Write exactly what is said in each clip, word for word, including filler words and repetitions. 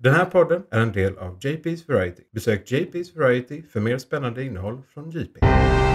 Den här podden är en del av J P's Variety. Besök J P's Variety för mer spännande innehåll från J P.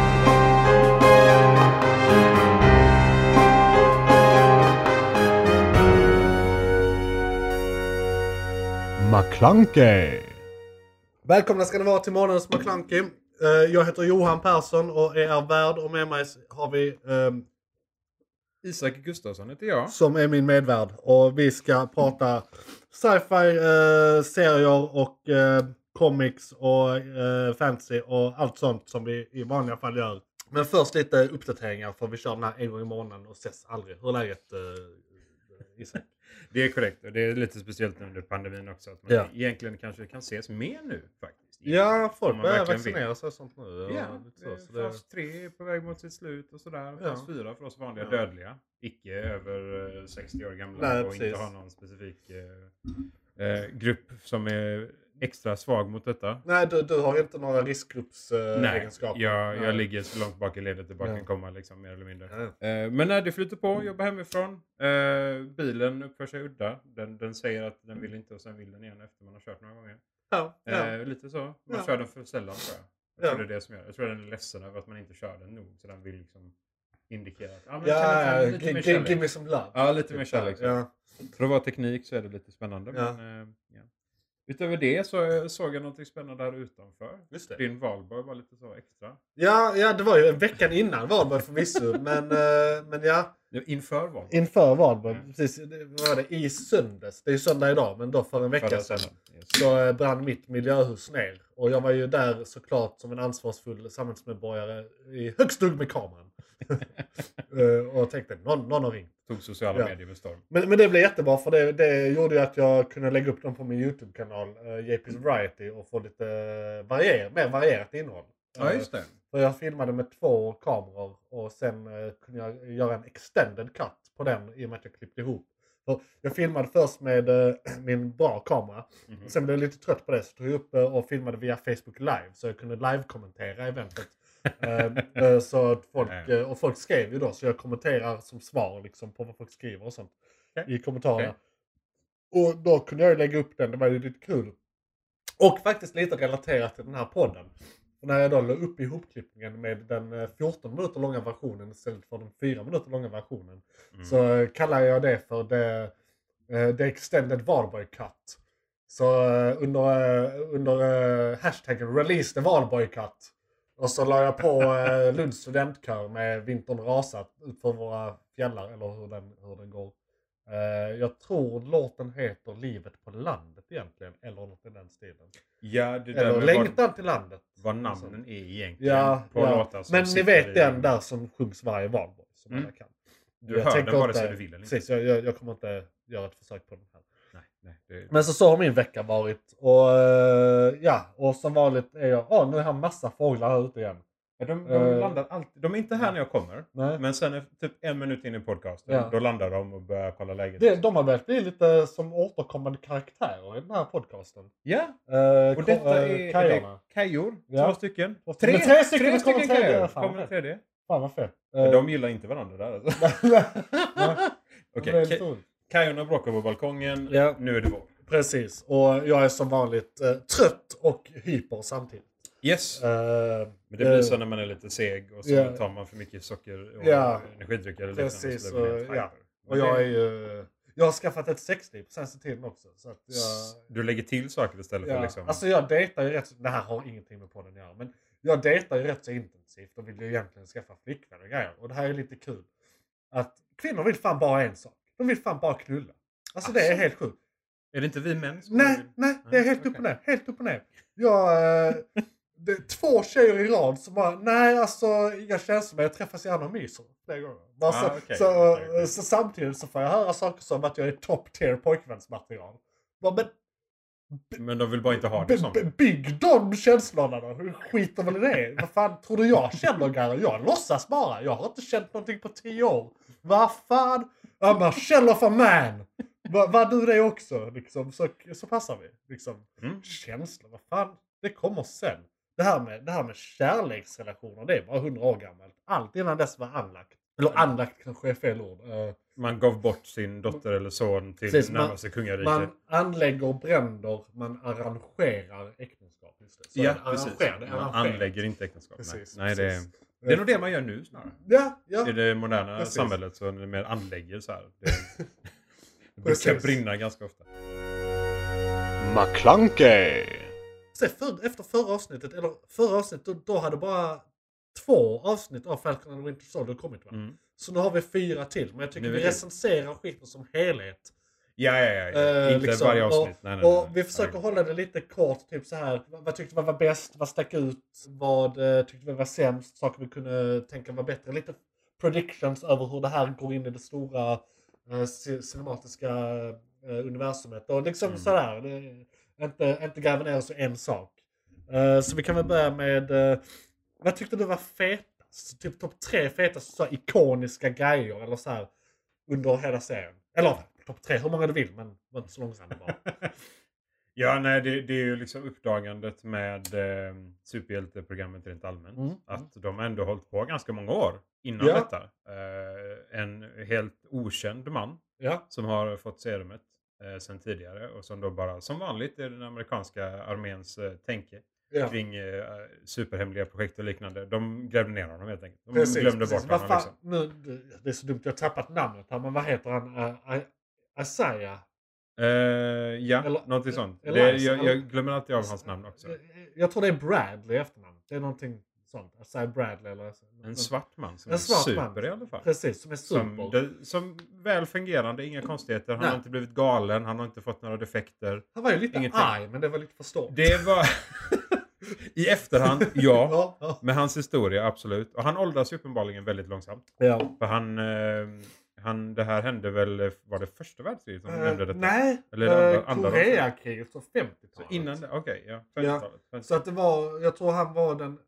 McClunkey. Välkomna ska ni vara till morgonens McClunky. Uh, jag heter Johan Persson och är värd, och med mig har vi um, Isak Gustafsson heter jag. Som är min medvärd. Och vi ska prata sci-fi, uh, serier och uh, comics och uh, fantasy och allt sånt som vi i vanliga fall gör. Men först lite uppdateringar, för vi kör den här en gång i månaden och ses aldrig. Hur är läget, uh, Isak? Det är korrekt, och det är lite speciellt under pandemin också. Att man Ja. egentligen kanske kan ses mer nu faktiskt. Ja, folk man börjar verkligen vaccinera sig och sånt nu. Ja, Ja, lite så, det, så det... fas tre är på väg mot sitt slut och sådär. Ja. Fas fyra för oss vanliga Ja. dödliga. Icke över eh, sextio år gamla. Nej, och precis. inte har någon specifik eh, eh, grupp som är extra svag mot detta. Nej, du, du har inte några Nej, riskgruppsegenskaper. jag, jag ligger så långt bak i ledet det bara Ja. kan komma liksom, mer eller mindre. Ja. Eh, men när det flyter på, jobbar hemifrån. Eh, bilen uppför sig udda. Den, den säger att den vill inte och sen vill den igen efter man har kört några gånger. Ja, ja. Eh, lite så. Man Ja. kör den för sällan, tror jag. Jag Ja. tror det är det som gör. Jag tror den är ledsen över att man inte kör den nog. Så den vill liksom indikera att ah, men Ja, kan jag få lite gi- mer gi- kärlek? give me some love. Ja, lite mer kärlek. Så. Ja. För att vara teknik så är det lite spännande. Ja. Men, eh, ja. Utöver det så såg jag något spännande här utanför. Just det. Din valborg var lite så extra. Ja, ja, det var ju veckan innan Valborg förvisso. men, eh, men ja, Ja, inför valborg. inför Valborg. Mm. Precis, det var det i söndags. Det är ju söndag idag, men då för en vecka Förra sedan. söndagen. Yes. Så eh, brann mitt miljöhus ner. Och jag var ju där såklart som en ansvarsfull samhällsmedborgare i högst dugg med kameran. Eh, och tänkte, någon, någon har ringt. Tog sociala Ja. medier med storm. Men, men det blev jättebra, för det, det gjorde ju att jag kunde lägga upp dem på min YouTube-kanal, uh, J P's Variety, och få lite uh, varier, mer varierat innehåll. Ja, just det. För jag filmade med två kameror och sen uh, kunde jag göra en extended cut på den i och med att jag klippte ihop. För jag filmade först med uh, min bra kamera. Mhm. Och sen blev jag lite trött på det, så tog jag upp uh, och filmade via Facebook Live, så jag kunde live-kommentera eventet. uh, uh, så att folk, uh, och folk skrev ju då, så jag kommenterar som svar liksom, på vad folk skriver och sånt. Okay. I kommentarerna. Okay. Och då kunde jag ju lägga upp den, det var ju lite kul. Och faktiskt lite relaterat till den här podden. För när jag då la upp ihopklippningen med den fjorton minuter långa versionen istället för den fyra minuter långa versionen. Mm. Så kallar jag det för det, det extended Valborg cut. Så under, under hashtaggen release the Valborg cut. Och så la jag på Lunds studentkör med Vintern rasat ut för våra fjällar, eller hur den, hur den går. Uh, jag tror låten heter Livet på landet egentligen, eller något i den stilen. Ja, det där Eller med Längtan vad, till landet. vad namnen är egentligen Ja, på ja. låtar som Men ni sitter vet i- den där som sjungs varje valborg, som Mm. alla kan. Du Jag hör tänker den vare inte- sig du vill eller inte. Precis, jag, jag, jag kommer inte göra ett försök på den här. Nej, nej, det... Men så, så har min vecka varit. Och uh, ja, och som vanligt är jag, ja, nu har jag massa fåglar här ute igen. Ja, de, de Eh. landar alltid. De är inte här när jag kommer. Nej. Men sen är typ en minut in i podcasten. Ja. Då landar de och börjar kolla läget. Det, de har börjat bli lite som återkommande karaktärer i den här podcasten. Ja, Uh, och detta är, är Kajorna. det kajor. Ja. Två stycken. Men Tre, tre stycken, tre det kommer stycken tredje. kajor. Fan, Kommer vad den tredje. Fan vad fett. Men Uh, de gillar inte varandra där alltså. Nej, Okej, det är lite okay. roligt. Kajorna bråkar på balkongen. Ja. Nu är det vår. Precis, och jag är som vanligt uh, trött och hyper samtidigt. Yes. Uh, Men det blir så när man är lite seg och så Ja. tar man för mycket socker och Ja. energidrycker. Eller Precis, liknande, så det blir och- helt ja. hyper. och jag är ju... Jag har skaffat ett sexliv på senaste tiden också. Så att jag, Du lägger till saker istället för ja. liksom... Alltså jag dejtar ju rätt... Det här har ingenting med podden att göra. Men jag dejtar ju rätt så intensivt och vill ju egentligen skaffa flickvän och grejer. Och det här är lite kul. Att kvinnor vill fan bara en sak. De vill fan bara knulla. Alltså det är Alltså? helt sjukt. Är det inte vi män som Nej, vill- nej, det är helt okej. upp och ner. Helt upp och ner. Jag, eh, det är två tjejer i rad som bara, nej alltså inga känslor, men jag träffas gärna och myser flera gånger. Bara så, Ah, okej, så, okej, okej. så samtidigt så får jag höra saker som att jag är top tier pojkvänsmaterial. Bara, men Men de vill bara inte ha b- det som. b- bygg de känslorna då. Hur skiter väl i det? Vad fan tror du jag känner, Garre? Jag låtsas bara. Jag har inte känt någonting på tio år. Vad fan? I'm a shell of a man. Var, var du det också? Liksom, så, så passar vi. Liksom. Mm. Känslor, vad fan? Det kommer sen. Det här med, det här med kärleksrelationer, det är bara hundra år gammalt. Allt innan dess var anlagt. Eller andakt kanske är fel ord. Uh, man gav bort sin dotter eller son till precis, närmaste man, kungariket. Man anlägger bränder, man arrangerar äktenskap. Just det. Så ja, det, precis. Det man anlägger inte äktenskap. Precis, nej, nej precis. Det, det är nog det man gör nu snarare. Ja, ja. I det moderna precis. Samhället så är det mer anlägger så här. Det, det brukar brinna ganska ofta. McClunkey. Se, för, efter förra avsnittet, eller förra avsnittet, då, då hade bara två avsnitt av Falcon and the Winter Soldier kommit, va? Mm. Så nu har vi fyra till. Men jag tycker vi recenserar skiten som helhet. Ja, ja, ja. ja. Uh, inte liksom, varje avsnitt. Och, nej, nej, nej, och nej. vi försöker nej. hålla det lite kort. Typ så här. Vad tyckte vi var bäst? Vad stack ut? Vad uh, tyckte vi var sämst? Saker vi kunde tänka var bättre. Lite predictions över hur det här går in i det stora uh, cinematiska uh, universumet. Och liksom mm. sådär. Det, inte, inte gräva ner oss i en sak. Uh, så vi kan väl börja med... Uh, vad tyckte du var fetast? Typ topp tre fetast så ikoniska grejer. Eller så här under hela serien. Eller topp tre, hur många du vill, men var inte så långsamt bara. Ja, nej, det, det är ju liksom uppdagandet med eh, superhjälteprogrammet rent allmänt. Mm. Att de ändå hållit på ganska många år innan ja. detta. Eh, en helt okänd man ja. som har fått serumet eh, sedan tidigare. Och som då bara, som vanligt, är den amerikanska arméns eh, tänke. Ja. Kring eh, superhemliga projekt och liknande. De grävde ner honom helt enkelt. De precis, glömde precis. bort honom. Liksom. Nu, det är så dumt, jag har tappat namnet här, men vad heter han? Uh, Isaiah? Uh, ja, eller, någonting sånt. Eller, det, jag, jag glömmer alltid av hans namn också. Jag tror det är Bradley efternamn. Det är någonting sånt. Isaiah Bradley. Eller, en svart man som en är svart super man. i alla fall. Precis, som är super. Som, det, som väl fungerande, inga konstigheter. Han Nej. har inte blivit galen, han har inte fått några defekter. Han var ju lite Ingenting. arg, men det var lite förstått. Det var... I efterhand, ja. ja, ja. Med hans historia, absolut. Och han åldras uppenbarligen väldigt långsamt. Ja. För han, eh, han... Det här hände väl... Var det första världskriget som uh, nämnde detta? Nej. Eller uh, andra, Koreakriget från femtiotalet. Så innan det? Okej, okay, ja. femtiotalet. Ja. Så att det var... Jag tror han var den...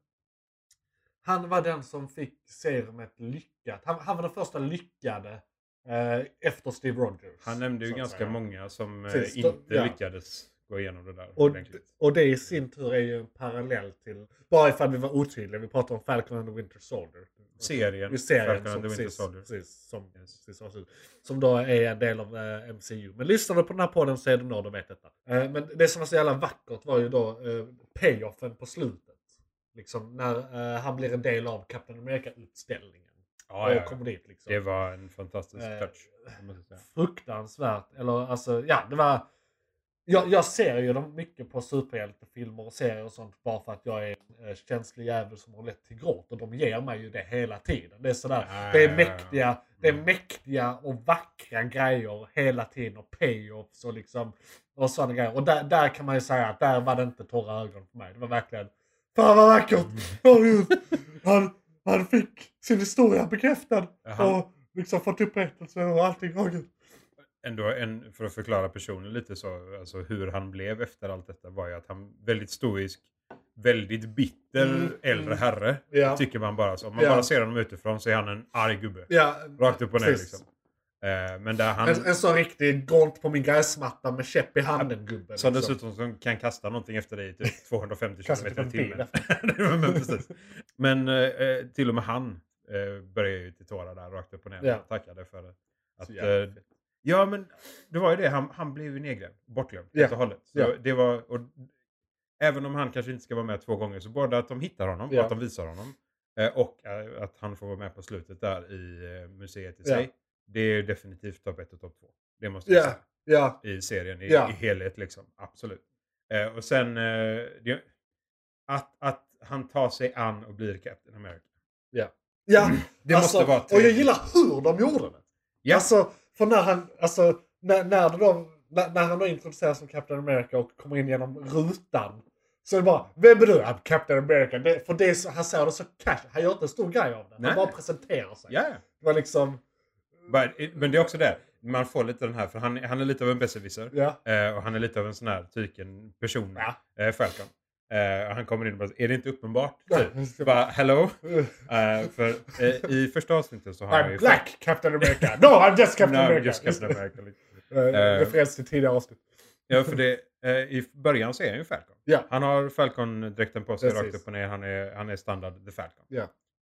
Han var den som fick serumet lyckat. Han, han var den första lyckade eh, efter Steve Rogers. Han nämnde ju ganska säga. många som eh, Precis, inte ja. lyckades gå igenom det där. Och, och det i sin tur är ju en parallell till... Bara ifall vi var otydliga. Vi pratar om Falcon and the Winter Soldier. Serien. serien Falcon and the Winter precis, Soldier. Precis, som, yes. precis, som då är en del av eh, M C U. Men lyssnar du på den här podden så är det nog de vet detta. Eh, men det som var så jävla vackert var ju då eh, payoffen på slutet. Liksom när eh, han blir en del av Captain America-utställningen. Ja, och ja, kommer dit liksom. Det var en fantastisk eh, touch. Fruktansvärt. Eller alltså, ja, det var... Jag, jag ser ju dem mycket på superhjältefilmer och serier och sånt bara för att jag är en äh, känslig jävel som har lätt till gråt. Och de ger mig ju det hela tiden. Det är sådär, äh, det är mäktiga, det är mäktiga och vackra grejer hela tiden. Och payoffs och liksom, och sådana grejer. Och där, där kan man ju säga att där var det inte torra ögon för mig. Det var verkligen, fan vad vackert! Mm. Han, han fick sin historia bekräftad. Jaha. Och liksom fått upprättelse och allting. Oh, ändå en, för att förklara personen lite så, alltså hur han blev efter allt detta var ju att han väldigt stoisk, väldigt bitter mm, äldre mm. herre, ja. tycker man bara så. Om man ja. bara ser honom utifrån så är han en arg gubbe. Ja, rakt upp och ner liksom. Eh, men där han... En, en sån riktig gånt på min gräsmatta med käpp i handen gubbe. Som liksom. Dessutom som kan kasta någonting efter dig typ tvåhundrafemtio kilometer i timmen. men, precis. men eh, till och med han eh, började ju till tårar där rakt upp och ner. Ja. Tackade för det. Att, eh, ja, men det var ju det. Han, han blev ju nedgrävd. Bortglömd. Yeah. Helt och hållet. Så yeah. det var, och, även om han kanske inte ska vara med två gånger. Så både att de hittar honom. Yeah. Och att de visar honom. Eh, och eh, att han får vara med på slutet där i eh, museet i sig. Yeah. Det är definitivt topp ett och topp två. Det måste jag yeah. säga. Yeah. I serien. I, yeah. i helhet liksom. Absolut. Eh, och sen. Eh, det, att, att han tar sig an och blir Captain America. Yeah. Ja. Det alltså, måste vara. Och jag gillar hur de gjorde det. Yeah. Alltså. För när han, alltså, när, när, då, när, när han då introduceras som Captain America och kommer in genom rutan. Så är det bara, vem är du? I'm Captain America. Det, för det är så, han säger det så cash. Han gör inte en stor grej av det. Han Nej. bara presenterar sig. Yeah. Det var liksom... Men det är också det. Man får lite den här, för han, han är lite av en besserwisser. Yeah. Eh, och han är lite av en sån här tyken person. Ja. Eh, Falcon. Uh, han kommer in och bara, är det inte uppenbart? Typ. Bara, hello? Uh, för uh, i första avsnittet så har I'm han ju... black fått... Captain America! No, I'm just Captain no, America! Just Captain America. uh, Referens till tidigare avsnitt. Ja, för det, uh, i början så är han ju Falcon. Yeah. Han har Falcon-dräkten på sig rakt upp och ner. Han är, han är standard The Falcon. Yeah.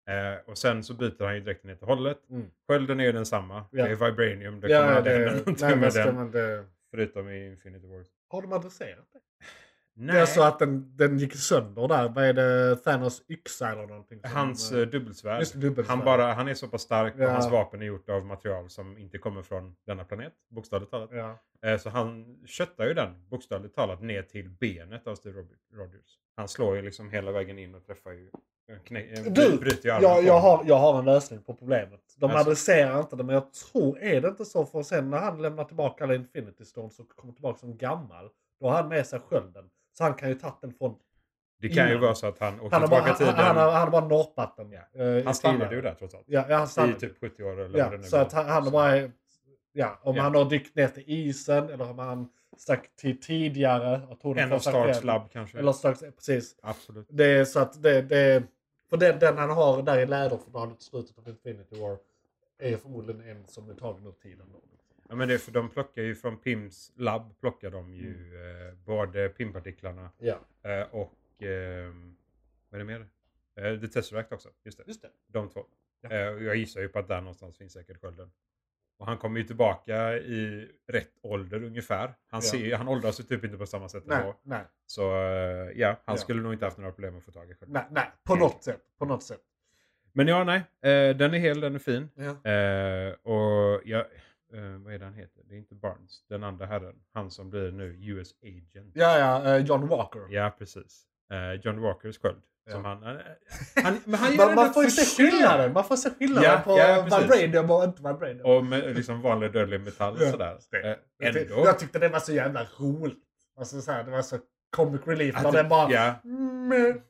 Eh, och sen så byter han ju dräkten helt och hållet. Mm. Skölden är ju densamma. Ja. Det är vibranium. Det Ja, kommer aldrig det- hända någonting nej, med ska den. man det- Förutom i Infinity Wars. Har de adresserat det? Nej. Det är så att den, den gick sönder där. Vad är det? Thanos yxa eller någonting? som- Hans uh, dubbelsvärd. Just det, dubbelsvärd. Han, bara, han är så pass stark Ja. och hans vapen är gjort av material som inte kommer från denna planet. Bokstavligt talat. Ja. Eh, så han köttar ju den bokstavligt talat ner till benet av Steve Rogers. Han slår ju liksom hela vägen in och träffar ju... Knä, Du, bryter ju armen jag, på jag, honom. har, jag har en lösning på problemet. De Alltså. adresserar inte det, men jag tror, är det inte så, för sen när han lämnar tillbaka alla Infinity Stones och kommer tillbaka som gammal, då har han med sig skölden. Så han kan ju ta den från... Det kan ju innan. vara så att han åkte Han har bara, tillbaka han, tiden. han, har, han har bara norpat den. Ja. eh, Han stannade tidigare. ju där trots allt. Ja, ja, han I stannade. typ sjuttio år eller vad Ja, det nu så var. att han, han har bara... Ja, om Ja. han har dykt ner till isen eller om han stack till tidigare. Jag tror den En av första Starks kvällen. labb kanske. Eller Starks, precis. Absolut. Det är så att det... det för den, den han har där i läderfodralet i slutet av Infinity War är förmodligen en som är tagen ur tiden. Då. Ja, men det är för de plockar ju från Pims labb plockar de ju Mm. eh, både Pim-partiklarna Ja, eh, och eh, vad är det mer? Eh, The Tesseract också, just det. just det. De två. Ja. Eh, och jag gissar ju på att där någonstans finns säkert skölden. Och han kommer ju tillbaka i rätt ålder ungefär. Han, Ja. ser, han åldras ju typ inte på samma sätt Nej, ändå. nej, Så eh, ja, han Ja. skulle nog inte haft några problem att få tag i skölden. nej, nej. På något sätt. På något sätt. Men ja, nej. Eh, den är hel, den är fin. Ja. Eh, och ja, eh, vad är det han heter? Det är inte Barnes, den andra herren. Han som blir nu U S Agent. Ja, ja, eh, John Walker. Ja, precis. Eh, John Walkers sköld. Ja. Som han, eh, han, men han gör Man, ändå man får ju ett se försök. skillnaden. Man får se skillnaden Ja, på ja, precis. vibranium och inte vibranium. Och med liksom vanlig dödlig metall och Ja, sådär. det. Eh, ändå. Jag tyckte det var så jävla roligt. Alltså, så här, det var så comic relief. Att När det- den bara... ja. Mm,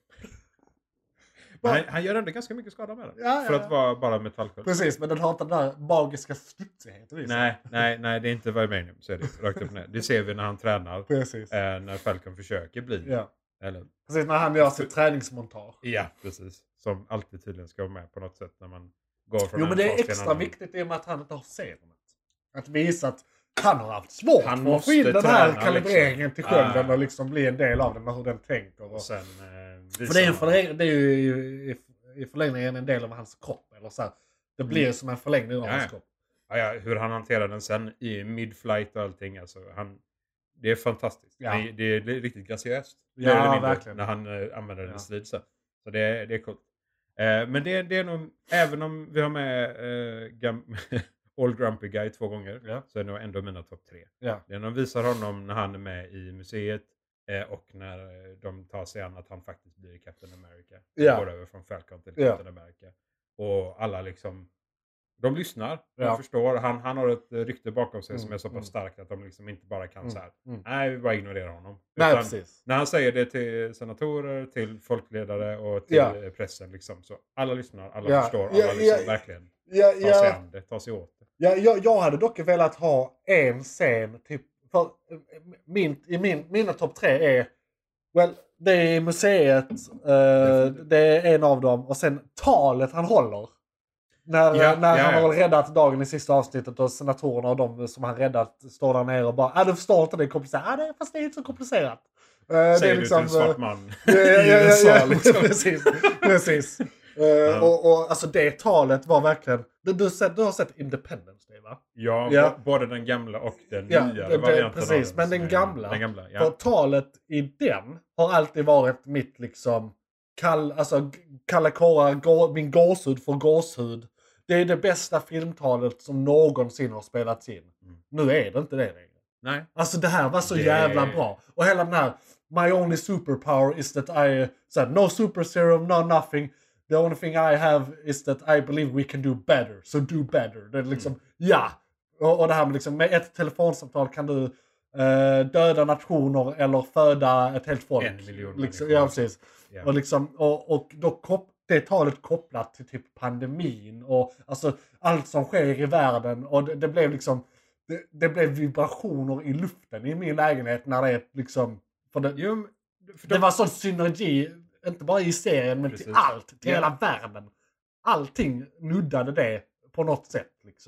Men han, han gör ändå ganska mycket skada med den. Ja, För ja. att vara bara metallsköld. precis, men den har inte den där magiska studsigheten i sig. Nej, nej, nej, det är inte vibranium. Så är det rakt upp och ner. Det ser vi när han tränar. Precis. Eh, när Falcon försöker bli. Ja. Eller, Precis, när han gör sitt träningsmontage. ja, precis. Som alltid tydligen ska vara med på något sätt när man går från Jo, en men det fas är till en extra annan. viktigt i och med att han inte har serumet. Att visa att han har haft svårt Han för att få måste in den här träna, kalibreringen till skölden Ah. och liksom bli en del av den och hur den tänker. Och... Och sen eh, För det är, en förläng... det är ju i, i förlängningen en del av hans kropp. Eller så här. Det blir Mm. som en förlängning av Ja, hans ja. kropp. Ja, ja, hur han hanterar den sen i mid-flight och allting. Alltså, han, det är fantastiskt. Ja. Det, det är riktigt graciöst. Ja, mer eller mindre, verkligen. När han eh, använder den Ja. i strid sen. Så det, är- det är coolt. Eh, men det, det är nog, även om vi har med eh, gam, Old Grumpy Guy två gånger. Ja. Så är det nog ändå mina topp tre. Ja. Det är när de visar honom när han är med i museet. Eh, och när eh, de tar sig an att han faktiskt blir Captain America. Ja. Går över från Falcon till Ja. Captain America. Och alla liksom... De lyssnar. De Ja. förstår. Han, han har ett eh, rykte bakom sig Mm, som är så pass mm. starkt att de liksom inte bara kan Mm, så här. mm. Nej, vi bara ignorerar honom. Nej, Utan precis. när han säger det till senatorer, till folkledare och till Ja. eh, pressen. Liksom, så alla lyssnar, alla Ja. förstår. Alla Ja, liksom ja, verkligen Ja, tar sig ja, an det. Tar sig åt det. ja, jag, jag hade dock velat ha en scen. Typ, för, eh, min, I min, mina topp tre är... Well, det är i museet. Eh, det är en av dem. Och sen talet han håller. När, Ja, när ja, han ja. har räddat dagen i sista avsnittet och senatorerna och de som han räddat står där nere och bara ah, du förstår inte, det är komplicerat. Ah, det, fast det är inte så komplicerat. Uh, det Säger är du liksom, till en svart man ja, ja, i ja, en ja, sal. Liksom. precis. precis. Uh, Ja. och, och alltså det talet var verkligen... Du, du, sett, du har sett Independence Day, va? Ja, Ja. b- både den gamla och den Ja, nya det- det- varianten. precis, av men som den är- gamla. Den gamla, För ja. talet i den har alltid varit mitt liksom... Kall, alltså g- kalla kårar, gå, min gåshud för gåshud. Det är det bästa filmtalet som någonsin har spelats in. Mm. Nu är det inte det längre. Nej. Alltså det här var så Det- jävla bra. Och hela den här My only superpower is that I... Så här, no super serum, no nothing. The only thing I have is that I believe we can do better. So do better. Det är liksom, Mm. ja. Och, och det här med liksom, med ett telefonsamtal kan du eh, döda nationer eller föda ett helt folk. En miljon liksom, människor. ja, precis. Ja. Och, liksom, och, och då kop- det talet kopplat till typ pandemin och alltså allt som sker i världen. Och det, det blev liksom, det, det blev vibrationer i luften i min lägenhet när det är liksom, för det, Jo, men- för det de- var sån synergi, inte bara i serien men Precis. till allt, till Ja. hela världen. Allting nuddade det på något sätt liksom.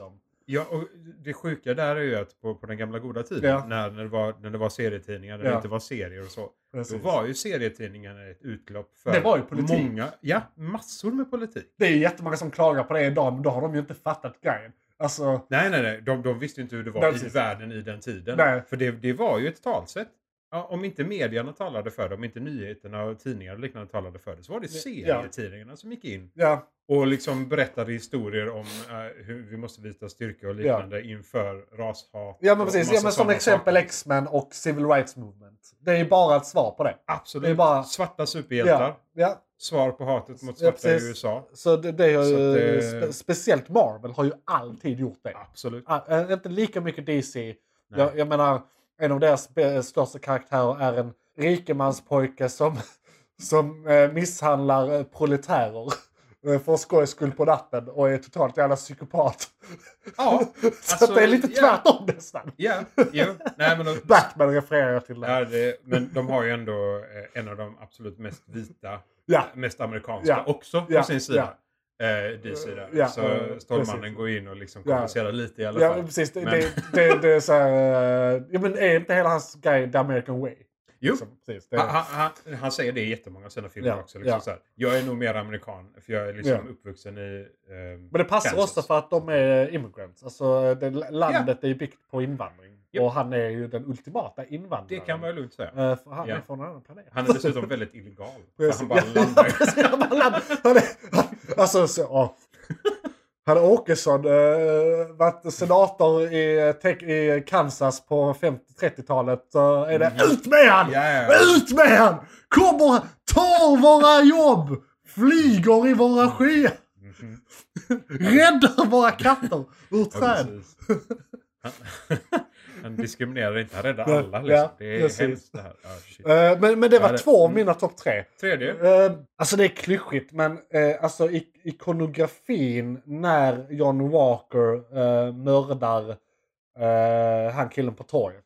Ja, och det sjuka där är ju att på, på den gamla goda tiden, Ja. när, när, det var, när det var serietidningar, när Ja. det inte var serier och så, Precis. då var ju serietidningarna ett utlopp för Det var ju politik. många, ja, massor med politik. Det är ju jättemånga som klagar på det idag, men då har de ju inte fattat grejen. Alltså, Nej, nej, nej. De, de visste ju inte hur det var Nej, i precis. världen i den tiden. Nej. För det, det var ju ett talsätt. Ja, om inte medierna talade för det, om inte nyheterna och tidningar och liknande talade för det, så var det serietidningarna som gick in ja, och liksom berättade historier om uh, hur vi måste visa styrka och liknande inför rashat. ja men och precis. massa Ja, men som sådana exempel saker. X-Men och Civil Rights Movement. Det är ju bara ett svar på det. Absolut. Det är bara- Svarta superhjältar. Ja, ja. Svar på hatet mot Ja, svarta i precis. U S A. Så det, det är Så ju, att det- spe, speciellt Marvel har ju alltid gjort det. Absolut. Ah, äh, inte lika mycket D C. Nej. Jag, jag menar, en av deras be- största karaktärer är en rikemanspojke som, som eh, misshandlar eh, proletärer eh, för skojs skull på natten och är totalt jävla psykopat. Ja, Så alltså, att det är lite ja. tvärtom nästan. Ja, jo. Nej, men de, Batman refererar jag till det. ja, det, men de har ju ändå eh, en av de absolut mest vita, Ja. mest amerikanska Ja. också på Ja. sin sida. Eh, D C där. Ja, Så eh, Stålmannen precis. går in och liksom Ja. kompenserar lite i alla Ja, fall. men precis. Det, Men- det, det, det är så här... eh, ja, men är inte hela hans grej The American Way? Jo, Liksom, precis. Det, han, han, han, han säger det i jättemånga av sina filmer Ja, också. Liksom ja. så här, jag är nog mer amerikan, för jag är liksom Ja. uppvuxen i eh, Men det passar Kansas. också för att de är immigrants. Alltså det, landet är ju byggt på invandring. Japp. Och han är ju den ultimata invandraren. Det kan man ju lugnt säga. Eh, för han Ja. är från en annan planet. Han är dessutom väldigt illegal. För Precis. han bara Ja, landar ju. precis. Han bara land- han är, han, alltså, så, ja. Hade Åkesson äh, varit senator i, te- i Kansas på femtio-trettiotalet så är det ut med han! Ja, ja, ja. Ut med han! Kommer, tar våra jobb! Flyger i våra skyar! Mhm. Räddar våra katter ur Ja, träd! precis. Han, han diskriminerar inte, han räddar Ja, alla. Liksom. ja, det är precis. hemskt det här. Ah, shit. Eh, men, men det var Ja, det- två av mm. mina topp tre. Tredje. Eh, alltså det är klyschigt men uh, alltså i, ikonografin när John Walker uh, mördar uh, han killen på torget.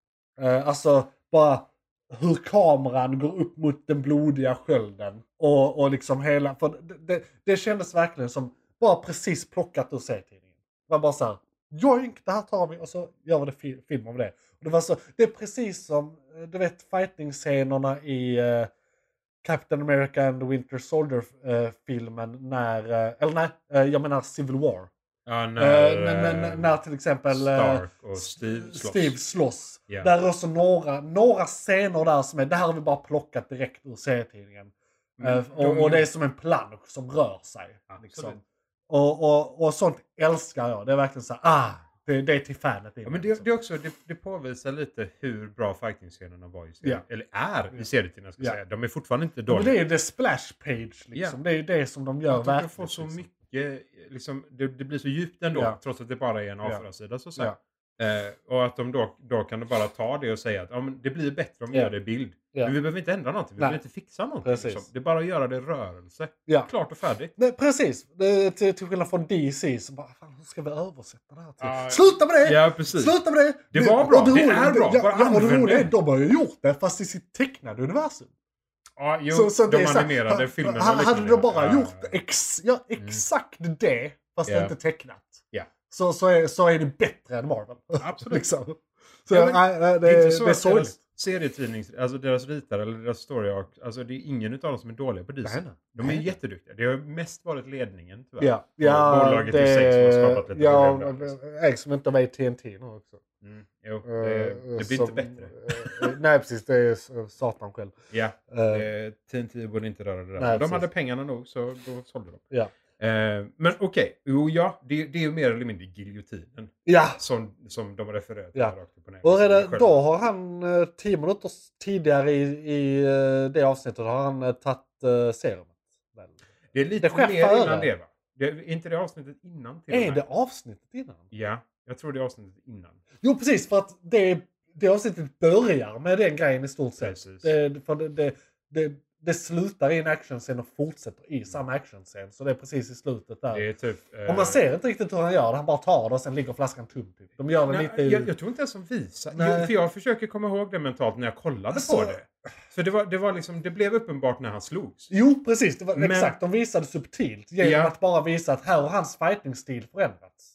Uh, alltså bara hur kameran går upp mot den blodiga skölden. Och, och liksom hela, för det, det, det kändes verkligen som bara precis plockat ur serietidningen. Det var bara så här, joink, det här tar vi och så gör vi det fi- film om det. Och det var så, det är precis som, du vet, fighting-scenerna i uh, Captain America and the Winter Soldier-filmen när, uh, eller nej, uh, jag menar Civil War. Ja, när, Uh, när, när, när till exempel uh, Stark och Steve slåss. Steve slåss. Ja. Där är också några, några scener där som är, det här har vi bara plockat direkt ur serietidningen. Mm, Uh, de- och, och det är som en plansch som rör sig. Absolut. Liksom. Och, och, och sånt älskar jag. Det är verkligen så här, ah, det, det är till fanet. Ja, men det, det, är också, det, det påvisar lite hur bra fighting-scenerna var i serien. Ja. Eller är i serietidningarna, ska jag Ja. säga. De är fortfarande inte Men dåliga. det är ju the splash page liksom. Ja. Det är ju det som de gör Att de kan verkligen. få så liksom. mycket, liksom, det, det blir så djupt ändå, Ja. trots att det bara är en A fyra-sida. Så att säga. Ja. Eh, och att de då, då kan de bara ta det och säga att ja, men det blir bättre om vi Ja. gör det i bild. Ja. Men vi behöver inte ändra någonting, vi Nej. behöver inte fixa någonting. Precis. Liksom. Det är bara att göra det i rörelse. Ja. Klart och färdigt. Nej, precis. Det, till, till skillnad från D C så bara, fan, hur ska vi översätta det här till? Ja. Sluta med det! Ja, precis. Sluta med det! Det var bra. och Det roliga- är bra. Ja, Bara ja, och det använd roliga är det. att de har ju gjort det fast i sitt tecknade universum. Ja, jo, Så- så det de är så här, animerade ha- filmerna. ha- och Hade liknande. de bara Ja, gjort ja, ja. ex, ja, exakt det, fast Ja. inte tecknat. Ja. Så, så, är, så är det bättre än Marvel. Absolut. liksom. Så Ja, men nej, nej, det, Det är det, inte så det är att sorgligt. deras serietidnings, alltså deras ritare eller deras story arc, alltså det är ingen av dem som är dåliga på D C. Nej, nej. De är Nej. jätteduktiga. Det har mest varit ledningen tyvärr. Ja, Och ja bolaget i sig som har skapat lite ja, problem där, liksom. jag som inte var i T N T nu också. Mm, jo, Eh, det, det blir som- inte bättre. eh, nej, precis. Det är s- Satan själv. Ja, Eh, eh, T N T borde inte röra det där. Nej, de precis. hade pengarna nog så då sålde de. ja. Eh, men okej, jo ja, det, det är ju mer eller mindre giljotinen ja, som, som de refererar till Ja. rakt upp och ner. och redan Själva. då har han eh, tio minuter tidigare i, i eh, det avsnittet har han eh, tagit uh, serumet. Väl. Det är lite det sker mer före. innan det va? Det är inte det avsnittet innan till och Är med? det avsnittet innan? Ja, jag tror det är avsnittet innan. Jo, precis. För att det, det avsnittet börjar med den grejen i stort sett. Precis. Det, för det, det, det, det slutar i en actionscen och fortsätter i samma actionscen. Så det är precis i slutet där. Det är typ... eh, Och man ser inte riktigt hur han gör det. Han bara tar det och sen ligger flaskan tom. Typ. De gör det nej, lite... jag, jag tror inte ens de visar. Nej. Jo, för jag försöker komma ihåg det mentalt när jag kollade Alltså- på det. För det var, det var liksom, det blev uppenbart när han slogs. Jo, precis. Det var, Men- Exakt. De visade subtilt. Genom Ja. att bara visa att här har hans fighting-stil förändrats.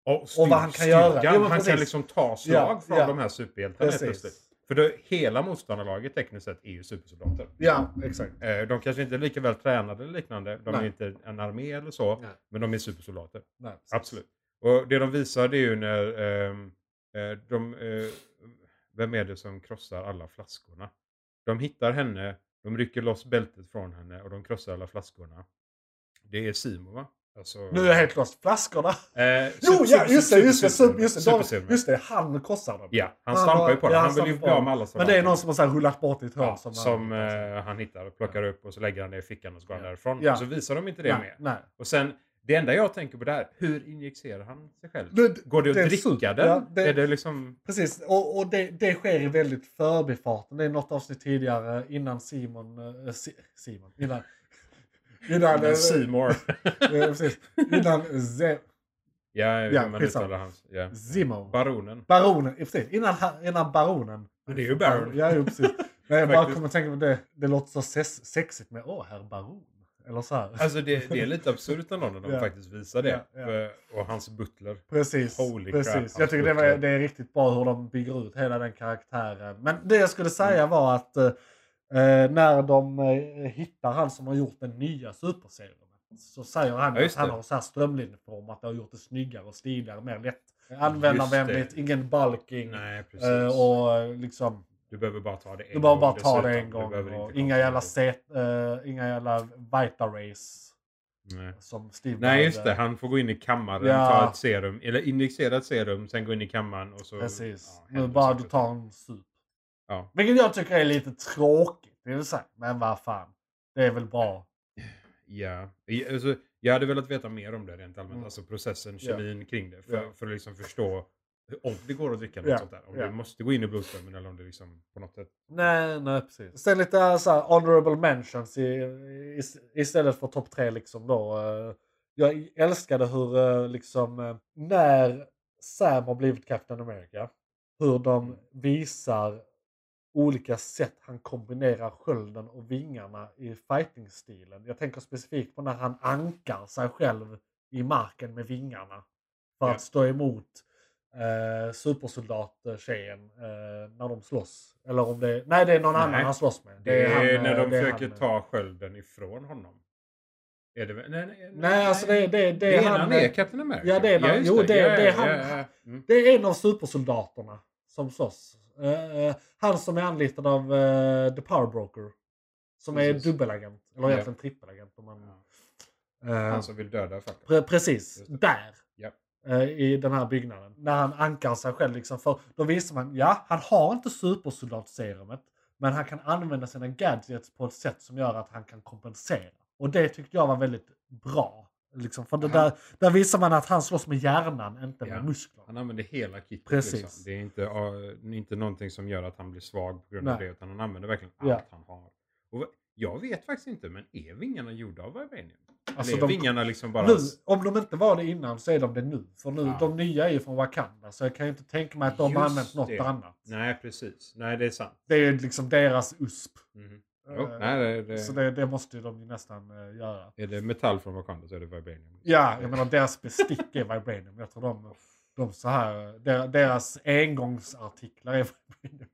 Och, och vad han kan göra. Jo, han precis. kan liksom ta slag ja, från ja. de här superhjältarna. För det, hela motståndarlaget tekniskt sett är ju supersoldater. Ja, exakt. De kanske inte är lika väl tränade eller liknande. De Nej. är inte en armé eller så. Nej. Men de är supersoldater. Nej, absolut. Och det de visar det är ju när eh, de... Eh, vem är det som krossar alla flaskorna? De hittar henne, de rycker loss bältet från henne och de krossar alla flaskorna. Det är Simo, va? Alltså... Nu är jag helt lost. Flaskorna? Eh, jo, ja, just det, just det, super, just, det, just, just det, han krossar dem. Ja, han stampar ju på dem. Han vill ju bli av med alla Men det är någon som har så här rullat bort i ett hörn. Ja, som som han, eh, han hittar och plockar upp och så lägger han det i fickan och så går han ja. därifrån. Ja. Och så visar de inte det nej, mer. Nej. Och sen, det enda jag tänker på där, hur injicerar han sig själv? Det, Går det att det dricka super. den? Ja, det, är det liksom... Precis, och, och det, det sker i väldigt förbifarten. Det är något avsnitt tidigare innan Simon... Äh, Simon, innan... Innan, innan Seymour. ja, precis. Innan Z... Ja, ja man uttalar hans. Ja. Zimo. Baronen. Baronen, precis. Innan, innan baronen. Men det är ju Baron. Ja, precis. Nej, jag bara kommer att tänka på det. Det låter så ses, sexigt med åh, herr Baron. Eller så här. Alltså det, det är lite absurt ändå när de ja. faktiskt visar det. Ja, ja. Och hans butler. Precis. Holy precis. crap, jag tycker det, var, det är riktigt bra hur de bygger ut hela den karaktären. Men det jag skulle säga mm. var att eh, när de eh, hittar han som har gjort den nya superserien. Så säger han ja, att han har så här strömlinjeform, att det har gjort det snyggare och stiligare, mer lätt användarvänligt, ingen bulking. Nej, precis. Och liksom... Du behöver bara ta det en du behöver bara gång. ta det en gång. Och inga jävla set, uh, inga jävla Vita Race. Nej. Som Steve Nej, just det. Han får gå in i kammaren, ja. ta ett serum, eller injicera ett serum, sen gå in i kammaren och så... Precis. Ja, nu bara du tar en sup. Ja. Vilket jag tycker är lite tråkigt. Det vill säga. Men vad fan. Det är väl bra. Ja, alltså, jag hade velat veta mer om det rent allmänt. Mm. Alltså processen, kemin yeah. kring det. För, yeah. för att liksom förstå om det går att dricka något yeah. sånt där. Om yeah. du måste gå in i blodströmmen eller om det liksom på något sätt... Nej, nej precis. Sen lite så här honorable mentions i, i, istället för topp tre liksom då. Jag älskade hur liksom när Sam har blivit Captain America. Hur de mm. visar olika sätt han kombinerar skölden och vingarna i fighting-stilen. Jag tänker specifikt på när han ankar sig själv i marken med vingarna. För ja. att stå emot eh, supersoldat-tjejen eh, när de slåss. Eller om det Nej, det är någon nej. annan han slåss med. Det, det är han, när de försöker han, ta skölden ifrån honom. Är det, nej, nej, nej, nej, alltså det, det, det, det är han. han är Captain America. Ja, det är, ja, jo, det, ja, det, är han, ja, ja. Mm. det är en av supersoldaterna som slåss. Uh, han som är anlitad av uh, The Power Broker. Som precis. är dubbelagent. Eller egentligen ja. trippelagent. Om man, ja. uh, han som vill döda faktiskt. Pre- precis. Där. Ja. Uh, I den här byggnaden. När han ankar sig själv. Liksom, för då visar man, ja, han har inte supersoldatserumet. Men han kan använda sina gadgets på ett sätt som gör att han kan kompensera. Och det tyckte jag var väldigt bra. Liksom, för det där, där visar man att han slåss med hjärnan, inte med ja. muskler. Han använder hela kittet. Precis. Liksom. Det är inte, uh, inte någonting som gör att han blir svag på grund av Nej. det. Utan han använder verkligen allt ja. han har. Och jag vet faktiskt inte, men är vingarna gjorda av vibranium? Alltså Eller är de, vingarna liksom bara... Nu, om de inte var det innan så är de det nu. För nu, ja. de nya är ju från Wakanda. Så jag kan ju inte tänka mig att de har använt något det. annat. Nej, precis. Nej, det är sant. Det är liksom deras U S P. Mm. Oh, nej, det, det... Så det, det måste de ju nästan uh, göra. Är det metall från Wakanda så är det vibranium. Ja, jag menar deras bestick är vibranium. Jag tror de, de så här, deras engångsartiklar är vibranium.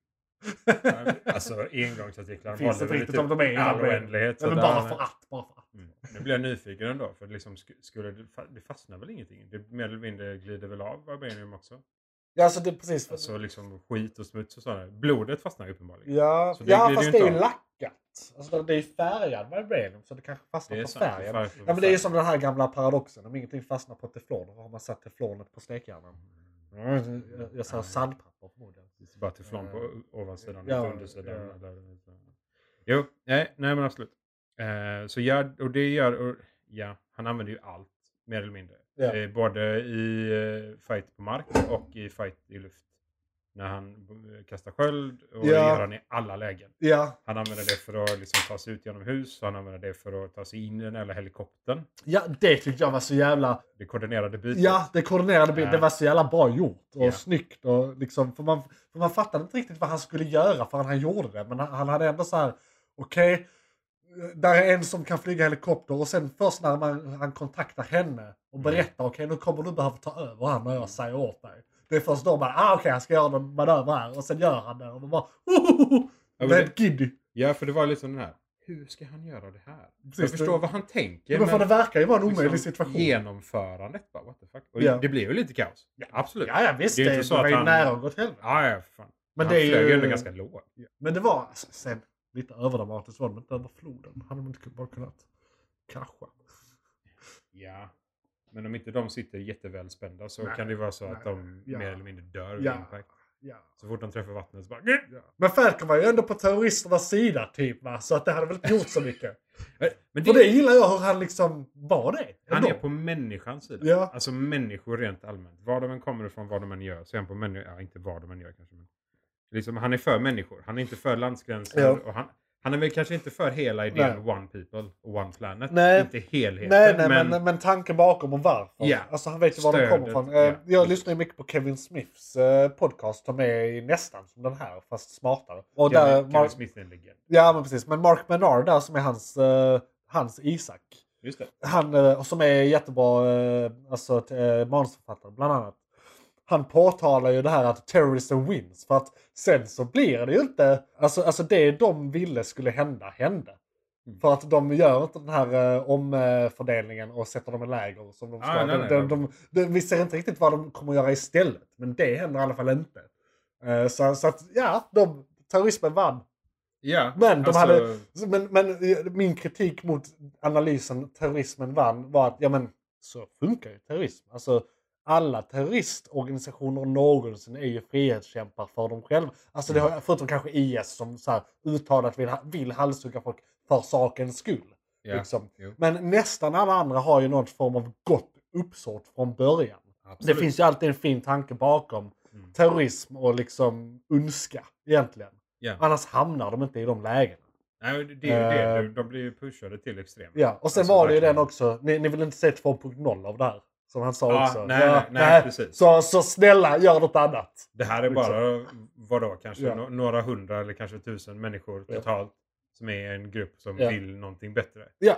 Alltså engångsartiklar. Finns det riktigt om de är i all oändlighet. Eller bara för att. Bara för att. Mm. Nu blir jag nyfiken ändå. För liksom skulle det, det fastnar väl ingenting. Det mer eller mindre glider väl av vibranium också. Ja, alltså det är precis. Alltså liksom skit och smuts och sådär. Blodet fastnar uppenbarligen. Ja, så det ja fast det är ju lackat. Alltså det är färgad vibranium så det kanske fastnar det på färgen. Ja, men det är ju som den här gamla paradoxen. Om ingenting fastnar på teflon då har man satt teflonet på stekjärnan. Mm. Jag, jag sa sandpapper förmodligen. Det är bara teflon på ovansidan ja, och undersidan. Ja. Eller, jo, nej, nej men absolut. Uh, så ja, och det gör, och, ja, han använder ju allt mer eller mindre. Ja. Eh, både i uh, fight på mark och i fight i luft. När han kastar sköld och ja. det gör han i alla lägen. Ja. Han använder det för att liksom ta sig ut genom hus. Han använder det för att ta sig in i den eller helikoptern. Ja, det tyckte jag var så jävla... Det koordinerade bytet. Ja, det koordinerade bytet. Ja. Det var så jävla bra gjort och ja. snyggt. Och liksom, för, man, för man fattade inte riktigt vad han skulle göra förrän han gjorde det. Men han, han hade ändå så här, okej, okay, där är en som kan flyga helikopter och sen först när man, han kontaktar henne och berättar okej okay, nu kommer du behöva ta över han när jag säger åt dig. Det är först då man, ah okej okay, han ska göra en manöver här och sen gör han det och man bara, oh, ja, det är ett giddy. Ja, för det var liksom den här, hur ska han göra det här? Precis, jag förstår det, vad han tänker. Men, men för det verkar ju vara en omöjlig liksom, situation. Genomförandet bara, what the fuck. Och ja. det blev ju lite kaos. Ja, absolut. Ja, ja visst. Det är det, inte så det var att ju han... nära och gått helvete. Ja, ja, fan. Men han det är flög ju ju ändå ganska lågt. Men det var sen lite överdramatiskt var det inte över floden. Hade man inte bara kunnat krascha. Ja. Men om inte de sitter jätteväl spända så nej, kan det vara så nej, att de ja. mer eller mindre dör vid ja. impact. Ja. Så fort de träffar vattnet så bara... Ja. Men Falcon var ju ändå på terroristernas sida typ va? Så att det hade väl inte gjort så mycket. Men det... För det gillar jag hur han liksom var det. Han ändå. är på människans sida. Ja. Alltså människor rent allmänt. Var de än kommer ifrån, vad de än gör. Så är han på människor... Ja, inte vad de än gör kanske. Men... Liksom, han är för människor. Han är inte för landsgränser. Ja. Och han... Han är väl kanske inte för hela idén nej. One people och one planet. Nej. Inte helheten. Nej, nej men... Men, men tanken bakom och varför. Ja. Alltså han vet ju var de kommer ifrån. Ja. Jag lyssnar ju mycket på Kevin Smiths podcast som är nästan som den här fast smartare. Och Kevin, där Kevin Mark... Smith är en legend. Ja men precis. Men Mark Menard där som är hans, uh, hans Isak. Just det. Han uh, som är jättebra uh, alltså, uh, manusförfattare bland annat. Han påtalar ju det här att terrorism wins. För att sen så blir det ju inte... Alltså, alltså det de ville skulle hända, hände. Mm. För att de gör inte den här uh, omfördelningen och sätter dem i läger som de ska. Ah, nej, nej, de, de, de, de, vi ser inte riktigt vad de kommer göra istället. Men det händer i alla fall inte. Uh, så, så att, ja, de, terrorismen vann. Ja, men, de alltså... hade, men, men min kritik mot analysen terrorismen vann var att, ja men, så funkar ju terrorism. Alltså... Alla terroristorganisationer någonsin är ju frihetskämpar för dem själva. Alltså det har, förutom kanske I S som så här uttalat vill, vill halshugga folk för sakens skull. Yeah. Liksom. Men nästan alla andra har ju någon form av gott uppsåt från början. Absolut. Det finns ju alltid en fin tanke bakom mm. terrorism och liksom ondska egentligen. Yeah. Annars hamnar de inte i de lägena. Nej, det är ju det. De blir ju pushade till extremt. Ja, och sen alltså, var det ju den också. Ni, ni vill inte se två punkt noll av det här. Som han sa ja, också. Nej, ja, nej, nej, precis. Så, så snälla, gör något annat. Det här är bara, vadå, kanske ja. några hundra eller kanske tusen människor totalt. Ja. Som är en grupp som ja. vill någonting bättre. Ja.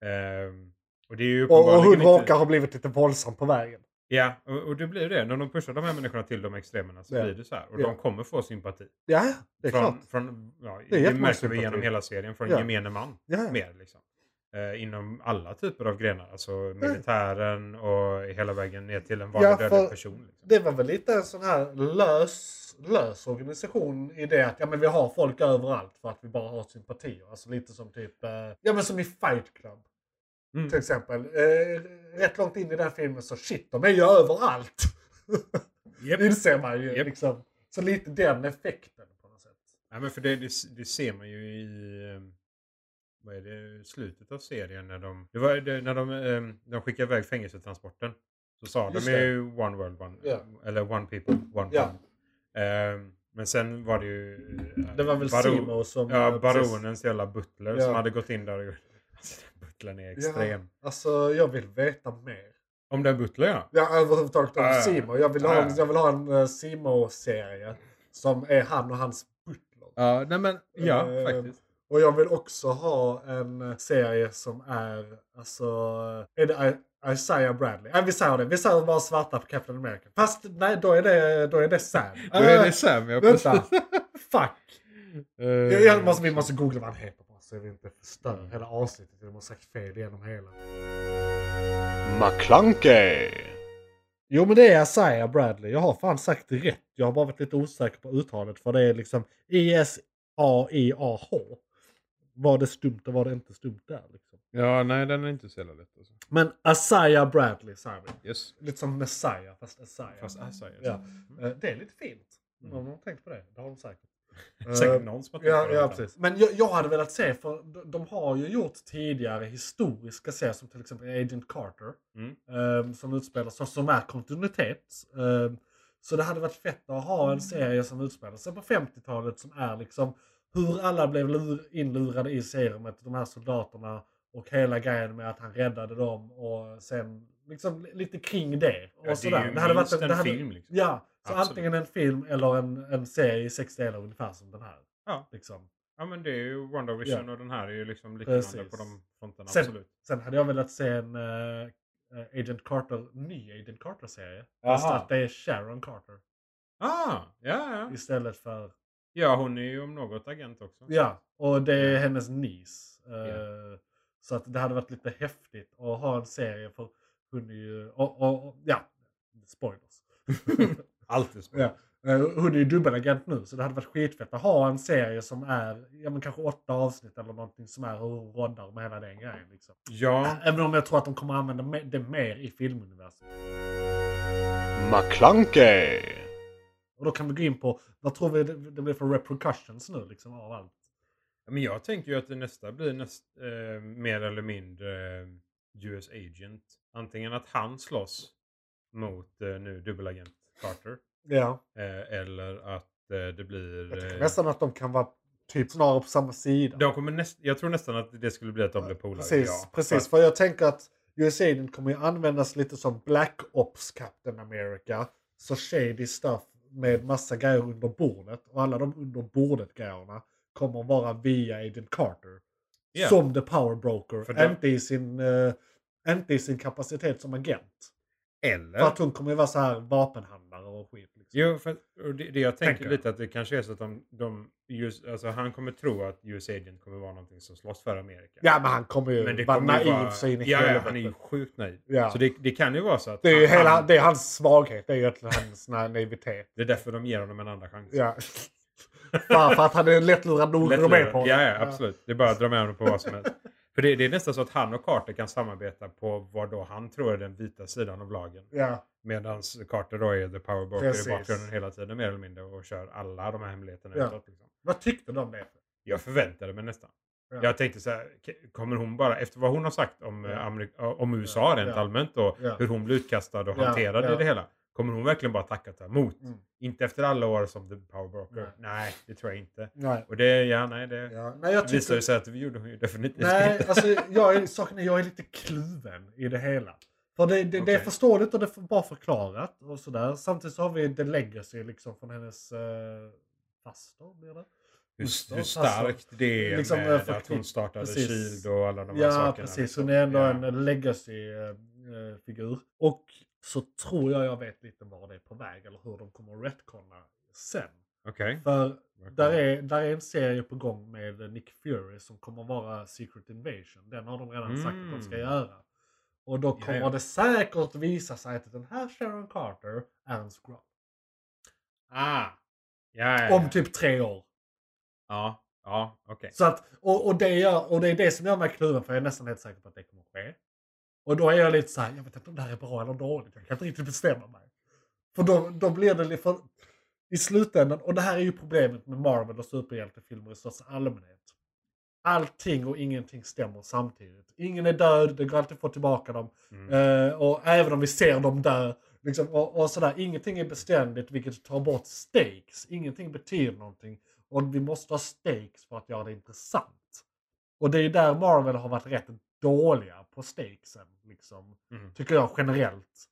Ehm, och det är ju och, och hon råkar inte... ha blivit lite våldsam på vägen. Ja, och, och det blir det. När de pushar de här människorna till de extremerna så ja. blir det så här. Och ja. de kommer få sympati. Ja, det är från, klart. Från, ja, det, det märker vi genom hela serien. Från ja. gemene man. Ja. Mer liksom. Uh, inom alla typer av grenar. Alltså militären och hela vägen ner till en vanlig ja, dödlig person. Liksom. Det var väl lite en sån här lös, lös organisation i det att ja, men vi har folk överallt för att vi bara har sympatier. Alltså lite som typ, uh, ja men som i Fight Club. Mm. Till exempel. Uh, rätt långt in i den filmen så shit, de är ju överallt. Yep. Det ser man ju yep. liksom. Så lite den effekten på något sätt. Ja men för det, det, det ser man ju i... Um... Vad är det? Slutet av serien när de... Det var det, när de, um, de skickade iväg fängelsetransporten. Så sa Just de det. ju One World, One... Yeah. Eller One People, One yeah. One. Um, men sen var det ju... Uh, det var väl baro- Simo som... Ja, baronens jävla butler yeah. som hade gått in där och... Alltså, den butlern är extrem. Ja, alltså, jag vill veta mer. Om den butler, ja? Ja, överhuvudtaget om uh, Simo. Jag vill, uh, ha, jag vill ha en uh, Simo-serie som är han och hans butler. Ja, uh, nej men... Ja, uh, faktiskt. Och jag vill också ha en serie som är, alltså, är det Isaiah Bradley? Nej, vi säger det. Vi säger bara svarta på Captain America. Fast nej, då är det, då är det Sam. Då är det Sam, jag Vänta. Fuck. Uh, jag måste, vi måste googla vad han heter bara så vi inte förstör mm. hela avsnittet. Vi måste sagt fel genom hela. McClunkey. Jo, men det är Isaiah Bradley. Jag har fan sagt rätt. Jag har bara varit lite osäker på uttalet. För det är liksom I S A I A H. Var det stumt och var det inte stumt där liksom. Ja, nej den är inte så jävla lätt alltså. Men Isaiah Bradley säger vi. Yes. Lite som Messiah fast Isaiah. Fast Isaiah. Ja. Mm. Det är lite fint. Mm. Någon har tänkt på det. Det har de säkert. Säkert någon som har tänkt ja, på det. Ja, precis. Men jag, jag hade velat se för de, de har ju gjort tidigare historiska serier som till exempel Agent Carter. Mm. Um, som utspelar sig som är kontinuitet. Um, så det hade varit fett att ha en serie som utspelar sig på femtiotalet som är liksom hur alla blev lur, inlurade i serumet, de här soldaterna och hela grejen med att han räddade dem och sen liksom lite kring det. Och ja, sådär. Det är ju det hade varit en, en det hade, film. Liksom. Ja, så Absolut. Antingen en film eller en, en serie i sex delar ungefär som den här. Ja. Liksom. Ja, men det är ju WandaVision Ja. och den här är ju liksom liknande Precis. på de fronterna, Sen, absolut. sen hade jag velat se en uh, Agent Carter, ny Agent Carter-serie. Aha. Fast att det är Sharon Carter. Ah, ja, ja. Istället för... Ja, hon är ju om något agent också. Ja, och det är Ja. hennes niece. Uh, Ja. Så att det hade varit lite häftigt att ha en serie för hon är ju... Och, och, och, ja, spoilers. Alltid spoilers. Ja. Hon är ju dubbelagent nu, så det hade varit skitfett att ha en serie som är, ja men kanske åtta avsnitt eller någonting som är hur hon roddar med hela den grejen liksom. Ja. Även om jag tror att de kommer använda det mer i filmuniversum. McClunkey! Och då kan vi gå in på, vad tror vi det blir för repercussions nu liksom av allt? Men jag tänker ju att det nästa blir näst, eh, mer eller mindre eh, U S Agent. Antingen att han slåss mot eh, nu dubbelagent Carter. Ja. Eh, eller att eh, det blir... Jag tycker eh, nästan att de kan vara typ snarare på samma sida. de kommer näst, jag tror nästan att det skulle bli att de blir polare. Precis, ja. precis. För jag tänker att U S Agent kommer ju användas lite som Black Ops Captain America. Så shady stuff med massa grejer under bordet. Och alla de under bordet grejerna kommer att vara via Agent Carter. Yeah. Som the power broker. För de- Inte, i sin, uh, inte i sin kapacitet som agent. Eller... För att hon kommer ju vara så här vapenhandlare och skit. Liksom. Jo, för och det, det jag tänker Tänker. lite att det kanske är så att de, de just, alltså han kommer tro att U S Agent kommer vara någonting som slåss för Amerika. Ja, men han kommer ju Men det vara kommer ju naiv vara, så in i ja, ja, helvete. han är ju sjukt naiv. Ja. Så det, det kan ju vara så att Det är ju han, hela, han, det är hans svaghet. Det är ju egentligen hans naivitet. det är därför de ger honom en andra chans. Ja. För, för att han är lättlurad nog att gå med på. Ja, ja, absolut. Det är bara att dra med honom på vad som helst. För det, det är nästan så att han och Carter kan samarbeta på vad då han tror är den vita sidan av lagen. Ja. Medan Carter då är the power broker Precis. i bakgrunden hela tiden mer eller mindre och kör alla de här hemligheterna Ja. utåt. Liksom. Vad tyckte du om det? Jag förväntade mig nästan. Ja. Jag tänkte så här, k- kommer hon bara, efter vad hon har sagt om, Ja. eh, Amerika, om U S A rent Ja. allmänt och Ja. hur hon blir utkastad och Ja. hanterad Ja. i det hela. Kommer hon verkligen bara tacka ta emot? Mm. Inte efter alla år som the power broker. Nej. Nej, det tror jag inte. Nej. Och det, ja, nej, det Ja. Nej, jag visade tyckte... sig att vi gjorde hon ju definitivt Nej, inte. alltså jag är, saken är, jag är lite kluven i det hela. För det, det, det är Okej. förståeligt och det är bra förklarat och sådär. Samtidigt så har vi The Legacy liksom från hennes uh, faster, blir det? Hur, Moster, hur faster. starkt det är Liksom, med eh, att för- hon startade precis. Shield och alla de här Ja, sakerna. precis. liksom. Hon är ändå Ja. en legacy-figur. Och så tror jag jag vet lite var det är på väg eller hur de kommer att retconna sen. Okej. För där är, där är en serie på gång med Nick Fury som kommer att vara Secret Invasion. Den har de redan sagt att de ska Mm. göra. Och då kommer Jaja. det säkert visa sig att den här Sharon Carter är en Skrull. Ah. Ja, ja, ja. Om typ tre år. Ja, ja, okej. Så att, och, och, det gör, och det är det som gör mig kluven, för jag är nästan helt säker på att det kommer att ske. Och då är jag lite så här, jag vet inte om det här är bra eller dåligt. Jag kan inte riktigt bestämma mig. För då, då blir det lite, för i slutändan, och det här är ju problemet med Marvel och superhjältefilmer i största allmänhet. Allting och ingenting stämmer samtidigt. Ingen är död, det går alltid att få tillbaka dem. Mm. Eh, och även om vi ser dem dö, liksom, och, och sådär, ingenting är beständigt, vilket tar bort stakes. Ingenting betyder någonting. Och vi måste ha stakes för att göra det intressant. Och det är där Marvel har varit rätt dåliga på stakesen, liksom. Mm. Tycker jag generellt.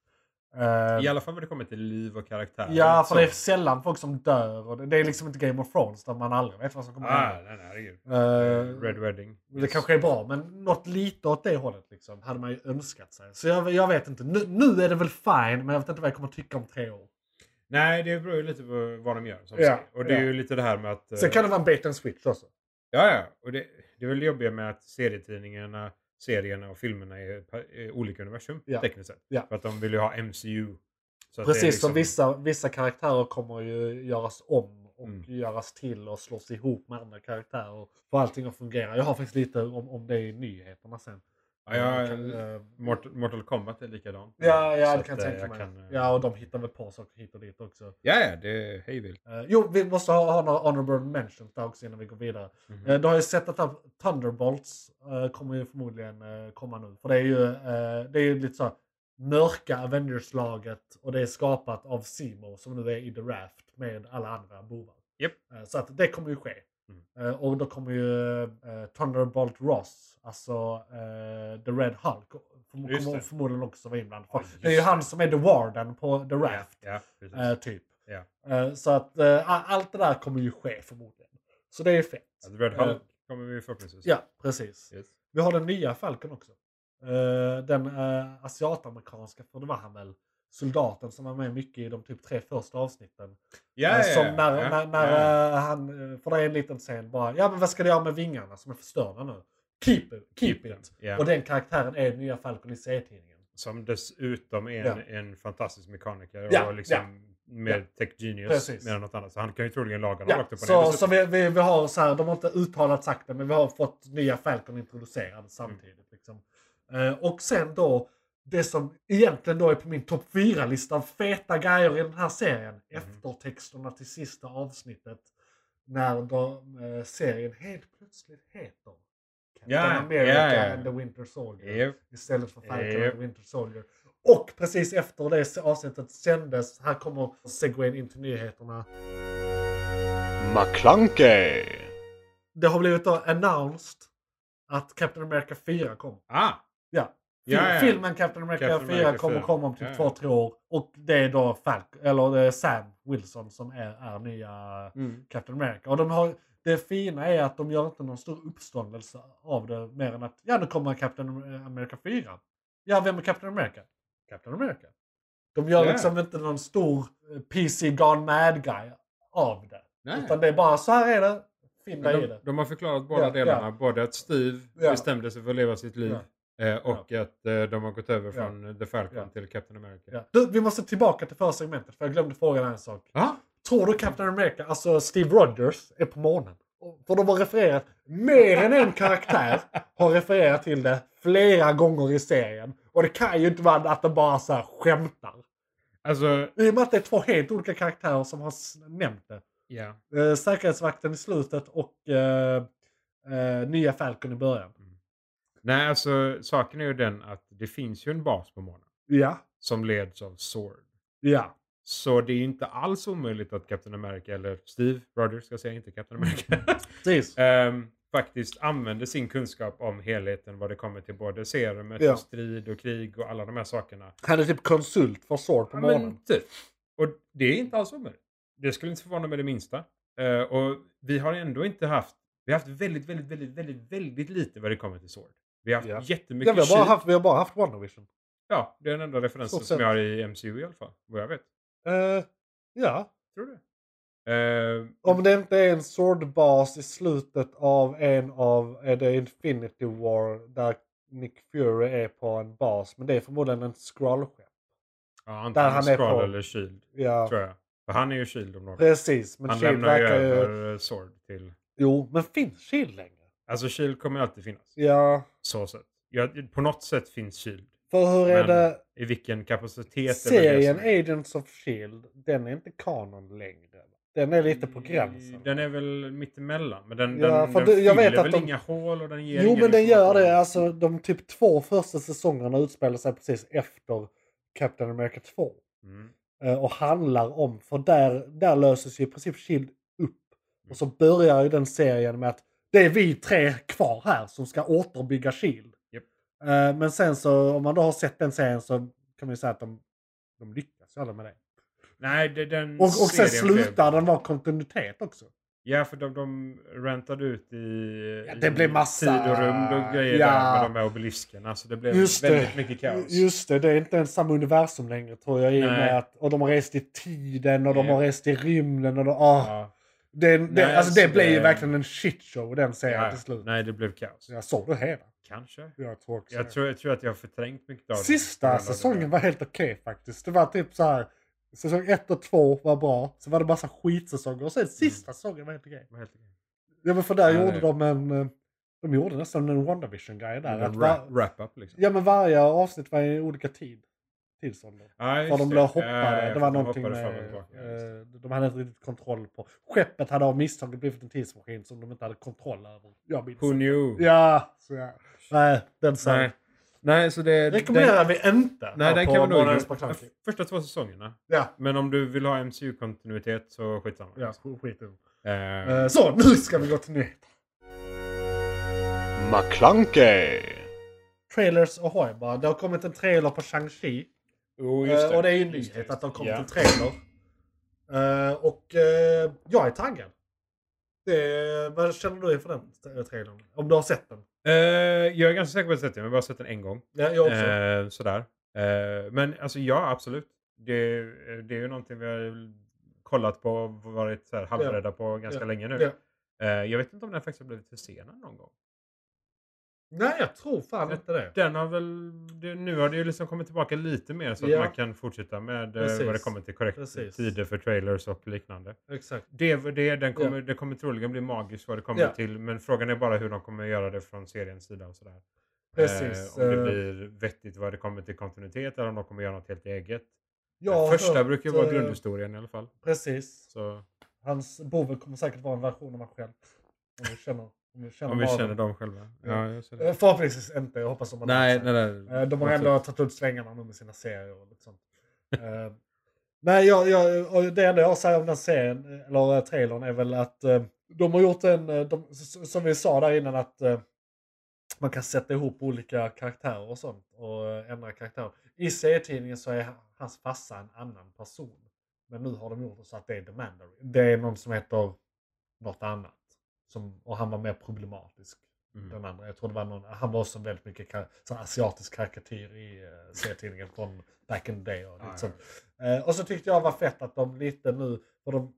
Eh, I alla fall när det kommer till liv och karaktär. ja, för så. det är sällan folk som dör. Och det, det är liksom inte Game of Thrones där man aldrig vet vad som kommer att Ah, hända. nej, nej, herregud. Eh, Red Wedding. Det kanske är bra, men något lite åt det hållet liksom, hade man ju önskat sig. Så jag, jag vet inte. Nu, nu är det väl fine, men jag vet inte vad jag kommer tycka om tre år. Nej, det beror ju lite på vad de gör. Som Ja, säger. Och det är ja. ju lite det här med att... eh, Sen kan det vara en bait and switch också. Ja, ja. Och det, det är väl det jobbiga med att serietidningarna, serierna och filmerna är, pa- är olika universum. Ja. Tekniskt sett. Ja. För att de vill ju ha M C U. Så att Precis, det är liksom, så vissa, vissa karaktärer kommer ju göras om och Mm. göras till och slås ihop med andra karaktärer och få allting att fungera. Jag har faktiskt lite om, om det i nyheterna sen. Ja, jag, kan, eh, Mortal, Mortal Kombat är likadant. Ja, ja Så det kan att, jag eh, tänka mig. kan, eh, Ja, och de hittar väl på saker hit och dit också. Ja, ja, det är hejvilt. Uh, jo, vi måste ha, ha några honorable mentions där också innan vi går vidare. Mhm. Uh, du har ju sett att här Thunderbolts uh, kommer ju förmodligen uh, komma nu. För det är ju, uh, det är ju lite så här mörka Avengers-laget och det är skapat av Zemo som nu är i The Raft med alla andra bovar. Japp. Uh, så att det kommer ju ske. Mm. Uh, och då kommer ju uh, Thunderbolt Ross, alltså uh, The Red Hulk, förm- Just kommer det. förmodligen också vara inblandad. Ja, För just det är ju det. han som är The Warden på The Ja, Raft. ja, precis. Uh, typ. Ja. Uh, så att uh, allt det där kommer ju ske förmodligen. Så det är fett. Alltså, Red Hulk uh, kommer vi förhoppningsvis. Ja, precis. Yes. Vi har den nya Falcon också. Uh, den uh, asiatamerikanska, för det var han väl, soldaten som var med mycket i de typ tre första avsnitten. Ja, uh, som ja, när, ja, när, när ja. Uh, han, för det är en liten scen bara, ja men vad ska du göra med vingarna som är förstörda nu? Keep it, keep, keep it. Yeah. Och den karaktären är nya Falcon i serietidningen. Som dessutom är en, ja. en fantastisk mekaniker ja, och liksom ja. med ja. tech genius Precis. mer än något annat. Så han kan ju troligen laga ja. rakt upp och så, ner. Så vi, vi, vi har så här, de har inte uttalat sagt det, men vi har fått nya Falcon introducerade samtidigt. Mm. Liksom. Uh, och sen då, det som egentligen då är på min topp fyra-lista av feta grejer i den här serien. Mm. Eftertexterna till sista avsnittet. När de, uh, serien helt plötsligt heter Captain ja, America ja, ja. and the Winter Soldier. Yep. Istället för Falcon yep. and the Winter Soldier. Och precis efter det avsnittet sändes, här kommer segwayn in till nyheterna. McClunkey. Det har blivit då announced att Captain America fyra kommer. Ah! Ja. Ja, ja. Filmen Captain America Captain fyra America kommer fyra. komma om typ Ja, två, ja. tre år. Och det är då Falk, eller det är Sam Wilson som är, är nya Mm. Captain America. Och de har, det fina är att de gör inte någon stor uppståndelse av det. Mer än att, ja nu kommer Captain America fyra. Ja, vem är Captain America? Captain America. De gör Yeah. liksom inte någon stor P C gone mad guy av det. Nej. Utan det är bara, så här är det. Finn dig i De, det. de har förklarat båda Ja, delarna. ja. Både att Steve Ja. bestämde sig för att leva sitt liv. Eh, och att eh, de har gått över Ja. från The Falcon Ja. till Captain America. Ja. Du, vi måste tillbaka till förra segmentet, för jag glömde fråga en sak. Ah? Tror du Captain America, alltså Steve Rogers, är på månen? För de har refererat, mer än en karaktär har refererat till det flera gånger i serien. Och det kan ju inte vara att de bara så här skämtar. Alltså... I och med att det är två helt olika karaktärer som har nämnt det. Ja. Eh, säkerhetsvakten i slutet och eh, eh, nya Falcon i början. Mm. Nej, alltså saken är ju den att det finns ju en bas på månen. Ja. Som leds av Sword. Ja. Så det är inte alls omöjligt att Captain America, eller Steve Rogers ska jag säga, inte Captain America. Precis. um, faktiskt använder sin kunskap om helheten vad det kommer till både serumet Ja. och strid och krig och alla de här sakerna. Han är typ konsult för Sword på Ja, månen. men typ. Och det är inte alls omöjligt. Det skulle inte förvåna med det minsta. Uh, och vi har ändå inte haft, vi har haft väldigt, väldigt, väldigt, väldigt, väldigt lite vad det kommer till Sword. Vi har haft Ja. jättemycket Ja, vi, har bara shit. haft, vi har bara haft WandaVision. Ja, det är den enda referensen Så som sett. jag har i M C U i alla fall. Vad jag vet. Uh, ja. Tror du? Uh, Om det inte är en Sword-bas i slutet av en av är det Infinity War där Nick Fury är på en bas. Men det är förmodligen en Skrull-skepp. Ja, antingen han är Skrull på- eller Shield, Ja, tror jag. För han är ju Shield om något. precis. Men Han Shield lämnar ju verkar ju... över Sword till... Jo, men finns Shield längre? Alltså Shield kommer alltid finnas. Ja, Så sätt. Ja, på något sätt finns Shield. för hur är Men det... i vilken kapacitet är väl det Serien som är- Agents of Shield, den är inte kanon längre. Den är lite på gränsen. Den är väl mittemellan. Men den, Ja, den, för den du- jag fyller vet att väl de- inga hål och den ger Jo, ingen men den gör information. det. Alltså, de typ två första säsongerna utspelar sig precis efter Captain America två. Mm. Eh, och handlar om, för där, där löses ju i princip Shield upp. Och så börjar ju den serien med att det är vi tre kvar här som ska återbygga Shield. Japp. Eh, men sen så, om man då har sett den serien så kan man ju säga att de, de lyckas ju alla med det. Nej, det, den Och, och sen serien slutar blev- den vara kontinuitet också. Ja, för de, de rantade ut i, Ja, det i blev massa- tid och rum och grejer Ja. där med de här obeliskerna. Så det blev Just väldigt det. mycket kaos. Just det, det är inte ens samma universum längre tror jag. I och Nej. med att, och de har rest i tiden och de Ja. har rest i rymden. Och de, ah, Ja. det, det, Nej, alltså, det alltså, blev ju det- verkligen en shitshow den serien Ja, till slut. nej, det blev kaos. Jag såg det hela. Kanske. Jag tror också Jag det. tror, jag tror att jag har förträngt mycket av det. Sista säsongen var helt okej faktiskt. Det var typ så här. Säsong ett och två var bra. Så var det massa skitsäsonger. Och sen sista säsongen var helt okej. Var helt okej. Ja, men för där Ja, gjorde det- de en... eh, De gjorde nästan en WandaVision-grej där. Att En var, wrap, wrap up liksom. ja, men varje avsnitt var i olika tid. Tidsålder. Ja, För just de det. blev Ja, hoppade. ja, Det var de någonting hoppade fram och med... tillbaka. Ja, just det. eh, de hade inte riktigt kontroll på. Skeppet hade av misstag blivit en tidsmaskin som de inte hade kontroll över. Jag minns Who inte. knew? Ja, så ja. Nej, den sa Nej. Nej, så det... rekommenderar vi inte. Nej, här den på kan man nog... Månadens McClunky. Första två säsongerna. Ja, Men om du vill ha M C U-kontinuitet så skitsamma. ja, skit i det. Eh, Eh, Så, nu ska vi gå till nyheter. McClunkey. Trailers och hoj bara. Det har kommit en trailer på Shang-Chi. oh, just Eh, och det är ju en Just nyhet att det har kommit Ja. en trailer. Eh, och eh, jag är taggad. Det, vad känner du inför den trailern? Om du har sett den? Uh, jag är ganska säker på att jag har sett den. Jag har bara sett den en gång. Ja, jag också. Uh, sådär. Uh, men alltså ja, absolut. Det, det är ju någonting vi har kollat på och varit så här halvrädda ja. på ganska ja. länge nu. Ja. Uh, jag vet inte om den faktiskt har blivit försenad någon gång. Nej, jag tror fan den, inte det. Den har väl, det, nu har det ju liksom kommit tillbaka lite mer så att ja. man kan fortsätta med Precis. vad det kommer till korrekt Precis. tider för trailers och liknande. Exakt. Det, det, den kommer, ja. det kommer troligen bli magiskt vad det kommer ja. till, men frågan är bara hur de kommer göra det från seriens sida och sådär. Precis. Eh, om det blir vettigt vad det kommer till kontinuitet eller om de kommer göra något helt eget. Ja, första hört, brukar ju vara grundhistorien i alla fall. Precis. Så. Hans boven kommer säkert vara en version av man själv. Om vi känner Om vi känner, om vi känner dem själva. Ja, jag det. Förhoppningsvis inte. Jag hoppas de har nej, nej, nej. De har ändå tagit ut svängarna nu med sina serier och lite sånt. uh, nej, jag, jag, och det enda jag säger om den serien, eller trailern, är väl att uh, de har gjort en, de, som vi sa där innan, att uh, man kan sätta ihop olika karaktärer och sånt och uh, ändra karaktärer. I serietidningen så är hans farsa en annan person. Men nu har de gjort det så att det är The Mandarin. Det är någon som heter något annat. Som, och han var mer problematisk. Mm. Den andra. Jag tror det var någon, han var också väldigt mycket sån asiatisk karikatyr i uh, serietidningen från back in the day. Och, ah, sånt. Ja. Uh, och så tyckte jag var fett att de lite nu, för de,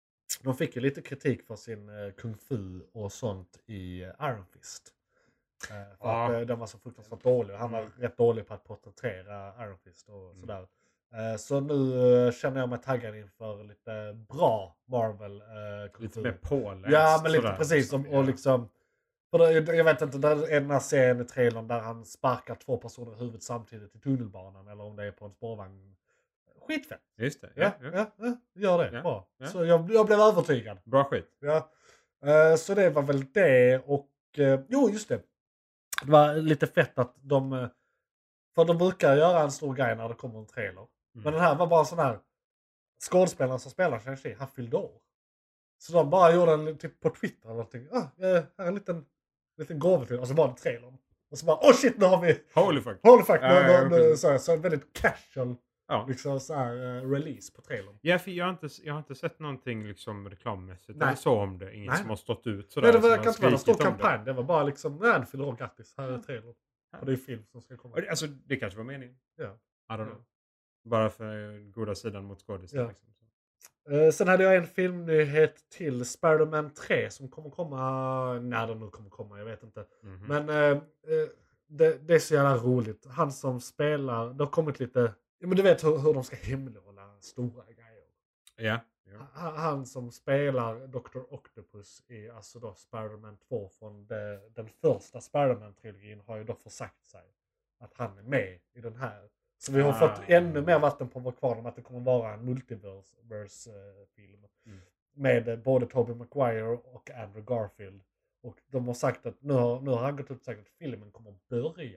de fick ju lite kritik för sin uh, kung fu och sånt i uh, Iron Fist. Uh, för ah. att uh, den var så fruktansvärt dålig. Han var mm. rätt dålig på att porträttera Iron Fist och mm. sådär. Uh, så nu uh, känner jag mig taggad inför lite bra Marvel. Uh, lite mer påläst. Ja, men lite sådär, precis. Som, och liksom, för det, jag vet inte, där är den här serien i trailern där han sparkar två personer i huvudet samtidigt i tunnelbanan. Eller om det är på en spårvagn. Skitfett. Just det. Ja, ja, ja, ja gör det. Ja, bra. Ja. Så jag, jag blev övertygad. Bra skit. Ja. Uh, så det var väl det. Och uh, jo, just det. Det var lite fett att de... Uh, för de brukar göra en stor grej när det kommer en trailer. Mm. Men den här var bara sån här skådespelaren som spelar Shang-Chi, han fyllde år. Så de bara gjorde en typ på Twitter eller någonting. Ah, här är en liten, liten gåva till. Och så var det trailern. Och så bara, oh shit, nu har vi... Holy fuck. Holy fuck. Ja, nu, ja, nu, så, så en väldigt casual ja. liksom, så här, uh, release på trailern. Ja, för jag har inte, jag har inte sett någonting liksom reklammässigt. Nej. Eller så om det. Inget nej. som har stått ut sådär. Nej, det var kanske en stor kampanj. Det. det var bara liksom, nej, det fyller år, grattis. Här är trailern. Ja. Och det är film som ska komma. Alltså, det kanske var meningen. Ja. I don't know. Bara för goda sidan mot skådespel. Ja. Liksom. Uh, sen hade jag en filmnyhet till Spider-Man tre som kommer komma, när den nu kommer komma, jag vet inte. Mm-hmm. Men uh, uh, det, det är så jävla roligt. Han som spelar, det har kommit lite, ja, men du vet hur, hur de ska hemlighålla stora grejer. Ja. ja. Han, han som spelar doktor Octopus i alltså då Spider-Man två från det, den första Spider-Man-trilogin har ju då försagt sig att han är med i den här. Så vi har ah. fått ännu mer vatten på vår kvarn om att det kommer vara en multiverse-film. Mm. Med både Tobey Maguire och Andrew Garfield. Och de har sagt att nu har, nu har han gått ut och sagt att filmen kommer att börja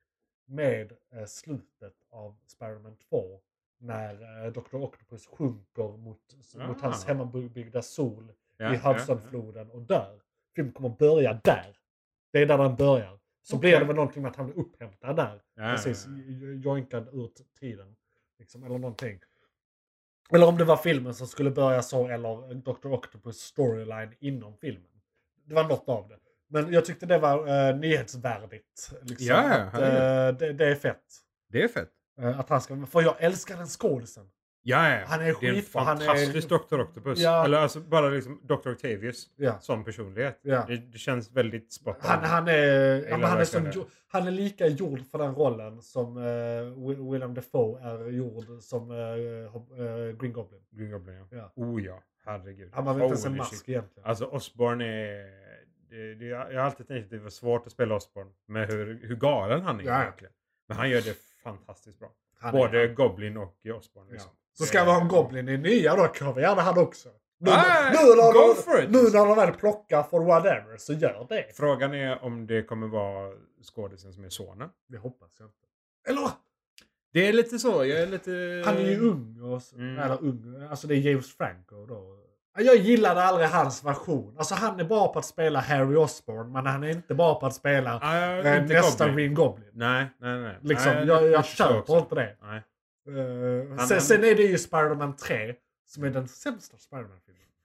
med eh, slutet av Spider-Man två. När eh, doktor Octopus sjunker mot, ah. mot hans hemmabyggda sol ja, i Hudson-floden ja, ja. och dör. Filmen kommer att börja där. Det är där den börjar. Så okay. blir det väl någonting med att han blir upphämtad där. Ja, precis, joinkad ut tiden. Liksom, eller någonting. Eller om det var filmen som skulle börja så, eller doktor Octopus storyline inom filmen. Det var något av det. Men jag tyckte det var uh, nyhetsvärdigt. Liksom, ja, att, uh, det, det är fett. Det är fett. Uh, att han ska, för jag älskar den skådisen. Ja, ja. Han är skit, det är en fantastisk är... doktor Octopus. Ja. Eller alltså bara liksom doktor Octavius ja. som personlighet. Ja. Det, det känns väldigt spot on. Han, han, är, ja, han, är som, han är lika gjord för den rollen som uh, Willem Dafoe är gjord som uh, uh, Green Goblin. Green Goblin, ja. ja. Oh ja, herregud. Han har väl inte ens en mask egentligen. Alltså Osborn är... Det, det, jag har alltid tänkt att det var svårt att spela Osborn med hur, hur galen han är ja. egentligen. Men han gör det fantastiskt bra. Han Både han. Goblin och Osborn. Liksom. Ja. Så ska vi ha en Goblin i nya då kan vi gärna han också. Nu, ah, nu, när go de, for it. nu när de väl plockar för whatever så gör det. Frågan är om det kommer vara skådisen som är sonen. Det hoppas jag inte. Eller? Det är lite så. Jag är lite... Han är ju ung. Och, mm. Eller ung. Alltså det är James Franco då. Jag gillade aldrig hans version. Alltså han är bra på att spela Harry Osborn. Men han är inte bra på att spela uh, äh, nästa Green Goblin. Nej, nej, nej. Liksom, nej, jag jag, jag köper inte det. Nej. Uh, han, sen, han... sen är det ju Spider-Man tre. Som är den sämsta Spider-Man-filmen.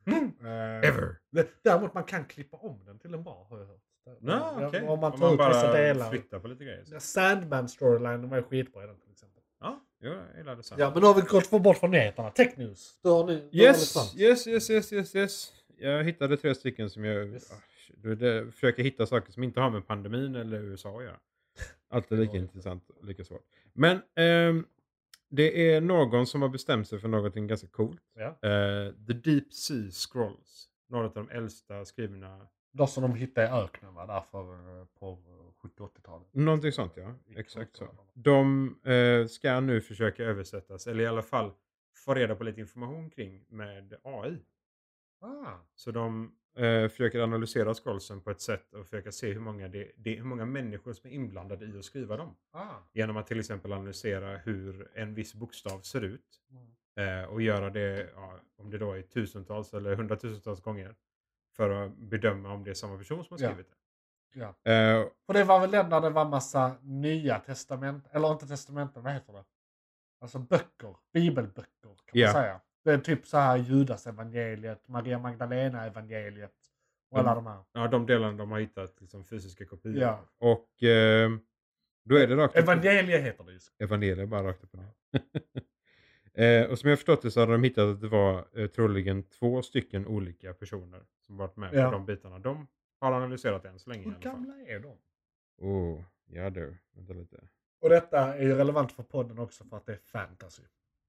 Mm. Uh, Ever. Däremot man kan klippa om den till en bra, har jag hört. No, okay. Om man tar tar om ut man vissa bara delar. flyttar på lite grejer. Så. Sandman storyline var ju skitbra i den till exempel. Ja, jag gillade Sandman. Ja, men nu har vi gått bort från nyheterna. Tech news. Du har nu, du yes, har yes, yes, yes, yes, yes. Jag hittade tre stycken som jag yes. ah, det, försöker hitta saker som inte har med pandemin eller U S A att göra. Alltid lika intressant och lika svårt. Men ehm, det är någon som har bestämt sig för någonting ganska coolt. Ja. Uh, The Deep Sea Scrolls. Några av de äldsta skrivna. De som de hittade i öknen, va? Därför på sjuttio-åttiotalet. Någonting sånt, ja. Exakt så. De uh, ska nu försöka översättas. Eller i alla fall få reda på lite information kring med A I. Ah. Så de uh, försöker analysera scrollsen på ett sätt och försöka se hur många, det, det, hur många människor som är inblandade i att skriva dem. Ah. Genom att till exempel analysera hur en viss bokstav ser ut. Mm. Eh, och göra det, ja, om det då är tusentals eller hundratusentals gånger. För att bedöma om det är samma person som har skrivit ja. det. Ja. Eh, och det var väl den där det var massa nya testament, eller inte testamenten, vad heter det? Alltså böcker, bibelböcker kan man ja. säga. Det är typ så här Judas evangeliet, Maria Magdalena evangeliet och alla de, de här. Ja, de delarna de har hittat liksom fysiska kopior. Ja. Och eh, då är det rakt Evangeliet heter det just. Evangeliet bara rakt upp och ner. eh, och som jag förstått det så har de hittat att det var eh, troligen två stycken olika personer som varit med ja. på de bitarna. De har analyserat än så länge. Hur gamla är de? Oh, ja du. Vänta lite. Och detta är ju relevant för podden också för att det är fantasy.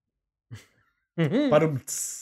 Badumts.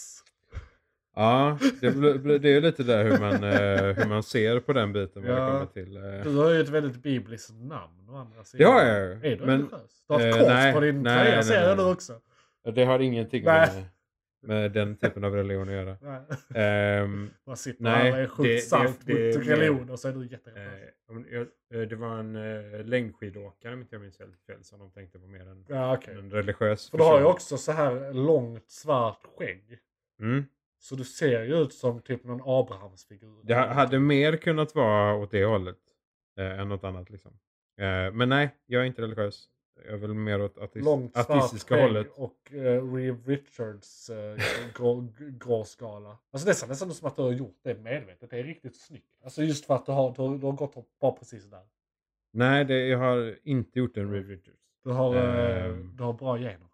Ja, det, det är ju lite där hur man, uh, hur man ser på den biten. Vad ja. det kommer till. Uh. Du har ju ett väldigt bibliskt namn å andra sidan. Ja, ja. Är du men, religiös? Du har ett kors uh, på din tröja, ser jag nu också. Det har ingenting med, med den typen av religion att göra. Nej. Um, Man sitter nej, här och är sjukt salt det, det, mot religion och så är du jättereligiös. Uh, det var en uh, längdskidåkare, om inte jag minns helt fel, som de tänkte på mer än ja, okay. en religiös. För du har ju också så här långt svart skägg. Mm. Så du ser ju ut som typ någon Abrahamsfigur. Det hade mer kunnat vara åt det hållet eh, än något annat liksom. Eh, men nej, jag är inte religiös. Jag är väl mer åt ateist, långt ateistiska hållet. Och uh, Reeve Richards uh, grå, grå skala. Alltså det är nästan som att du har gjort det medvetet. Det är riktigt snyggt. Alltså just för att du har, du har, du har gått bara precis där. Nej, det, jag har inte gjort en Reeve Richards. Du har, uh, um, du har bra gener.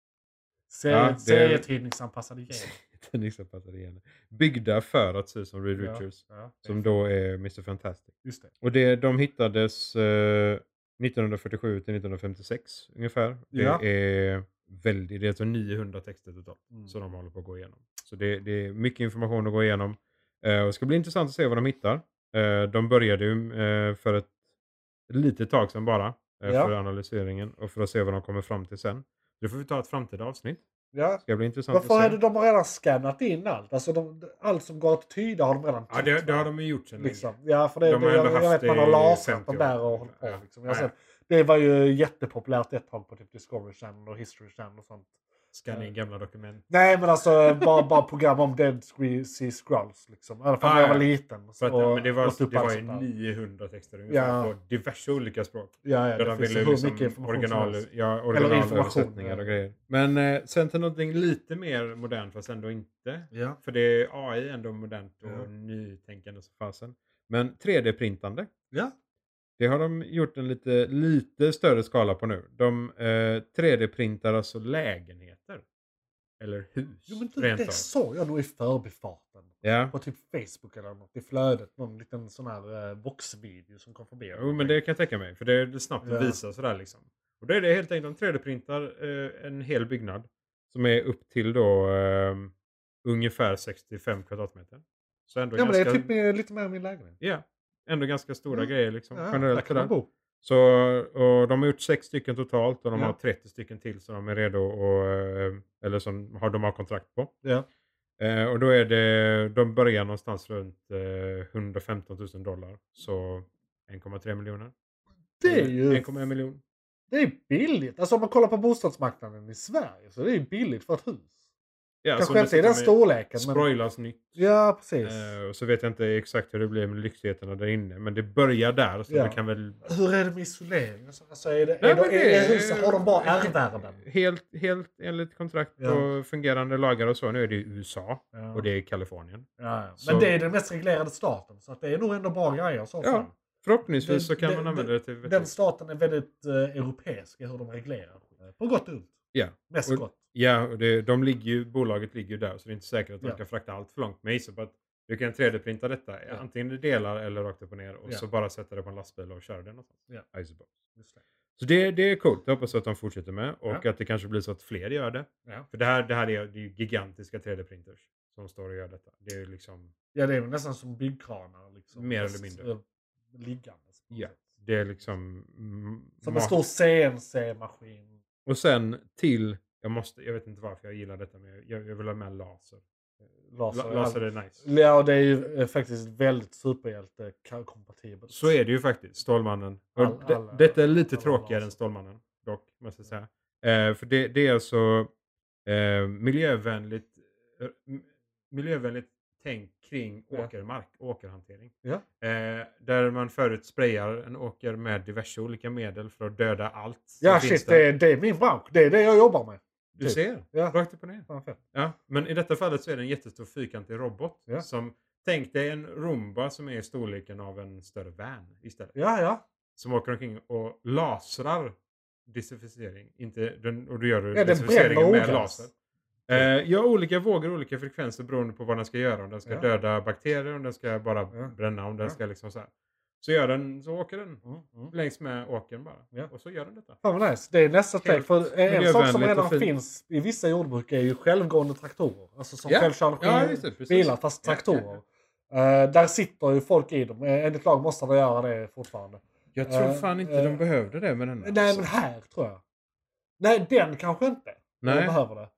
Ja, serietidningsanpassade gener. Tidningsanpassade gener. Byggda för att se ut som Reeve Richards. Ja, ja, som då är mister Fantastic. Just det. Och det, de hittades uh, nittonhundrafyrtiosju till nittonhundrafemtiosex ungefär. Det ja. är väldigt, det är alltså niohundra texter totalt mm. som de håller på att gå igenom. Så det, det är mycket information att gå igenom. Uh, och det ska bli intressant att se vad de hittar. Uh, de började ju uh, för ett litet tag sedan bara. Uh, ja. För analyseringen och för att se vad de kommer fram till sen. Det får vi ta ett framtida avsnitt. Ja. Ska bli intressant Varför att se. hade de redan skannat in allt? Alltså de, allt som går att tyda har de redan ja, det, det har de ju gjort sen liksom. Ja, för det, de det, jag, jag vet man har lasat dem där och hållit på. Ja. Liksom. Jag sett, det var ju jättepopulärt ett tag på typ Discovery Channel och History Channel och sånt. Scanna in gamla dokument. Nej, men alltså bara, bara program om Dead Sea Scrolls liksom. I alla fall när jag var liten. För att, och, men det var, det var ju niohundra texter ungefär ja. på diverse olika språk. Ja, ja, där de ville liksom original, ja, originalöversättningar och grejer. Men eh, sen till någonting lite mer modernt fast ändå inte. Ja. För det är A I ändå modernt och ja. nytänkande så fasen. Men tre D-printande. Ja. Det har de gjort en lite, lite större skala på nu. De eh, tre D-printar alltså lägenheter. Eller hus. Jo, men du, det såg jag nog i förbifarten. Ja. På typ Facebook eller något i flödet. Någon liten sån här eh, boxvideo som kom förbi. Jo, men det kan jag tänka mig. För det är snabbt ja. att visa sådär liksom. Och då är det helt enkelt, de tre D-printar eh, en hel byggnad. Som är upp till då eh, ungefär sextiofem kvadratmeter. Så ändå ja, ganska... men det är typ med, lite mer än min lägenhet. Ja. Ändå ganska stora ja. grejer liksom. Ja, generellt där kan man bo. Så och de har gjort sex stycken totalt och de ja. har trettio stycken till som de är redo och eller som har de har kontrakt på. Ja. Eh, och då är det de börjar någonstans runt eh, hundrafemton tusen dollar så en komma tre miljoner. Det är ju en komma en miljon. Det är billigt. Alltså om man kollar på bostadsmarknaden i Sverige så det är billigt för ett hus. Ja, kanske inte i den storleken. Sproilas men... nytt. Ja, precis. Uh, och så vet jag inte exakt hur det blir med lyxigheterna där inne. Men det börjar där. Så ja. det kan väl... Hur är det med isolering? Alltså, är det, Nej, är det, det, är huset, har de bara R-värden? Helt, helt enligt kontrakt ja. och fungerande lagar och så. Nu är det U S A ja. och det är Kalifornien. Ja, ja. Men så... det är den mest reglerade staten. Så att det är nog ändå bra grejer. Så ja, förhoppningsvis det, så kan det, man använda det till... Den staten är väldigt uh, europeisk i hur de reglerar. På gott och ont. Ja. Mest och, gott. Ja, och det, de ligger ju, bolaget ligger ju där. Så det är inte säkert att de ja. kan frakta allt för långt. Men jag på att du kan tre D-printa detta. Ja. Antingen i delar eller rakt upp och ner. Och ja. så bara sätta det på en lastbil och köra den någonstans. Ja. Just det. Så det, det är coolt. Jag hoppas att de fortsätter med. Och ja. att det kanske blir så att fler gör det. Ja. För det här, det här är, det är gigantiska tre D-printers. Som står och gör detta. Det är liksom... Ja, det är nästan som byggkranar. Liksom. Mer eller mindre. Liggandes. Ja. Det är liksom... Som en stor C N C-maskin. Och sen till... Jag, måste, jag vet inte varför jag gillar detta, men jag, jag vill ha med laser. Laser, laser är nice. Ja, och det är ju faktiskt väldigt superhjälte-kompatibelt. Så är det ju faktiskt, Stålmannen. All, all, det, detta är lite tråkigare än Stålmannen, dock, måste jag säga. Eh, för det, det är alltså eh, miljövänligt, eh, miljövänligt tänk kring ja. åkermark, åkerhantering. Ja. Eh, där man förut sprayar en åker med diverse olika medel för att döda allt. Ja, shit, det är, det är min bransch. Det är det jag jobbar med. Du ser, ja. rakt upp och ner. Ja, ja, men i detta fallet så är det en jättestor fyrkantig robot. Ja. Som, tänk dig en Roomba som är i storleken av en större van istället. Ja, ja. Som åker omkring och lasrar desinficering. Inte, den, och du gör ja, desinficeringen med laser. Eh, ja, olika vågor, olika frekvenser beroende på vad den ska göra. Om den ska ja. döda bakterier, om den ska bara ja. bränna, om den ja. ska liksom så här. Så gör den, så åker den mm, mm. längs med åkern bara. Ja. Och så gör den detta. Fan vad nice. Det är nästa steg. För en sak som redan finns i vissa jordbruk är ju självgående traktorer. Alltså som ja. självkörande ja, just det, bilar fast traktorer. Ja, ja, ja. Uh, där sitter ju folk i dem. Enligt lag måste de göra det fortfarande. Jag tror fan inte uh, de behövde det med den. Nej, alltså. Men här tror jag. Nej, den kanske inte. Nej. De behöver det.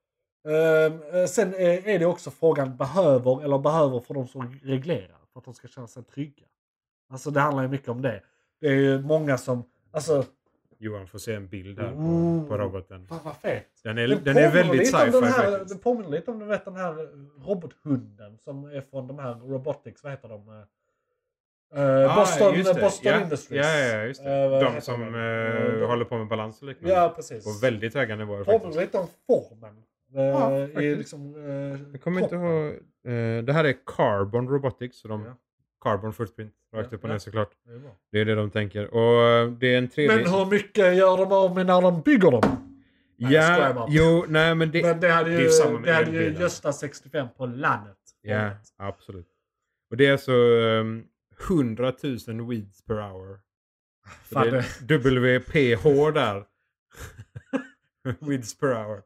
Uh, sen är, är det också frågan behöver eller behöver för de som reglerar. För att de ska känna sig trygga. Alltså det handlar ju mycket om det. Det är ju många som... Alltså, Johan får se en bild här på, på roboten. Fan vad fett. Den är, den den är väldigt sci-fi faktiskt. Det påminner lite om du vet den här robothunden som är från de här Robotics, vad heter de? Uh, ah, Boston, Boston ja. Industries. Ja, ja, just det. Uh, de som uh, håller på med balans och liknande. Ja, precis. På väldigt höga nivåer faktiskt. Påminner lite om formen. Ja, uh, i liksom, uh, jag kommer inte ihåg. Uh, det här är Carbon Robotics. Så de, ja. Carbon footprint. Rakt upp och ner såklart. Det är, det är det de tänker. Och det är en tredje... Men hur mycket gör de av med när de bygger dem? Nej, ja, jo, nej men det, men det hade ju, det är samma det hade ju Gösta sextiofem på landet. Ja, absolut. Och det är alltså um, hundratusen weeds per hour. Så det är W P H där. Weeds per hour.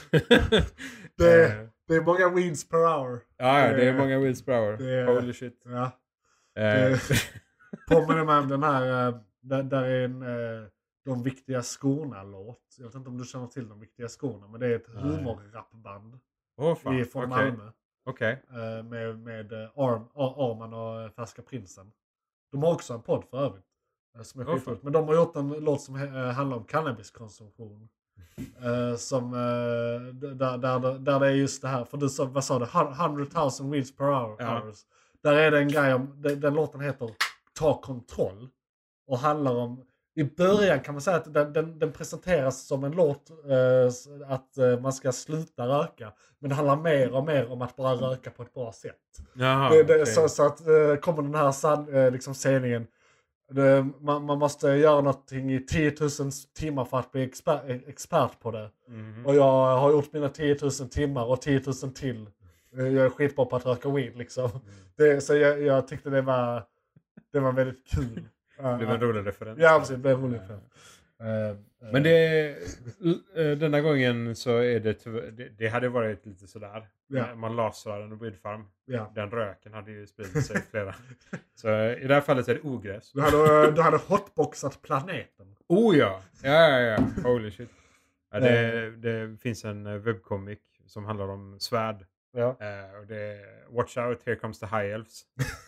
det, det är många weeds per hour. Ja, det är många weeds per hour. Det, Holy shit. Ja. Det påminner mig om den här, där, där är en De viktiga skorna-låt. Jag vet inte om du känner till De viktiga skorna, men det är ett humorrapband oh, fan. från okay. Malmö. Okay. Med, med Arm, Arman och Färska Prinsen. De har också en podd för övrigt. Som är skitfullt. Men de har gjort en låt som handlar om cannabiskonsumtion. Uh, som uh, där, där, där det är just det här. För du sa, vad sa du? hundra tusen weeds per hour. Ja. Hours. Där är det en grej om, den, den låten heter Ta kontroll. Och handlar om, i början kan man säga att den, den, den presenteras som en låt uh, att uh, man ska sluta röka. Men det handlar mer och mer om att bara röka på ett bra sätt. Jaha, det, det, okay. så, så att uh, kommer den här san, uh, liksom sceningen. Det, man, man måste göra någonting i tiotusen timmar för att bli exper, expert på det. Mm. Och jag har gjort mina tiotusen timmar och tiotusen till. Jag är skitbra på att röka weed liksom. Mm. Det, så jag, jag tyckte det var, det var väldigt kul. Det blev en rolig referens. Ja, precis. Det blev en rolig referens. Uh, Men det, denna gången så är det, det, det hade varit lite sådär. Ja. Man lasrar en weedfarm. Ja. Den röken hade ju spridit sig flera. Så i det här fallet är det ogräs. Du hade, du hade hotboxat planeten. Oh ja! Ja, ja, ja. Holy shit. Ja, det, det finns en webbcomic som handlar om svärd. Ja. Uh, och det är Watch out, here comes the high elves.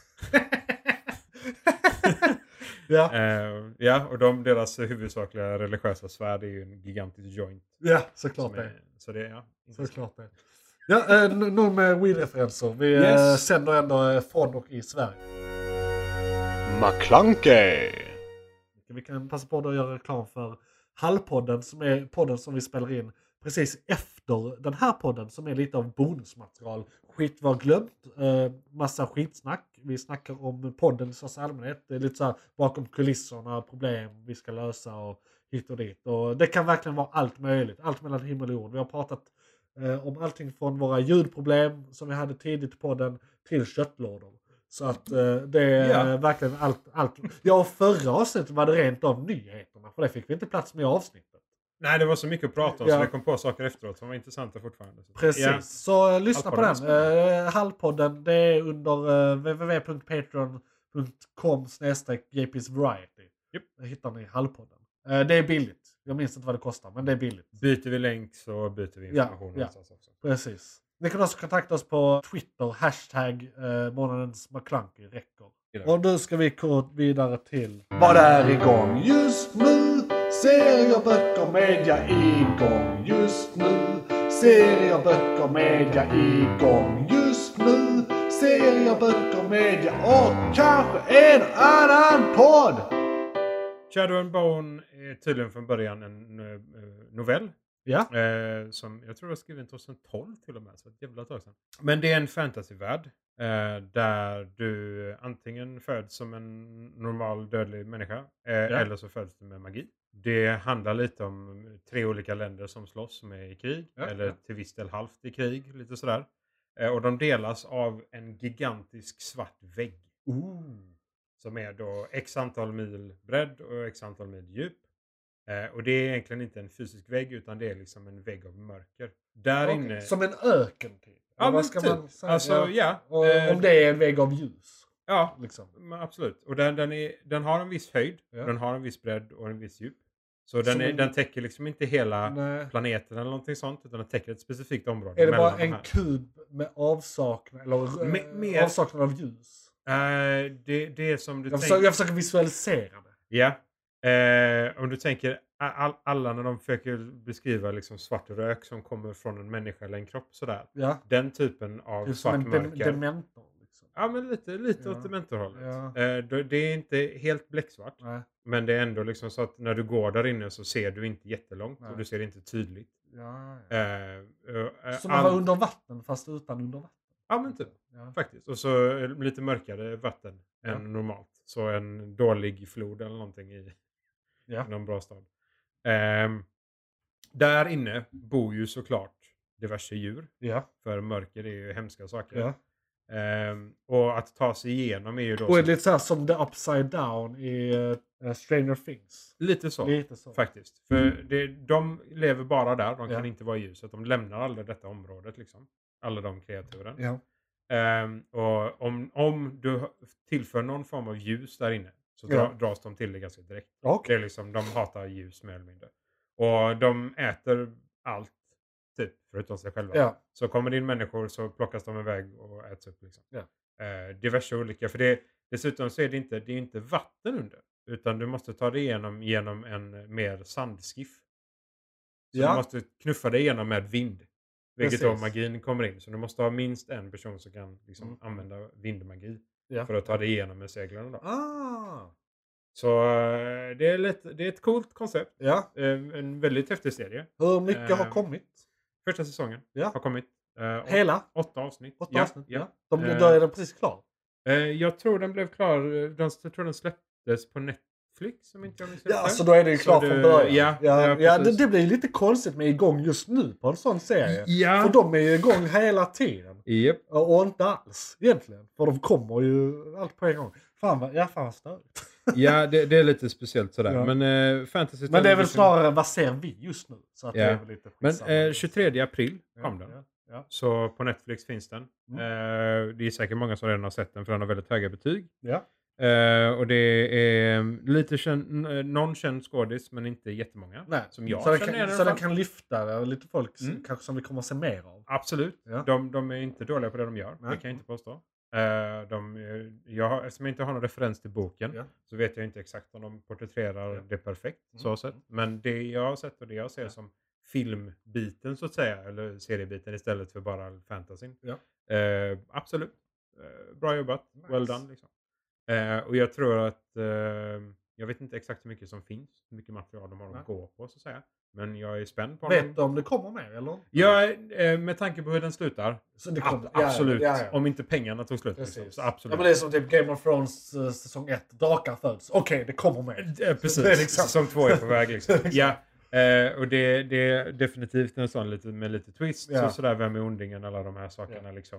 Ja. Uh, ja, och de, deras huvudsakliga religiösa svärd är ju en gigantisk joint. Ja, såklart det. Är, så det, ja. Såklart det. Ja, äh, nog med Wii-referenser. Vi yes. äh, sänder ändå från och i Sverige. McClunkey. Vi kan passa på att göra reklam för Hallpodden, som är podden som vi spelar in precis efter den här podden, som är lite av bonusmaterial. Skit var glömt, eh, massa skitsnack. Vi snackar om podden i största allmänhet. Det är lite så här bakom kulisserna, problem vi ska lösa och hit och dit. Och det kan verkligen vara allt möjligt, allt mellan himmel och jord. Vi har pratat eh, om allting från våra ljudproblem som vi hade tidigt i podden till köttlådor. Så att eh, det är ja. verkligen allt, allt. Ja, förra avsnittet var det rent av nyheterna, för det fick vi inte plats med i avsnittet. Nej, det var så mycket att prata om, ja. Så vi kom på saker efteråt som var intressanta fortfarande. Precis, ja. Så uh, lyssna Hallpodden på den. Uh, Hallpodden, det är under uh, w w w punkt patreon punkt com slash j p s variety. Yep. Där hittar ni Hallpodden. Uh, det är billigt. Jag minns inte vad det kostar, men det är billigt. Byter vi länk så byter vi information. Ja, ja. Också. Precis. Ni kan också kontakta oss på Twitter, hashtag uh, månadens McClunky räcker. Ja. Och nu ska vi gå vidare till vad är igång just nu? Serier, böcker, media igång just nu. Serier, böcker, media igång just nu. Serier, böcker, media och kanske en annan podd. Shadow and Bone är tydligen från början en uh, novell. Ja. Eh, som jag tror jag skrev in tjugohundratolv till och med, så ett jävla tag sedan. Men det är en fantasyvärld eh, där du antingen föds som en normal dödlig människa eh, ja. eller så föds du med magi. Det handlar lite om tre olika länder som slåss med i krig, ja, eller ja. till viss del halvt i krig, lite sådär. Eh, och de delas av en gigantisk svart vägg. Ooh. Som är då x antal mil bredd och x antal mil djup. Eh, och det är egentligen inte en fysisk vägg, utan det är liksom en vägg av mörker. Där okay. inne... Som en öken typ? Ja, men ska typ. Man säga? Alltså, ja. Och, eh, om det är en vägg av ljus? Ja, liksom. absolut. Och den, den, är, den har en viss höjd, ja. Den har en viss bredd och en viss djup. Så den, är, en... den täcker liksom inte hela Nej. planeten eller någonting sånt, utan den täcker ett specifikt område. Är det bara en kub med avsaknad, eller med, med... avsaknad av ljus? Uh, det, det är som du jag, försöker, jag försöker visualisera det. Ja. Eh, om du tänker all, alla när de försöker beskriva liksom svart rök som kommer från en människa eller en kropp sådär. Ja. Den typen av svart en mörker. De- dementor liksom. Ja, men lite, lite ja. åt dementorhållet. Ja. Eh, det är inte helt bläcksvart. Nej. Men det är ändå liksom så att när du går där inne så ser du inte jättelångt. Nej. Och du ser inte tydligt. Ja, ja. Eh, eh, så man var under vatten fast utan under vatten. Ja, men typ. Ja. Faktiskt. Och så lite mörkare vatten ja. än normalt. Så en dålig flod eller någonting i... Ja. Någon bra stad. Um, där inne bor ju såklart diverse djur. Ja. För mörker är ju hemska saker. Ja. Um, och att ta sig igenom är ju då... Och är det lite så här som The Upside Down i uh, Stranger Things. Lite så, lite så. faktiskt. För det, de lever bara där. De kan ja. inte vara i ljuset. De lämnar aldrig detta området liksom. Alla de kreaturen. Ja. Um, och om, om du tillför någon form av ljus där inne så dra, ja. dras de till det ganska direkt. Okay. Det är liksom, de hatar ljus mer eller mindre. Och de äter allt, typ, förutom sig själva. Ja. Så kommer det in människor så plockas de iväg och äts upp. Liksom. Ja. Eh, diverse olika. För det, dessutom så är det inte, det är inte vatten under. Utan du måste ta dig igenom genom en mer sandskiff. Så ja. du måste knuffa dig igenom med vind. Vilket Precis. då magin kommer in. Så du måste ha minst en person som kan liksom, mm. använda vindmagi. Ja. För att ta dig igenom med seglen då. Ah. Så det är, lite, det är ett coolt koncept. Ja. En väldigt häftig serie. Hur mycket uh, har kommit? Första säsongen ja. har kommit. Uh, Hela? Åtta avsnitt. Åtta ja, avsnitt, ja. ja. De, uh, då är den precis klar? Uh, jag tror den blev klar. Den, jag tror den släpptes på Netflix. Som inte jag minns ja, så då är det ju klart från början. Ja, ja, ja, ja det, det blir lite konstigt med igång just nu på en sån serie. Ja. För de är ju igång hela tiden. Yep. Och, och inte alls egentligen. För de kommer ju allt på en gång. Fan vad, ja, fan vad störigt. Ja, det, det är lite speciellt sådär. Ja. Men, uh, fantasy men det är väl snarare, vad ser vi just nu? Så att ja. det är väl lite men uh, tjugotredje april kom ja, den. Ja, ja. Så på Netflix finns den. Mm. Uh, det är säkert många som redan har sett den för den har väldigt höga betyg. Ja. Uh, och det är lite känd, någon känd skådis men inte jättemånga. Nej. Som jag så den känner kan, så den kan lyfta lite folk mm. kanske som vi kommer att se mer av. Absolut. Ja. De, de är inte dåliga på det de gör. Nej. Det kan jag inte påstå. Uh, de, jag har, eftersom jag inte har någon referens till boken ja. så vet jag inte exakt om de porträtterar ja. det perfekt. Mm. Så sett. Men det jag har sett och det jag ser ja. som filmbiten så att säga. Eller seriebiten istället för bara fantasyn. Ja. Eh, absolut. Eh, bra jobbat. Nice. Well done. Liksom. Eh, och jag tror att... Eh, jag vet inte exakt hur mycket som finns. Hur mycket material de har Nej. att gå på så att säga. Men jag är spänd på Vet du om det kommer mer eller? Ja, eh, med tanke på hur den slutar. Så det Ab- kommer, absolut. Ja, ja, ja. Om inte pengarna tog slut. Liksom, Precis. så absolut. Ja, men det är som typ Game of Thrones uh, säsong ett. Drakar föds. Okej, okay, det kommer mer. Eh, precis. Det är liksom. Säsong två är på väg. Liksom. Ja. Eh, och det, det är definitivt en sån lite, med lite twist. Ja. Så sådär, vem är ondingen? Alla de här sakerna. Ja. Liksom.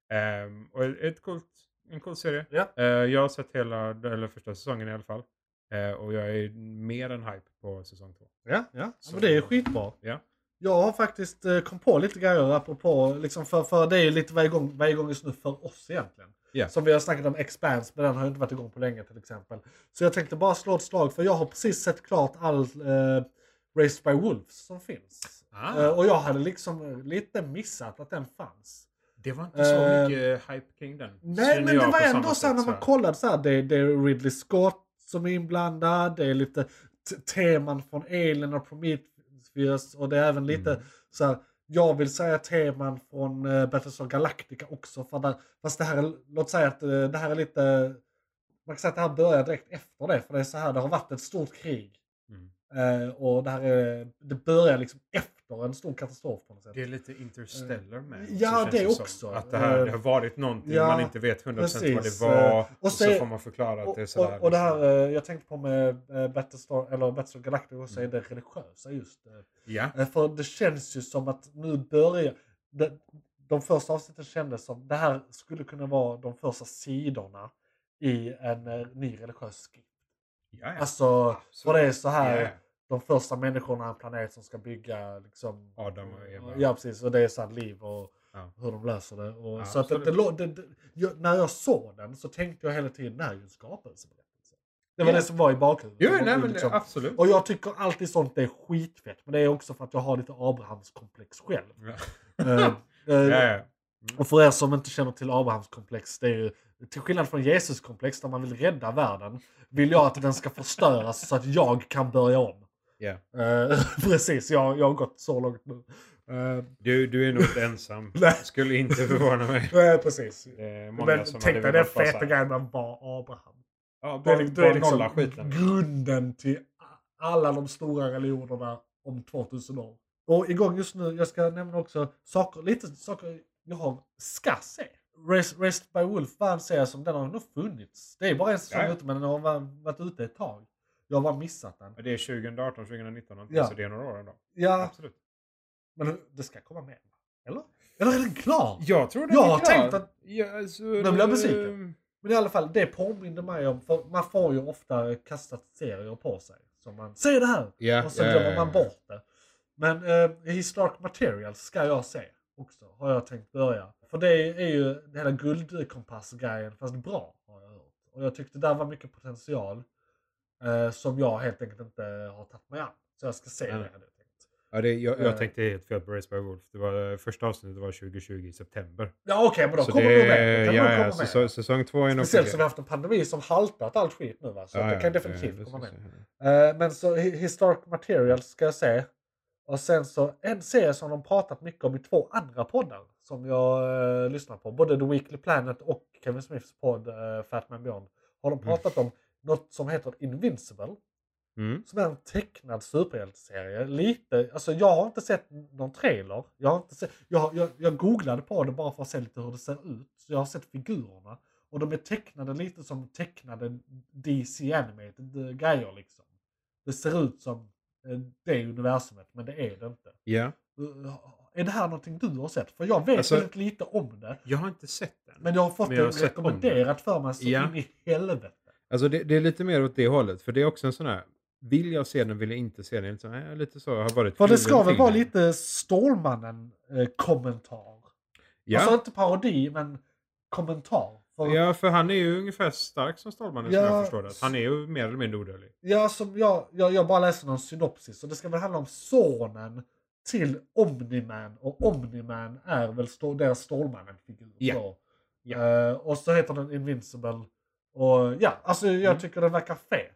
Eh, och ett coolt, en cool serie. Ja. Eh, jag har sett hela, eller första säsongen i alla fall. Eh, och jag är mer än hype på säsong två. Ja, ja. Så, men det är skitbra. Ja. Jag har faktiskt eh, kom på lite grejer apropå, liksom för, för det är ju lite varje gång, varje gång just nu för oss egentligen. Yeah. Som vi har snackat om Expanse, men den har ju inte varit igång på länge till exempel. Så jag tänkte bara slå ett slag, för jag har precis sett klart all eh, Raised by Wolves som finns. Ah. Eh, och jag hade liksom lite missat att den fanns. Det var inte så Eh, mycket hype kring den. Nej, Känner men jag det var på ändå samma så här, sätt, när man så här. kollade så här, det, det är Ridley Scott som är inblandad, det är lite t- teman från Alien och Prometheus, och det är även lite Mm. så här, jag vill säga teman från uh, Battlestar Galactica också, för där, fast det här är, låt säga att uh, det här är lite, man kan säga att det här börjar direkt efter det, för det är så här, det har varit ett stort krig. Mm. Uh, och det här är, det börjar liksom efter en stor katastrof på något sätt. Det är lite Interstellar med. Ja, så känns det som. också. Att det, här, det har varit någonting Ja, man inte vet hundra procent vad det precis. var. Och Och så så är- får man förklara att Och, det är sådär. och, och det här, liksom. eh, jag tänkte på med eh, Battlestar, eller Battlestar Galactica, så är det religiösa just. eh. Ja. Eh, För det känns ju som att nu börjar, de, de första avsnitten kändes som, det här skulle kunna vara de första sidorna i en eh, ny religiös skrift. Ja, ja. Alltså, för det är så här, Ja, ja. de första människorna, en planet som ska bygga liksom, Adam och Eva. ja precis, och det är så här liv och Ja. hur de löser det. Och, Ja, så att det, det, absolut. lå- det, det, jag, när jag såg den så tänkte jag hela tiden, det här är ju en skapelseberättelse. Det var Ja. det som var i bakhuvudet. Jo, Det var nej, ju men liksom- absolut. och jag tycker alltid sånt är skitfett. Men det är också för att jag har lite Abrahamskomplex själv. Ja. Eh, eh, Ja, ja. Och för er som inte känner till Abrahamskomplex, det är ju till skillnad från Jesuskomplex där man vill rädda världen, vill jag att den ska förstöras så att jag kan börja om. Ja. Eh, precis, jag, jag har gått så långt nu. Eh, Du, du är nog inte ensam. Nej. Skulle inte förvåna mig. Nej, precis. Det är många Men som tänk hade dig den velat vara så feta här. grejen med att vara Abraham. Ja, Det är, bara, li- det bara är liksom nolla skiten. grunden till alla de stora religionerna om tvåtusen år. Och igång just nu, jag ska nämna också saker, lite saker jag har ska se. Raised Raised by Wolf var en serie som den har nog funnits. Det är bara en säsong Ja. ute, men den har va- varit ute ett tag. Jag har bara missat den. Det är tjugo arton tjugo nitton någonting, Ja. så det är några år ändå. Ja, Absolut. men det ska komma mer. Eller? Eller är den klar? Jag tror det Jag är har klar. tänkt att- Ja, alltså, Nu blir jag besviken. ehm, Men i alla fall, det påminner mig om, för man får ju ofta kastat serier på sig. Som man, se det här! Ja, Och så ja, glömmer ja, ja. man bort det. Men eh, Historic Materials ska jag se också, har jag tänkt börja. För det är ju den hela guldkompass-grejen, fast bra har jag hört. Och jag tyckte där var mycket potential eh, som jag helt enkelt inte har tagit mig an. Så jag ska se Nej, det, nej. hade jag tänkt. Ja, det, jag, Eh. jag tänkte helt fel på Raised by Wolf. Det var, första avsnittet var tjugo tjugo i september. Ja okej, men då Så kommer det, det nog med. Det kan ja, nog ja, komma med. säsong, säsong två är nog Speciellt på som G. vi har haft en pandemi som haltat allt skit nu va. Så Ja, det ja, kan ja, definitivt ja, komma med. precis, ja. Eh, men så Hi- Historic Materials ska jag se. Och sen så en serie som de pratat mycket om i två andra poddar som jag eh, lyssnar på. Både The Weekly Planet och Kevin Smiths podd eh, Fat Man Beyond. Har de pratat om något som heter Invincible. Mm. Som är en tecknad superhjälteserie. Lite, alltså jag har inte sett någon trailer. Jag, har inte sett, jag, jag, jag googlade på det bara för att se lite hur det ser ut. Så jag har sett figurerna. Och de är tecknade lite som tecknade D C Animated eh, grejer liksom. Det ser ut som eh, det universumet, men det är det inte. Ja. Uh, är det här någonting du har sett? För jag vet Alltså- väldigt lite om det. Jag har inte sett den. Men jag har fått Men jag har det sett om rekommenderat för mig så Ja. in i helvete. Alltså det, det är lite mer åt det hållet. För det är också en sån här... Vill jag se den, vill jag inte se den. Lite så, äh, lite så jag har varit För det kluven ska väl till vara den. lite Stålmannen-kommentar. Ja. Alltså inte parodi, men kommentar. För, ja. Ja, för han är ju ungefär stark som Stålmannen Ja. som jag förstår det. Han är ju mer eller mindre odödlig. som jag, jag, jag bara läste någon synopsis. Och det ska väl handla om sonen till Omni-Man. Och Omni-Man är väl stå, deras Stålmannen-figur. Ja. då. Ja. Eh, och så heter den Invincible. Och ja, alltså jag Mm. tycker den verkar fet.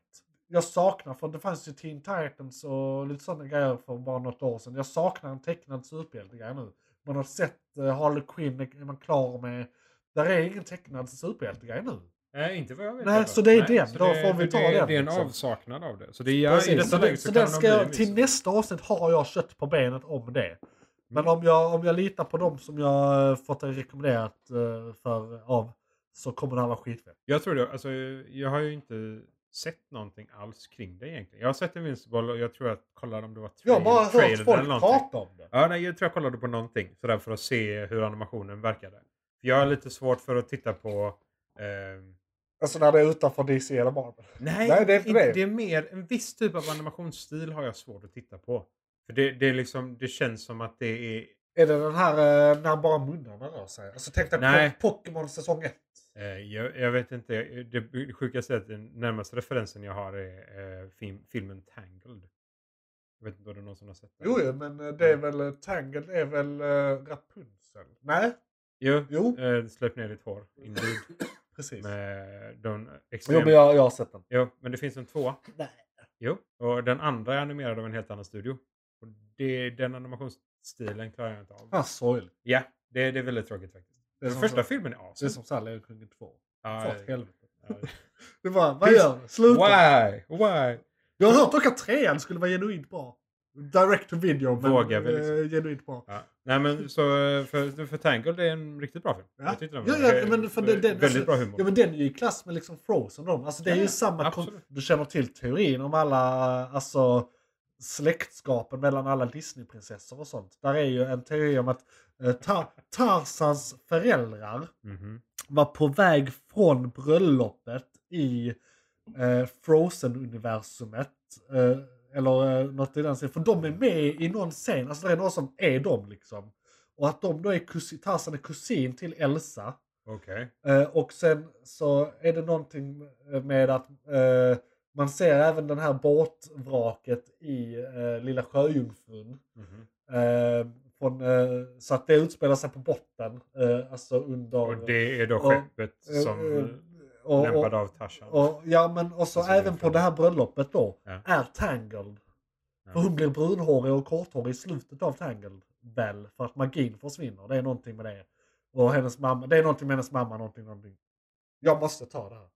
jag saknar, för det fanns ju Teen Titans och lite sådana grejer för bara något år sedan. Jag saknar en tecknad superhjältegrej nu. Man har sett uh, Harley Quinn, är man klar med. Där är ingen tecknad superhjältegrej nu. Nej, inte vad jag vet. Nej, så det är Nej, den. Då det, får vi ta det, den. Det är en liksom. avsaknad av det. Så det är, ja, i detta så läge det, så, så kan den ska jag, till miss. nästa avsnitt har jag kött på benet om det. Men om jag, om jag litar på dem som jag fått det rekommenderat uh, för, av, så kommer det här vara skitfett. Jag tror det. Alltså, jag har ju inte sett någonting alls kring det egentligen. Jag har sett Invincible och jag tror att jag kollade om det var trail, Jag har bara hört folk prata om det. Ja, nej, jag tror jag kollade på någonting sådär för att se hur animationen verkade. För jag har lite svårt för att titta på... Eh... Alltså när det är utanför D C eller Marvel? Nej, nej det är inte inte, det. Det är mer en viss typ av animationsstil har jag svårt att titta på. För det, det, är liksom, det känns som att det är... Är det den här uh, när bara munnarna rör sig? Alltså tänk dig nej. på Pokémon säsong ett. Jag, jag vet inte. Det sjukaste är att den närmaste referensen jag har är eh, film, filmen Tangled. Jag vet inte om det är någon som har sett den. Jo, men det är väl Tangled är väl uh, Rapunzel? Nej? Jo, jo. Eh, släpp ner ditt hår. Indeed. Precis. Med de extrem... Jo, men jag, jag har sett den. Jo, men det finns en två. Nej. Jo, och den andra är animerad av en helt annan studio. Och det, den animationsstilen klarar jag inte av. Ah, sorgligt. Ja, det, det är väldigt tråkigt faktiskt. Den första så, filmen är awesome. Det är som Sally och Kungen två. Ah, Fått helvete. Ja. Det var, vad gör du? Sluta. Why? Why? Jag har hört dock att trean skulle vara genuint bra. Direct to video, men Vågar vi liksom. äh, genuint bra. Ja. Nej, men så för, för Tangled är en riktigt bra film. Ja, jag tyckte den ja, var, ja men för den, den, väldigt alltså, bra humor. Ja, men den är ju i klass med liksom Frozen då. Alltså det är ja, ju samma... Kon- du känner till teorin om alla, alltså släktskapen mellan alla Disney-prinsessor och sånt. Där är ju en teori om att eh, Tar- Tarzans föräldrar mm-hmm. var på väg från bröllopet i eh, Frozen-universumet. Eh, eller eh, något i den scenen. För de är med i någon scen. Alltså det är någon som är dem liksom. Och att de då är kusin, Tarzan är kusin till Elsa. Okej. Okay. Eh, och sen så är det någonting med att eh, man ser även den här båtvraket i eh, Lilla Sjöjungfrun. Mm-hmm. Eh, från, eh, så att det utspelar sig på botten. Eh, alltså under... Och det är då skeppet och, som... Eh, Och, lämpad av Tarzan. Och, ja, men och så även på det här bröllopet då ja. är Tangled. Ja. För hon blir brunhårig och korthårig i slutet av Tangled väl. För att magin försvinner. Det är någonting med det. Och hennes mamma, det är någonting med hennes mamma. Någonting, någonting. Jag måste ta det här.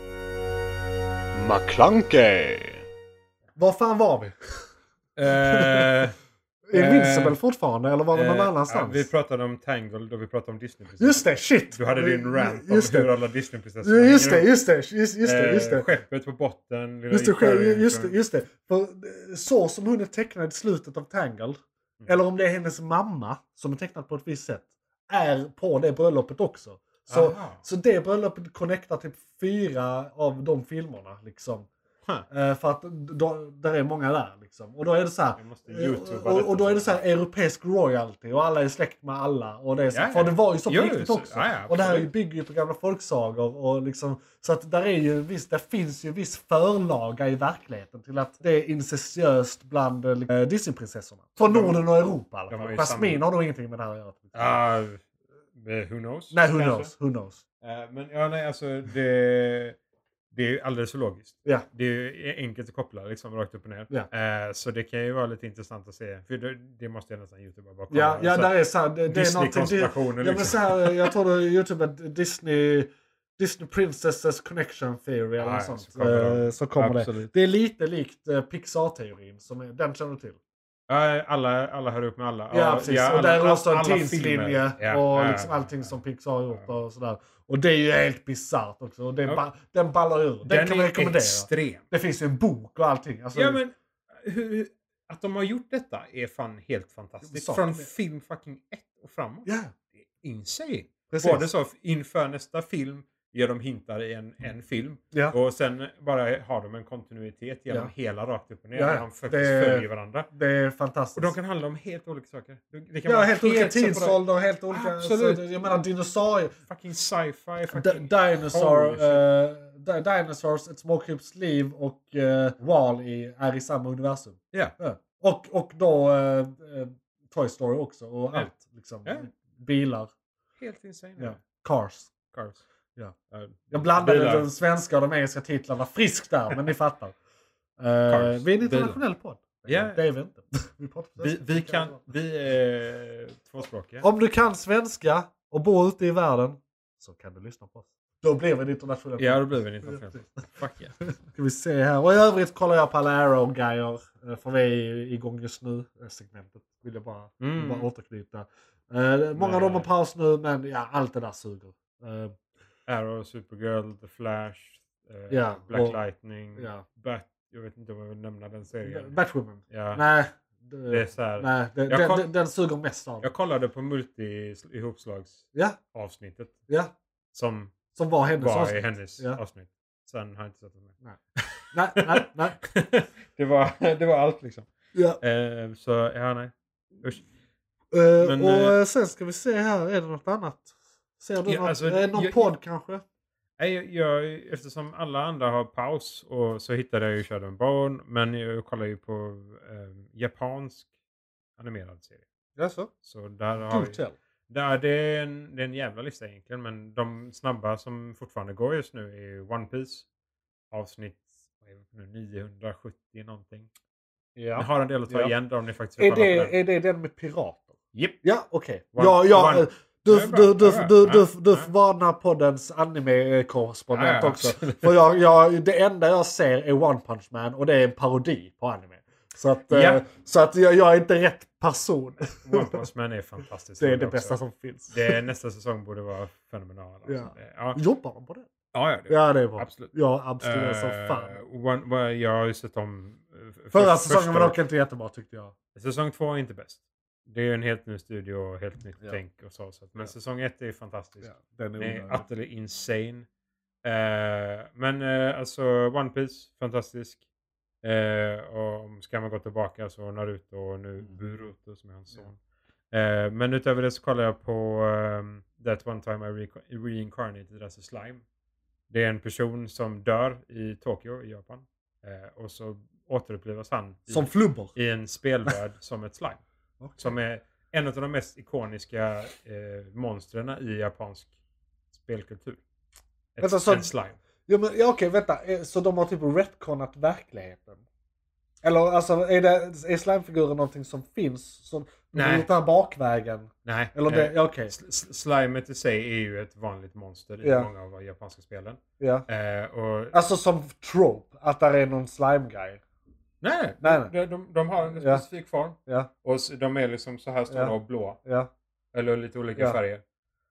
McClunkey. Var fan var vi? Uh, Invincible uh, fortfarande? Eller var det någon uh, annanstans? Uh, vi pratade om Tangled och vi pratade om Disney. Just det, shit! Du hade din rant om hur alla Disney-prinsessor... Just det, just det, just, just det, just det. Uh, skeppet på botten. Just det, ske- just det, just det. För så som hon är tecknad i slutet av Tangled, mm. eller om det är hennes mamma som är tecknad på ett visst sätt, är på det bröllopet också. Så, så det bröllopet connectar typ fyra av de filmerna liksom. Huh. Uh, för att då, där är många där liksom. Och då är det så här, och, och, och då är det så här europeisk royalty och alla är släkt med alla och det är så, ja, ja. För det var ju så på riktigt också. Ja, ja, och det här bygger ju på gamla folksagor och liksom, så att där är ju viss, det finns ju viss förlaga i verkligheten till att det är incestiöst bland uh, Disneyprinsessorna. Från Norden och Europa i alla fall. Jasmin samma... har nog ingenting med det här att göra. Uh, who knows? Nej, who kanske? knows? Who knows? Uh, men ja, nej, alltså det... Det är alldeles för logiskt. Ja. Det är enkelt att koppla liksom rakt upp och ner. Ja. Uh, så det kan ju vara lite intressant att se. För det, det måste jag nästan YouTube bara kolla. Ja, ja där är så här, det, det är någonting. Det, liksom. Ja, men så här, jag tror det är YouTube Disney Disney Princesses Connection Theory eller ah, något sånt. Så kommer, uh, så kommer det. Det är lite likt uh, Pixar-teorin som är, den känner du till. Alla, alla hör upp med alla. Ja, precis. Ja, alla, och där är också en tidslinje ja, och ja, liksom allting som Pixar har gjort och sådär. Och det är ju helt bizarrt också. Och det ja. ba- den ballar ur. Den, den kan man rekommendera. Extrem. Det finns ju en bok och allting. Alltså, ja, men hur, att de har gjort detta är fan helt fantastiskt. Från film fucking ett och framåt. Ja. Det är insane. Precis. Både så inför nästa film ger de hintar i en, en film. Ja. Och sen bara har de en kontinuitet genom ja. hela rakt upp och ner. Ja. De faktiskt följer varandra. Det är fantastiskt. Och de kan handla om helt olika saker. Det kan ja, vara helt olika tidsålder. Helt olika... Absolut. Så, jag menar dinosaurier. Fucking sci-fi. Fucking... D- dinosaur, uh, D- Dinosaurs, Ett småkryps liv och uh, Wall-E är i samma universum. Yeah. Ja. Och, och då uh, uh, Toy Story också. Och yeah. allt. Liksom. Yeah. Bilar. Helt insane. Ja. Cars. Cars. Ja. Uh, jag blandade bilar. den svenska och de engelska titlarna friskt där, men ni fattar. Uh, vi är en internationell podd. Ja. Det är vi inte. Vi, vi, vi kan, vi är tvåspråkiga. Om du kan svenska och bor ute i världen så kan du lyssna på oss. Då blir vi en internationell podd. Ja, då blir vi en internationell podd. Fuck yeah. Ska vi se här. Och i övrigt kollar jag på alla Arrow-grejer. För vi är igång just nu. Segmentet vill jag bara, mm. bara återknyta. Uh, många av dem har paus nu, men ja, allt det där suger. Uh, Arrow, Supergirl, The Flash, uh, ja, Black och, Lightning, ja. Bat, jag vet inte om jag vill nämna den serien. Batwoman? Ja. Nej. Det, det är så här, nej, det, den, koll- den suger mest av. Jag kollade på multi-ihopslags ja. avsnittet. Ja. Som, som var hennes var avsnitt. I hennes ja. avsnitt. Sen har jag inte sett det med. Nej, nej, nej. nej. det, var, det var allt liksom. Ja. Uh, så ja, nej. Usch. Uh, Men, och uh, sen ska vi se här, är det något annat? Ser du ja, något? Alltså, är det någon jag, podd kanske? Jag, jag, eftersom alla andra har paus och så hittade jag ju Shadow and Bone. Men jag kollar ju på um, japansk animerad serie. Jaså? Så där har vi, där, det, är en, det är en jävla lista egentligen. Men de snabba som fortfarande går just nu är One Piece. Avsnitt nu, niohundrasjuttio någonting. Ja. Ni har en del att ta ja. igen då om ni faktiskt är det, den. Är det den med pirater? Japp. Yep. Ja, okej. Okay. Ja, ja. One. Du, du, du, du, du, du får vara den här poddens anime-korrespondent ja, också. För jag, jag, det enda jag ser är One Punch Man och det är en parodi på anime. Så att, ja. eh, så att jag, jag är inte rätt person. One Punch Man är fantastiskt. Det är det också. bästa som finns. Det är, nästa säsong borde vara fenomenal. Alltså. Ja. Ja. Jobbar de på det? Ja, ja, det, ja, det är bra. Absolut. Ja, absolut. Uh, som fan. One, one, jag har ju sett om... För, Förra säsongen var dock inte jättebra tyckte jag. Säsong två är inte bäst. Det är en helt ny studio och helt nytt ja. tänk och så. så. Men ja. säsong ett är fantastisk. Ja, den är det är utterly insane. Uh, men uh, alltså One Piece, fantastisk. Uh, och ska man gå tillbaka så Naruto och nu Boruto som är hans son. Ja. Uh, men utöver det så kollar jag på um, That One Time I Re- Reincarnated as a Slime. Det är en person som dör i Tokyo i Japan. Uh, och så återupplivas han som i, flubber. i en spelvärld som ett slime. Okay. Som är en av de mest ikoniska eh, monstren i japansk spelkultur. Ett, vänta, så, en slime. Ja, men, ja, okej, vänta. Så de har typ retconat verkligheten? Eller alltså, är, det, är slimefigurer någonting som finns? Som Nej. Gjort den här bakvägen? Nej. Eller det, ja, okej. Slimet i sig är ju ett vanligt monster i ja. många av japanska spelen. Ja. Eh, och... Alltså som trope, att där är någon slime-guy. Nej, nej, nej. De, de, de har en specifik ja. form. Ja. Och de är liksom så här stora ja. och blå. Ja. Eller lite olika ja. färger.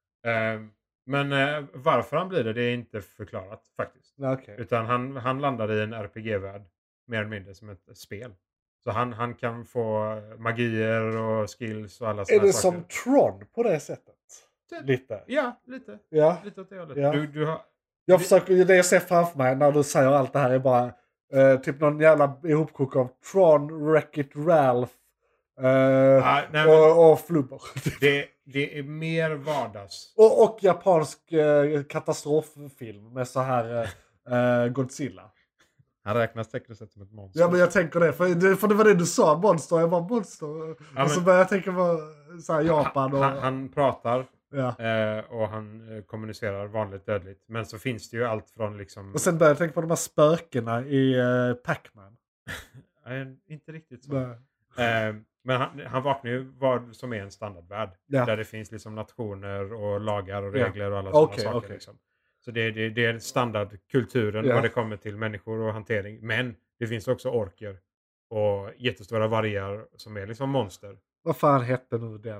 Eh, men eh, varför han blir det, det är inte förklarat faktiskt. Okay. Utan han, han landar i en R P G-värld. Mer eller mindre som ett, ett spel. Så han, han kan få magier och skills och alla sådana saker. Är det saker. som Tron på det sättet? Det, lite? Ja, lite. Ja. Lite åt det hållet. Ja. Du, du har... Jag försöker, det jag ser framför mig när du säger allt det här är bara uh, typ någon jävla ihopkok av Tron, Wreck-It Ralph uh, ah, nej, och, och flubber. Det, det är mer vardags. Och, och japansk uh, katastroffilm med så här uh, Godzilla. Han räknas tekniskt sett som ett monster. Ja, men jag tänker det. För, för det var det du sa, monster. Jag var monster. Ja, och så började jag tänka på så här, Japan. Och... Han, han pratar. Ja. Eh, och han eh, kommunicerar vanligt dödligt. Men så finns det ju allt från liksom... Och sen började jag tänka på de här spökena i uh, Pac-Man. Nej, inte riktigt så. Eh, men han, han vaknar ju vad som är en standardvärld. Ja. Där det finns liksom nationer och lagar och regler ja. och alla okay, sådana saker. Okay. Liksom. Så det, det, det är standardkulturen ja. vad det kommer till människor och hantering. Men det finns också orker och jättestora vargar som är liksom monster. Vad fan hette nu den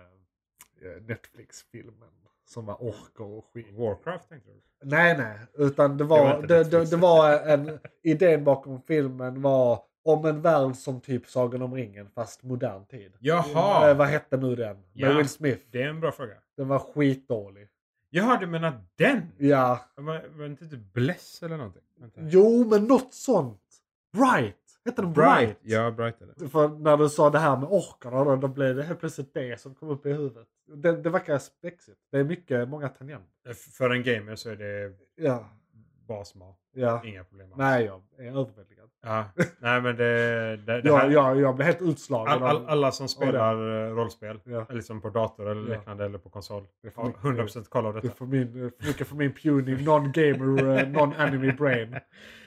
uh, Netflix-filmen som var orker och skit? Warcraft tänkte du? Nej, nej. Utan det var, det, det, det, det var en... idén bakom filmen var om en värld som typ Sagan om ringen fast modern tid. Jaha! Uh, vad hette nu den? Ja, med Will Smith. Det är en bra fråga. Den var skitdålig. Jaha, du menar den? Ja. Var, var inte typ Bless eller någonting? Vänta. Jo, men något sånt. Bright. Heter den Bright? Bright? Ja, Bright är det. För när du sa det här med orkarna då, då blev det helt plötsligt det som kom upp i huvudet. Det, det verkar spexigt. Det är mycket, många tangenter. För en gamer så är det ja. basmat. Ja. Inga problem alls. Nej, jag är överväldigad. Ja. Nej, men det... det, det ja, här... ja, jag blir helt utslagen. All, all, alla som spelar rollspel, ja. liksom på dator eller ja. liknande eller på konsol. Det mycket, hundra procent kolla av detta. Det är för min, för mycket för min puny non-gamer, uh, non-anime brain.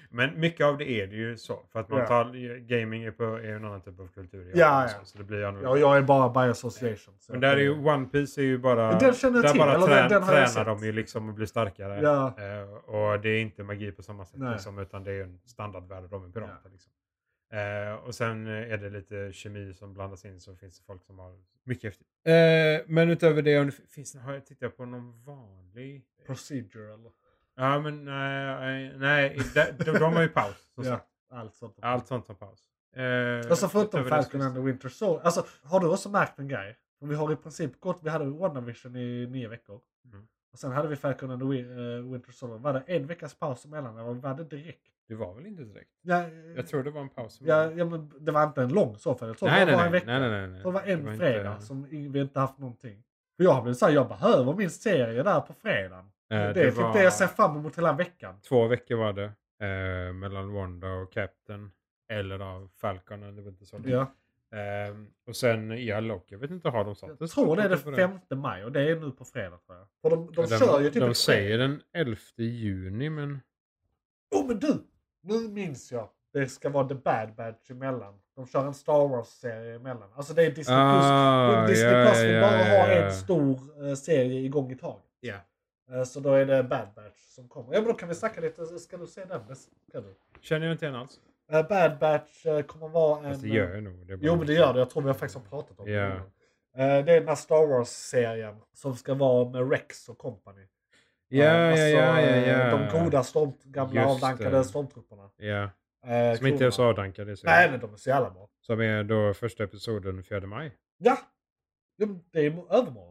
Men mycket av det är det ju så. För att man Ja. tar, gaming är, på, är en annan typ av kultur. Ja, ja. Så, så det blir Ja, jag är bara by association. Så men där är ju One Piece är ju bara... Den känner jag där till, bara eller trän, den- den har jag tränar sett. de ju liksom och blir starkare. Ja. Eh, och det är inte magi på samma sätt. Nej. Liksom, utan det är en standardvärld. De är pirater. Ja. Liksom. Eh, och sen är det lite kemi som blandas in. Så finns det folk som har mycket häftigt. Eh, men utöver det, om det finns, har jag tittat på någon vanlig... Procedure eller? Ja, men nej, nej de, de, de har ju paus. Som Ja, sagt. allt sånt. Allt sånt har paus. Eh, Alltså förutom utöver det så Falcon finns and the Winter Soldier. Alltså, har du också märkt en grej? Vi har i princip gått, vi hade WandaVision i nio veckor. Mm. Och sen hade vi Falcon and the Wi- uh, Winter Soldier. Var det en veckas paus emellan eller var det direkt? Det var väl inte direkt? Ja, Jag tror det var en paus. ja, ja, men det var inte en lång så för jag tror nej, det var nej, en nej, vecka. nej, nej, nej. Så det var en det var fredag inte... som vi inte haft någonting. För jag har blivit såhär, jag behöver min serie där på fredagen. Eh, det är det typ var- det jag ser fram emot hela veckan. Två veckor var det. Eh, mellan Wanda och Captain. Eller av Falcon eller Winter Soldier. Ja. Eh, och sen ja, Loki. Jag vet inte, har de satt Jag tror det är det femte maj och det är nu på fredag tror jag. För de, de, de, kör ju typ de ett säger den elfte juni men... Oh men du! Nu minns jag. Det ska vara The Bad Batch emellan. De kör en Star Wars-serie emellan. Alltså det är Disney Plus. Ah, Disney ja, Plus vill ja, bara ja, ha ja. en stor uh, serie igång i taget. Ja. Uh, så då är det Bad Batch som kommer. Ja men då kan vi snacka lite. Ska du se den? Det ska du. Känner jag inte igen alls. Uh, Bad Batch uh, kommer vara en... Fast det gör jag nog. Det är bara- Jo men det gör det. Jag tror vi har faktiskt har pratat om det. Ja. Uh, det är den här Star Wars-serien som ska vara med Rex och company. Ja, Uh, alltså, ja, ja, ja, ja. De goda storm, gamla Just avdankade det. stormtrupperna. Ja. Uh, Som inte är så avdankade. Så. Nej men de är så jävla bra. Som är då första episoden fjärde maj. Ja! Ja, men det är mo- övermorgon.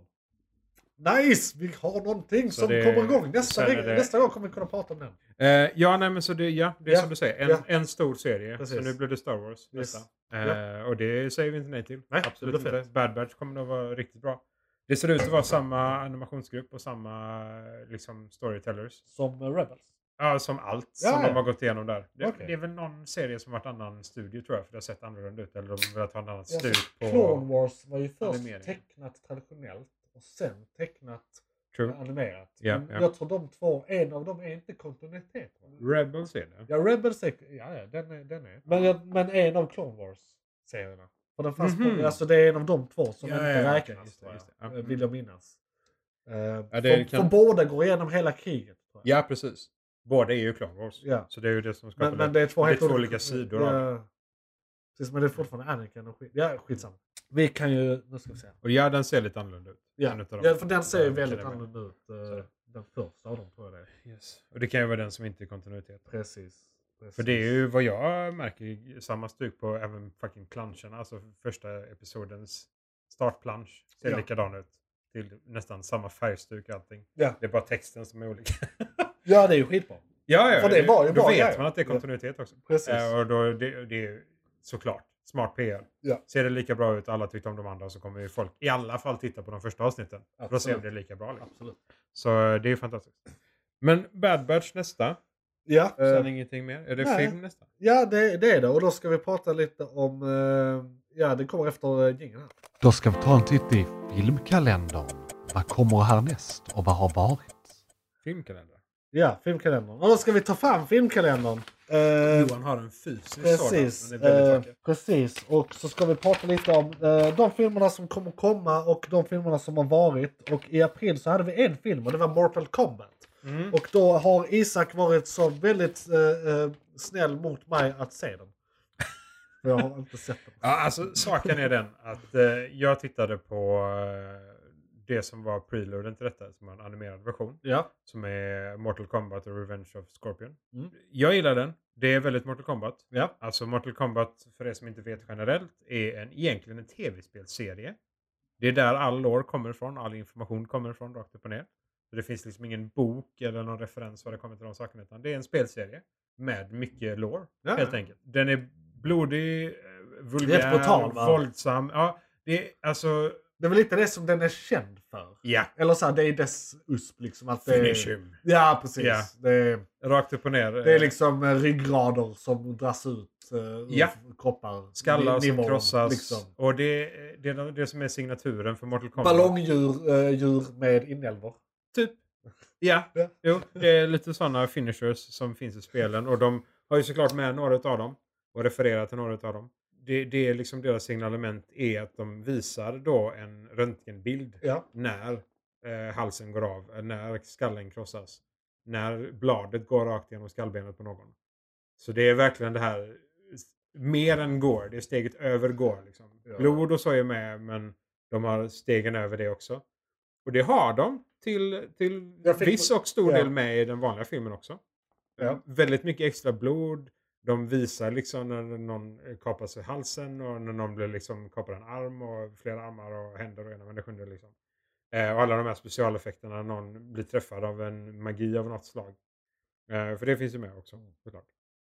Nice! Vi har någonting Så som det- kommer igång. Nästa, sen är vecka- det- nästa gång kommer vi kunna prata om den. Eh, ja, nej men så det, ja, det är Ja, som du säger. En, ja. en stor serie. Precis. Så nu blir det Star Wars Yes. nästa. Eh, Ja. Och det säger vi inte nej till. Nej, Absolut det blir inte. Bad Batch kommer att vara riktigt bra. Det ser ut att vara samma animationsgrupp och samma liksom, storytellers. Som uh, Rebels. Ja, som allt Ja, som ja. de har gått igenom där. Det, Okej. det är väl någon serie som varit annan studio tror jag. För det har sett annorlunda ut. Eller de vill ha en annan Ja, stuk på... Clone Wars var ju först animeringen. tecknat traditionellt och sen tecknat True. uh, animerat. Ja, Men ja. Jag tror de två, en av dem är inte kontinuitet. Rebels är det. Ja, Rebels är, ja, ja den är, den är. Men, jag- men en av Clone Wars-serierna. För den fanns Mhm. på, alltså det är en av de två som Ja, inte ja, ja, okej, räknas just det, tror just det. jag. Ja. Eh, Vill jag minnas. Uh, Ja, det för, kan- för båda går igenom hela kriget. Tror jag. Ja, precis. Båda är ju Clone Wars. Ja. Så det är ju det som skapar Men, men det är två det är helt två olika sidor av det. Ja. Precis, men det är fortfarande Anakin och skit. Ja, skitsamma. Vi kan ju, nu ska vi se. Och ja, den ser lite annorlunda ut. Ja, En utav dem. ja för den ser ju Ja, väldigt kan det vara. annorlunda ut. eh, Så. Den första av dem tror jag det är. Yes. Och det kan ju vara den som inte är kontinuitet. Precis. Precis. För det är ju vad jag märker samma stuk på även fucking planscherna. Alltså första episodens startplansch ser Ja. likadan ut. Till nästan samma färgstuk och allting. Ja. Det är bara texten som är olika. Ja, det är ju skitbra. ja, ja. För det var ju då bra vet grejer. man att det är Ja. kontinuitet också. Precis. Eh, och då det, det är såklart smart P R. Ja. Ser det lika bra ut, alla tyckte om de andra, så kommer ju folk i alla fall titta på de första avsnitten. För då ser Absolut. det lika bra. Liksom. Absolut. Så eh, det är ju fantastiskt. Men Bad Batch nästa. Ja, Sen eh, ingenting mer. Är det nej. film nästa? ja det, det är det. Och då ska vi prata lite om... eh, ja, det kommer efter uh, jingeln här. Då ska vi ta en titt i filmkalendern. Vad kommer härnäst och vad har varit? Filmkalender. Ja, filmkalendern. Och då ska vi ta fram filmkalendern. Eh, Johan har en fysisk Precis, sådan. Den är väldigt eh, vacker. precis. Och så ska vi prata lite om eh, de filmerna som kommer komma och de filmerna som har varit. Och i april så hade vi en film och det var Mortal Kombat. Mm. Och då har Isak varit så väldigt eh, eh, snäll mot mig att se den. För jag har inte sett den. Ja, alltså saken är den att eh, jag tittade på eh, det som var preloaden till detta, som är en animerad version. Ja. Som är Mortal Kombat och Revenge of Scorpion. Mm. Jag gillar den. Det är väldigt Mortal Kombat. Ja. Alltså Mortal Kombat, för er som inte vet generellt, är en, egentligen en tv-spelserie. Det är där all lore kommer ifrån, all information kommer ifrån rakt upp och ner. Så det finns liksom ingen bok eller någon referens vad det kommer till de sakerna, utan det är en spelserie med mycket lore, Ja. helt enkelt. Den är blodig, eh, vulgär, Rätt brutal, va? våldsam. Ja, det är alltså... Det är väl lite det som den är känd för. Ja, Eller så här, det är dess usp liksom. Att det är, finish him. ja, precis. Ja. Det, är, Rakt upp och ner. det är liksom eh, ryggrader som dras ut eh, ur Ja. kroppar. Skallar som Nivån, krossas. Liksom. Och det, det är det som är signaturen för Mortal Kombat. Ballongdjur eh, djur med inälvor. Typ. Ja, Ja. Jo, det är lite sådana finishers som finns i spelen. Och de har ju såklart med några av dem och refererar till några av dem. Det, det är liksom deras signalement är att de visar då en röntgenbild Ja. när eh, halsen går av, när skallen krossas, när bladet går rakt genom skallbenet på någon. Så det är verkligen det här mer än går, det är steget över går liksom. Ja. Blod och så är med, men de har stegen över det också. Och det har de till, till viss och stor ja. del med i den vanliga filmen också. Ja. Väldigt mycket extra blod. De visar liksom när någon kapar sig halsen och när någon blir liksom kapar en arm och flera armar och händer och ena med det sjunde liksom. Eh, och alla de här specialeffekterna när någon blir träffad av en magi av något slag. Eh, för det finns ju med också, såklart.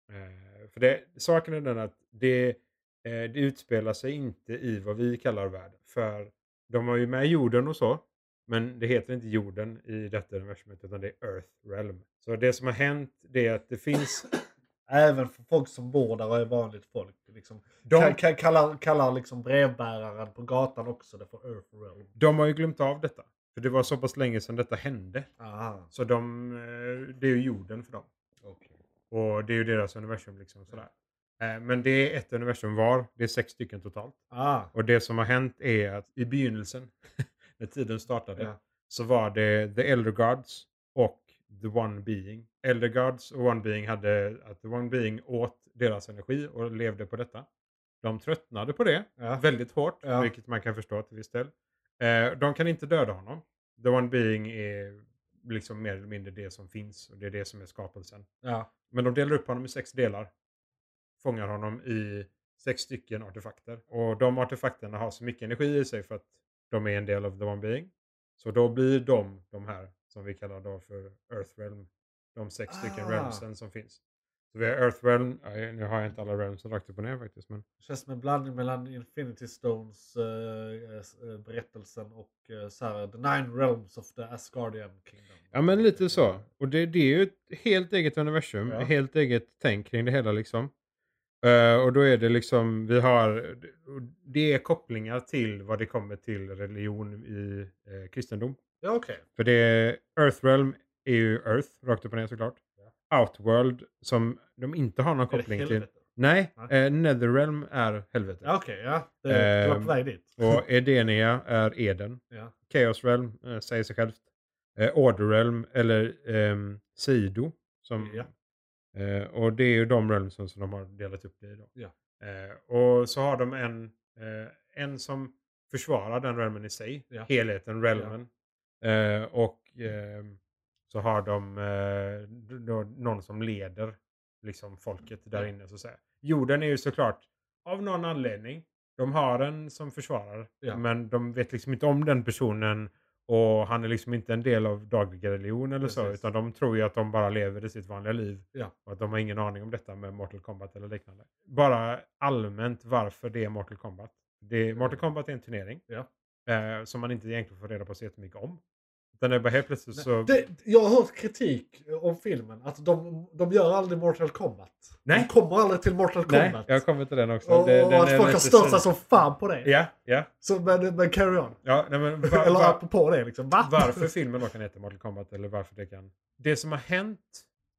Eh, för det, saken är den att det, eh, det utspelar sig inte i vad vi kallar värld. För de har ju med jorden och så. Men det heter inte jorden i detta universumet utan det är Earth Realm. Så det som har hänt det är att det finns... Även för folk som bor där och är vanligt folk. Liksom. De, K- kallar kallar liksom brevbäraren på gatan också det för Earth Realm. de har ju glömt av detta. För det var så pass länge sedan detta hände. Aha. Så de, eh, det är ju jorden för dem. Okay. Och det är ju deras universum liksom sådär. Eh, men det är ett universum var. Det är sex stycken totalt. Ah. Och det som har hänt är att i begynnelsen, när tiden startade, Ja. så var det The Elder Gods och The One Being. Elder Gods och One Being hade att The One Being åt deras energi och levde på detta. De tröttnade på det Ja. väldigt hårt, Ja. vilket man kan förstå till viss del. Eh, de kan inte döda honom. The One Being är liksom mer eller mindre det som finns och det är det som är skapelsen. Ja. Men de delar upp honom i sex delar. Fångar honom i sex stycken artefakter. Och de artefakterna har så mycket energi i sig för att de är en del av The One Being. Så då blir de de här som vi kallar då för Earth Realm. De sex ah. stycken realmsen som finns. Så vi har Earth Realm. Ja, nu har jag inte alla realmsen rakt upp och ner faktiskt. Men... Det känns som en blandning mellan Infinity Stones äh, berättelsen och äh, så här, The Nine Realms of the Asgardian Kingdom. Ja, men lite så. Och det, det är ju ett helt eget universum. Ja. Helt eget tänk kring det hela liksom. Uh, och då är det liksom, vi har, det är kopplingar till vad det kommer till religion i uh, kristendom. Ja, okej. Okay. För det är, Earthrealm är ju Earth, rakt upp och ner såklart. Ja. Outworld, som de inte har någon koppling till. Nej, uh, Netherrealm är helvetet. Ja, okej, okay, ja. Det är uh, på väg dit. Och Edenia är Eden. Ja. Chaos Realm uh, säger sig självt. Uh, Order Realm, eller um, Sido, som... Ja. Uh, och det är ju de realmsen som de har delat upp det i då. Ja. Uh, och så har de en, uh, en som försvarar den realmen i sig. Ja. Helheten, realmen. Ja. Uh, och uh, så har de uh, då, någon som leder liksom folket där ja. inne. Så att säga. Jorden är ju såklart av någon anledning. De har en som försvarar. Ja. Men de vet liksom inte om den personen. Och han är liksom inte en del av dagliga religion eller Precis. Så. Utan de tror ju att de bara lever i sitt vanliga liv. Ja. Och att de har ingen aning om detta med Mortal Kombat eller liknande. Bara allmänt varför det är Mortal Kombat. Det, Mortal Kombat är en turnering. Ja. Eh, som man inte egentligen får reda på så jättemycket om. Utan det är bara helt plötsligt så... Det, jag har hört kritik om filmen. Att de, de gör aldrig Mortal Kombat. Nej. De kommer aldrig till Mortal Kombat. Nej, jag kommer till den också. Och, det, och den att folk har stört sig som fan på det. Ja, ja. Så, men, men carry on. Ja, nej, men var, eller var, apropå det liksom. Va? Varför filmen då kan heta Mortal Kombat eller varför det kan... Det som har hänt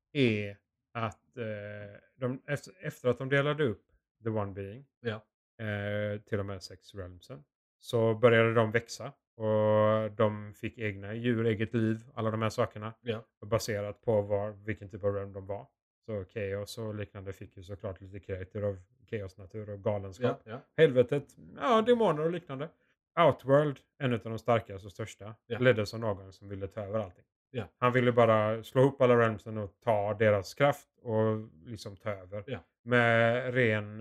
är att eh, de, efter, efter att de delade upp The One Being ja. eh, till de här sex realmsen så började de växa. Och de fick egna djur, eget liv, alla de här sakerna. Ja. Baserat på var, vilken typ av realm de var. Så Chaos och liknande fick ju såklart lite kreatur av Chaos-natur och galenskap. Ja, ja. Helvetet, ja, demoner och liknande. Outworld, en av de starkaste och största, ja. Leddes av någon som ville ta över allting. Ja. Han ville bara slå ihop alla realmsen och ta deras kraft och liksom ta över. Ja. Med ren,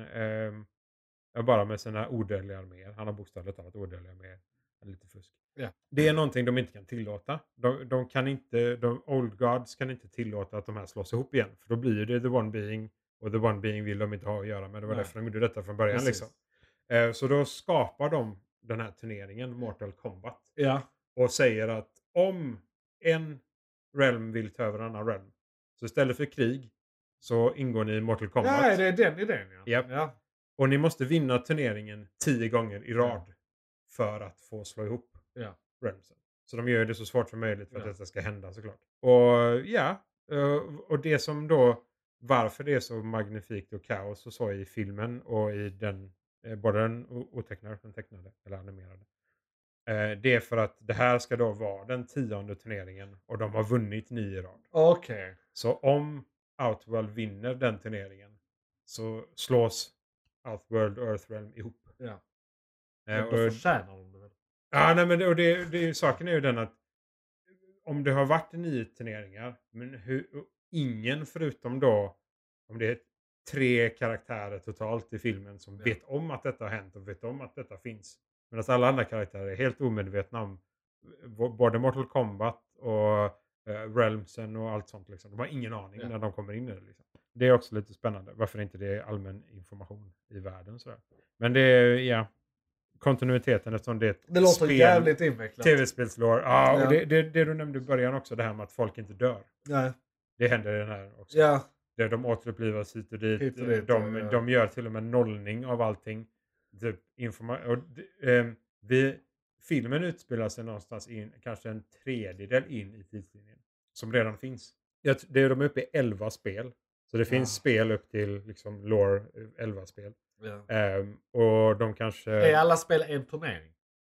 eh, bara med sina odödliga arméer. Han har bokstavligt talat odödliga arméer. Lite fusk. Ja. Det är någonting de inte kan tillåta. De, de kan inte, de Old Gods kan inte tillåta att de här slås ihop igen. För då blir det The One Being. Och The One Being vill de inte ha att göra med. Det var Nej. Därför de gjorde detta från början. Liksom. Eh, så då skapar de den här turneringen, Mortal Kombat. Ja. Och säger att om en realm vill ta över en annan realm. Så istället för krig så ingår ni i Mortal Kombat. Ja, det är den idén. Ja. Yep. Ja. Och ni måste vinna turneringen tio gånger i rad. Ja. För att få slå ihop ja. realmsen. Så de gör det så svårt som möjligt för ja. att detta ska hända såklart. Och ja, och det som då varför det är så magnifikt och kaos och så i filmen och i den, eh, både den o- otecknade och den tecknade, eller animerade. Eh, det är för att det här ska då vara den tionde turneringen och de har vunnit nio i rad. Okej. Okay. Så om Outworld vinner den turneringen så slås Outworld och Earthrealm ihop. Ja. Men då förtjänar de det väl? Ja, nej, men det, och det, det, saken är ju den att om det har varit nio turneringar, men hur, ingen förutom då, om det är tre karaktärer totalt i filmen som ja. vet om att detta har hänt och vet om att detta finns. Men att alla andra karaktärer är helt omedvetna om både Mortal Kombat och uh, Realmsen och allt sånt. Liksom. De har ingen aning ja. när de kommer in i det. Liksom. Det är också lite spännande. Varför inte det är allmän information i världen. Sådär. Men det är, ja, kontinuiteten eftersom det är ett det låter spel, jävligt invecklat. Tv-spelslår. Ja, ja. och det, det, det du nämnde i början också, det här med att folk inte dör. Nej. Det händer i den här också. Ja. Där de återupplivas hit och dit. Hit och dit de, ja. de gör till och med nollning av allting. Typ informa- och, eh, vi, filmen utspelar sig någonstans in, kanske en tredjedel in i tidslinjen. Som redan finns. Det är de uppe i elva spel. Så det ja. finns spel upp till liksom lore elva spel. Ja. Um, och de kanske... Är alla spel en turnering?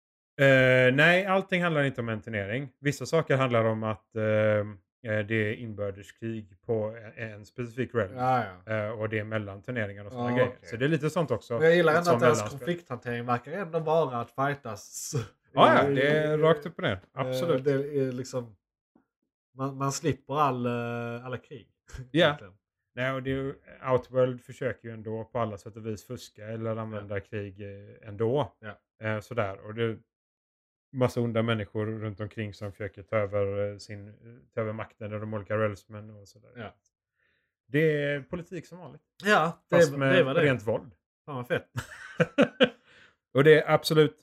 Uh, nej, allting handlar inte om en turnering. Vissa saker handlar om att uh, det är inbördeskrig på en, en specifik realm. Ja, ja. Uh, och det är mellan turneringar och sådana ja, grejer. okay. Så det är lite sånt också. Men jag gillar ändå att deras konflikthantering verkar ändå vara att fightas. Ja, ja, det är rakt upp och ner. Absolut. Det är liksom... Man, man slipper all, alla krig. Ja. Nej, och det, Outworld försöker ju ändå på alla sätt och vis fuska eller använda ja. krig ändå. Ja. Eh, sådär. Och det är massa onda människor runt omkring som försöker ta över, sin, ta över makten och de olika realsmen och sådär. Ja. Det är politik som vanligt. Ja, det, fast med det var det. rent våld. Fan vad fett. Och det är absolut...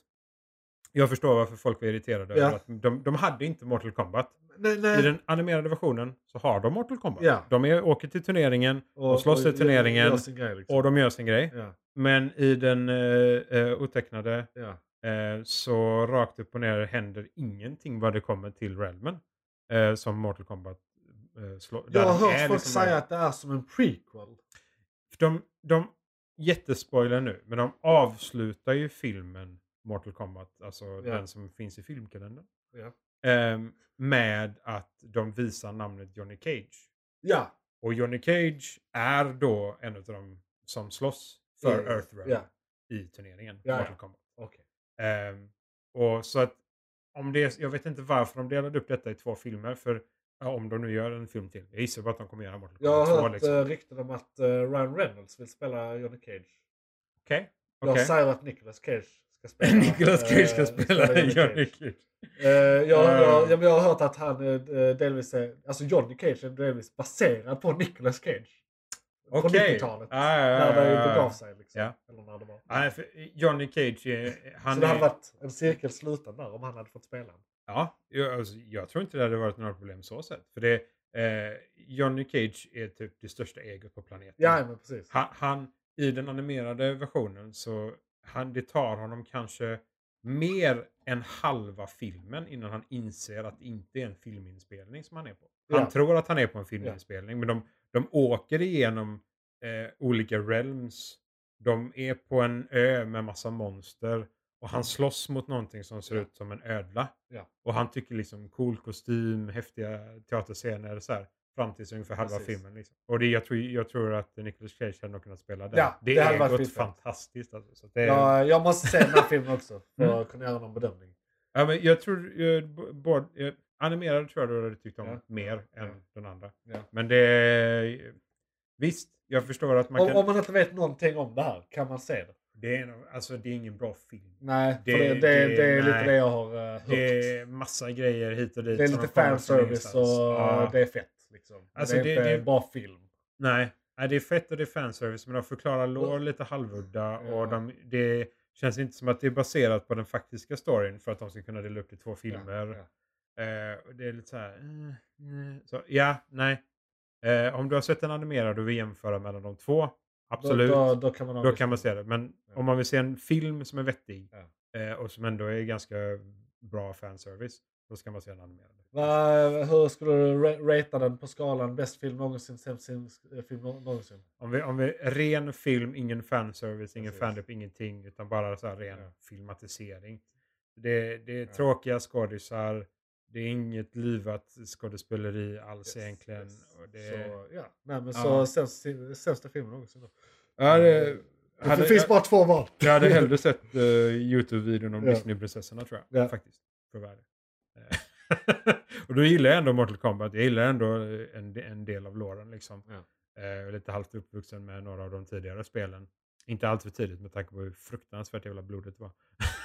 Jag förstår varför folk var irriterade. Ja. Över att de, de hade inte Mortal Kombat. Nej, nej. I den animerade versionen så har de Mortal Kombat. Ja. De är, åker till turneringen och, och slåss i turneringen. Gör sin grej, liksom. Och de gör sin grej. Ja. Men i den uh, otecknade ja. uh, så rakt upp och ner händer ingenting vad det kommer till Realmen. Uh, som Mortal Kombat uh, slår. Jag har hört folk liksom säga bara... att det är som en prequel. De, de jättespoiler nu. Men de avslutar ju filmen Mortal Kombat. Alltså ja. den som finns i filmkalendern. Ja. Um, med att de visar namnet Johnny Cage. Ja. Och Johnny Cage är då en av dem som slåss för yeah. Earthrealm yeah. i turneringen. Ja, Mortal Kombat. Okay. Um, och så att om det, jag vet inte varför de delade upp detta i två filmer. För ja, om de nu gör en film till. Jag gissar på att de kommer göra Mortal Kombat. Jag har hört liksom. uh, rykten om att uh, Ryan Reynolds vill spela Johnny Cage. Okej. Okay. Jag okay. säger att Nicolas Cage ska spela. Nicolas Cage ska uh, spela Johnny Cage. Cage. Uh, jag, jag, jag, jag har hört att han uh, delvis är, alltså Johnny Cage är delvis baserad på Nicolas Cage. På okay. nittiotalet. Ah, ja, ja, när det begav sig. Liksom. Ja. Eller när det var. Ah, för Johnny Cage är... Han Så det hade är... varit en cirkel sluten där om han hade fått spela. Ja, jag, alltså, jag tror inte det hade varit några problem så sett. För det, eh, Johnny Cage är typ det största egot på planeten. Ja, men precis. Han, han i den animerade versionen så han, det tar honom kanske mer än halva filmen innan han inser att det inte är en filminspelning som han är på. Han ja. tror att han är på en filminspelning, ja. men de, de åker igenom eh, olika realms. De är på en ö med massa monster och han slåss mot någonting som ser ja. ut som en ödla. Ja. Och han tycker liksom cool kostym, häftiga teaterscener så här. Fram till ungefär halva Precis. filmen. Liksom. Och det, jag, tror, jag tror att Nicolas Cage hade nog kunnat spela den. Ja, det, det är gått fint. fantastiskt. Alltså, så det är... ja, jag måste se den här filmen också för mm. att kunna göra någon bedömning. Ja, men jag tror... Jag, både, jag, animerad tror jag du hade tyckt om ja. mer ja. än den andra. Ja. Men det... Visst, jag förstår att man om, kan... Om man inte vet någonting om det här, kan man se det? Det är, alltså, det är ingen bra film. Nej, det, för det, det, det, det är nej. lite det jag har uh, hört. Det är massa grejer hit och dit. Det är lite fanservice och ja. det är fett. Liksom. Alltså, det är det, inte en bra film. Nej. nej, det är fett och det är fanservice. Men de förklarar lore lite halvudda. Ja. Och de, det känns inte som att det är baserat på den faktiska storyn. För att de ska kunna dela upp det i två filmer. Ja, ja. Uh, och det är lite så här... Uh, uh. Så, ja, nej. Uh, om du har sett en animerad och vill jämföra mellan de två. Absolut. Då, då, då, kan, man då kan man se det. Men ja. om man vill se en film som är vettig. Ja. Eh, och som ändå är ganska bra fanservice. Då ska man se den animerade. Va, hur skulle du ratea den på skalan bäst film någonsin, sämst film någonsin? Om vi, om vi ren film, ingen fanservice, ingen fandom, ingenting. Utan bara så här ren ja. filmatisering. Det, det är ja. tråkiga skådisar. Det är inget livat skådespeleri alls yes, egentligen. Yes. Och det, så, ja. Nej, men så ja. sämsta, sämsta filmen någonsin då. Ja, det... Det hade, finns jag, bara två val. Jag hade hellre sett uh, YouTube-videon om ja. Disney-prinsessorna tror jag. Ja. Faktiskt. För värde. Och då gillar jag ändå Mortal Kombat. Jag gillar ändå en, en del av låren liksom. Ja. Jag är lite halvt uppvuxen med några av de tidigare spelen. Inte allt för tidigt med tanke på hur fruktansvärt jävla blodet var.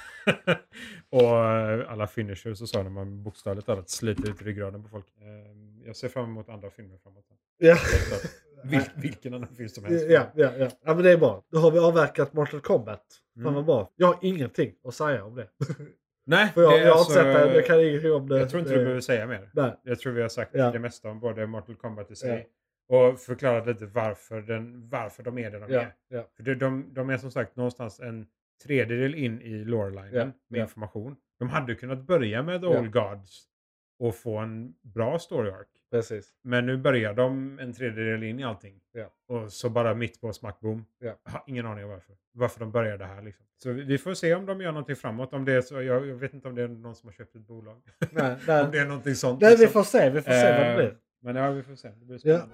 Och alla finishers och så när man bokstavligt talat sliter ut ryggraden på folk. Jag ser fram emot andra filmer framåt. Ja. Vil, vilken annan film som helst. Ja, ja, ja. Ja, men det är bra. Då har vi avverkat Mortal Kombat. Mm. Fan vad bra. Jag har ingenting att säga om det. Nej, för jag, det jag har alltså, inte sett det. Jag kan ingenting om det. Jag tror inte det... du behöver säga mer. Nej. Jag tror vi har sagt ja. det mesta om både Mortal Kombat i sig. Ja. Och förklarat lite varför, den, varför de är det de ja. är. Ja. För de, de, de är som sagt någonstans en tredjedel in i lorelinen ja. med ja. information. De hade kunnat börja med ja. All Gods och få en bra story arc. Precis. Men nu börjar de en tredjedel in i allting. Ja. Och så bara mitt på smackboom. Ja. Jag har ingen aning om varför. Varför de börjar det här liksom. Så vi, vi får se om de gör någonting framåt. Om det är så, jag, jag vet inte om det är någon som har köpt ett bolag. Nej, nej. Om det är någonting sånt. Nej, liksom. vi får se. Vi får se eh, vad det blir. Men ja, vi får se. Det blir spännande.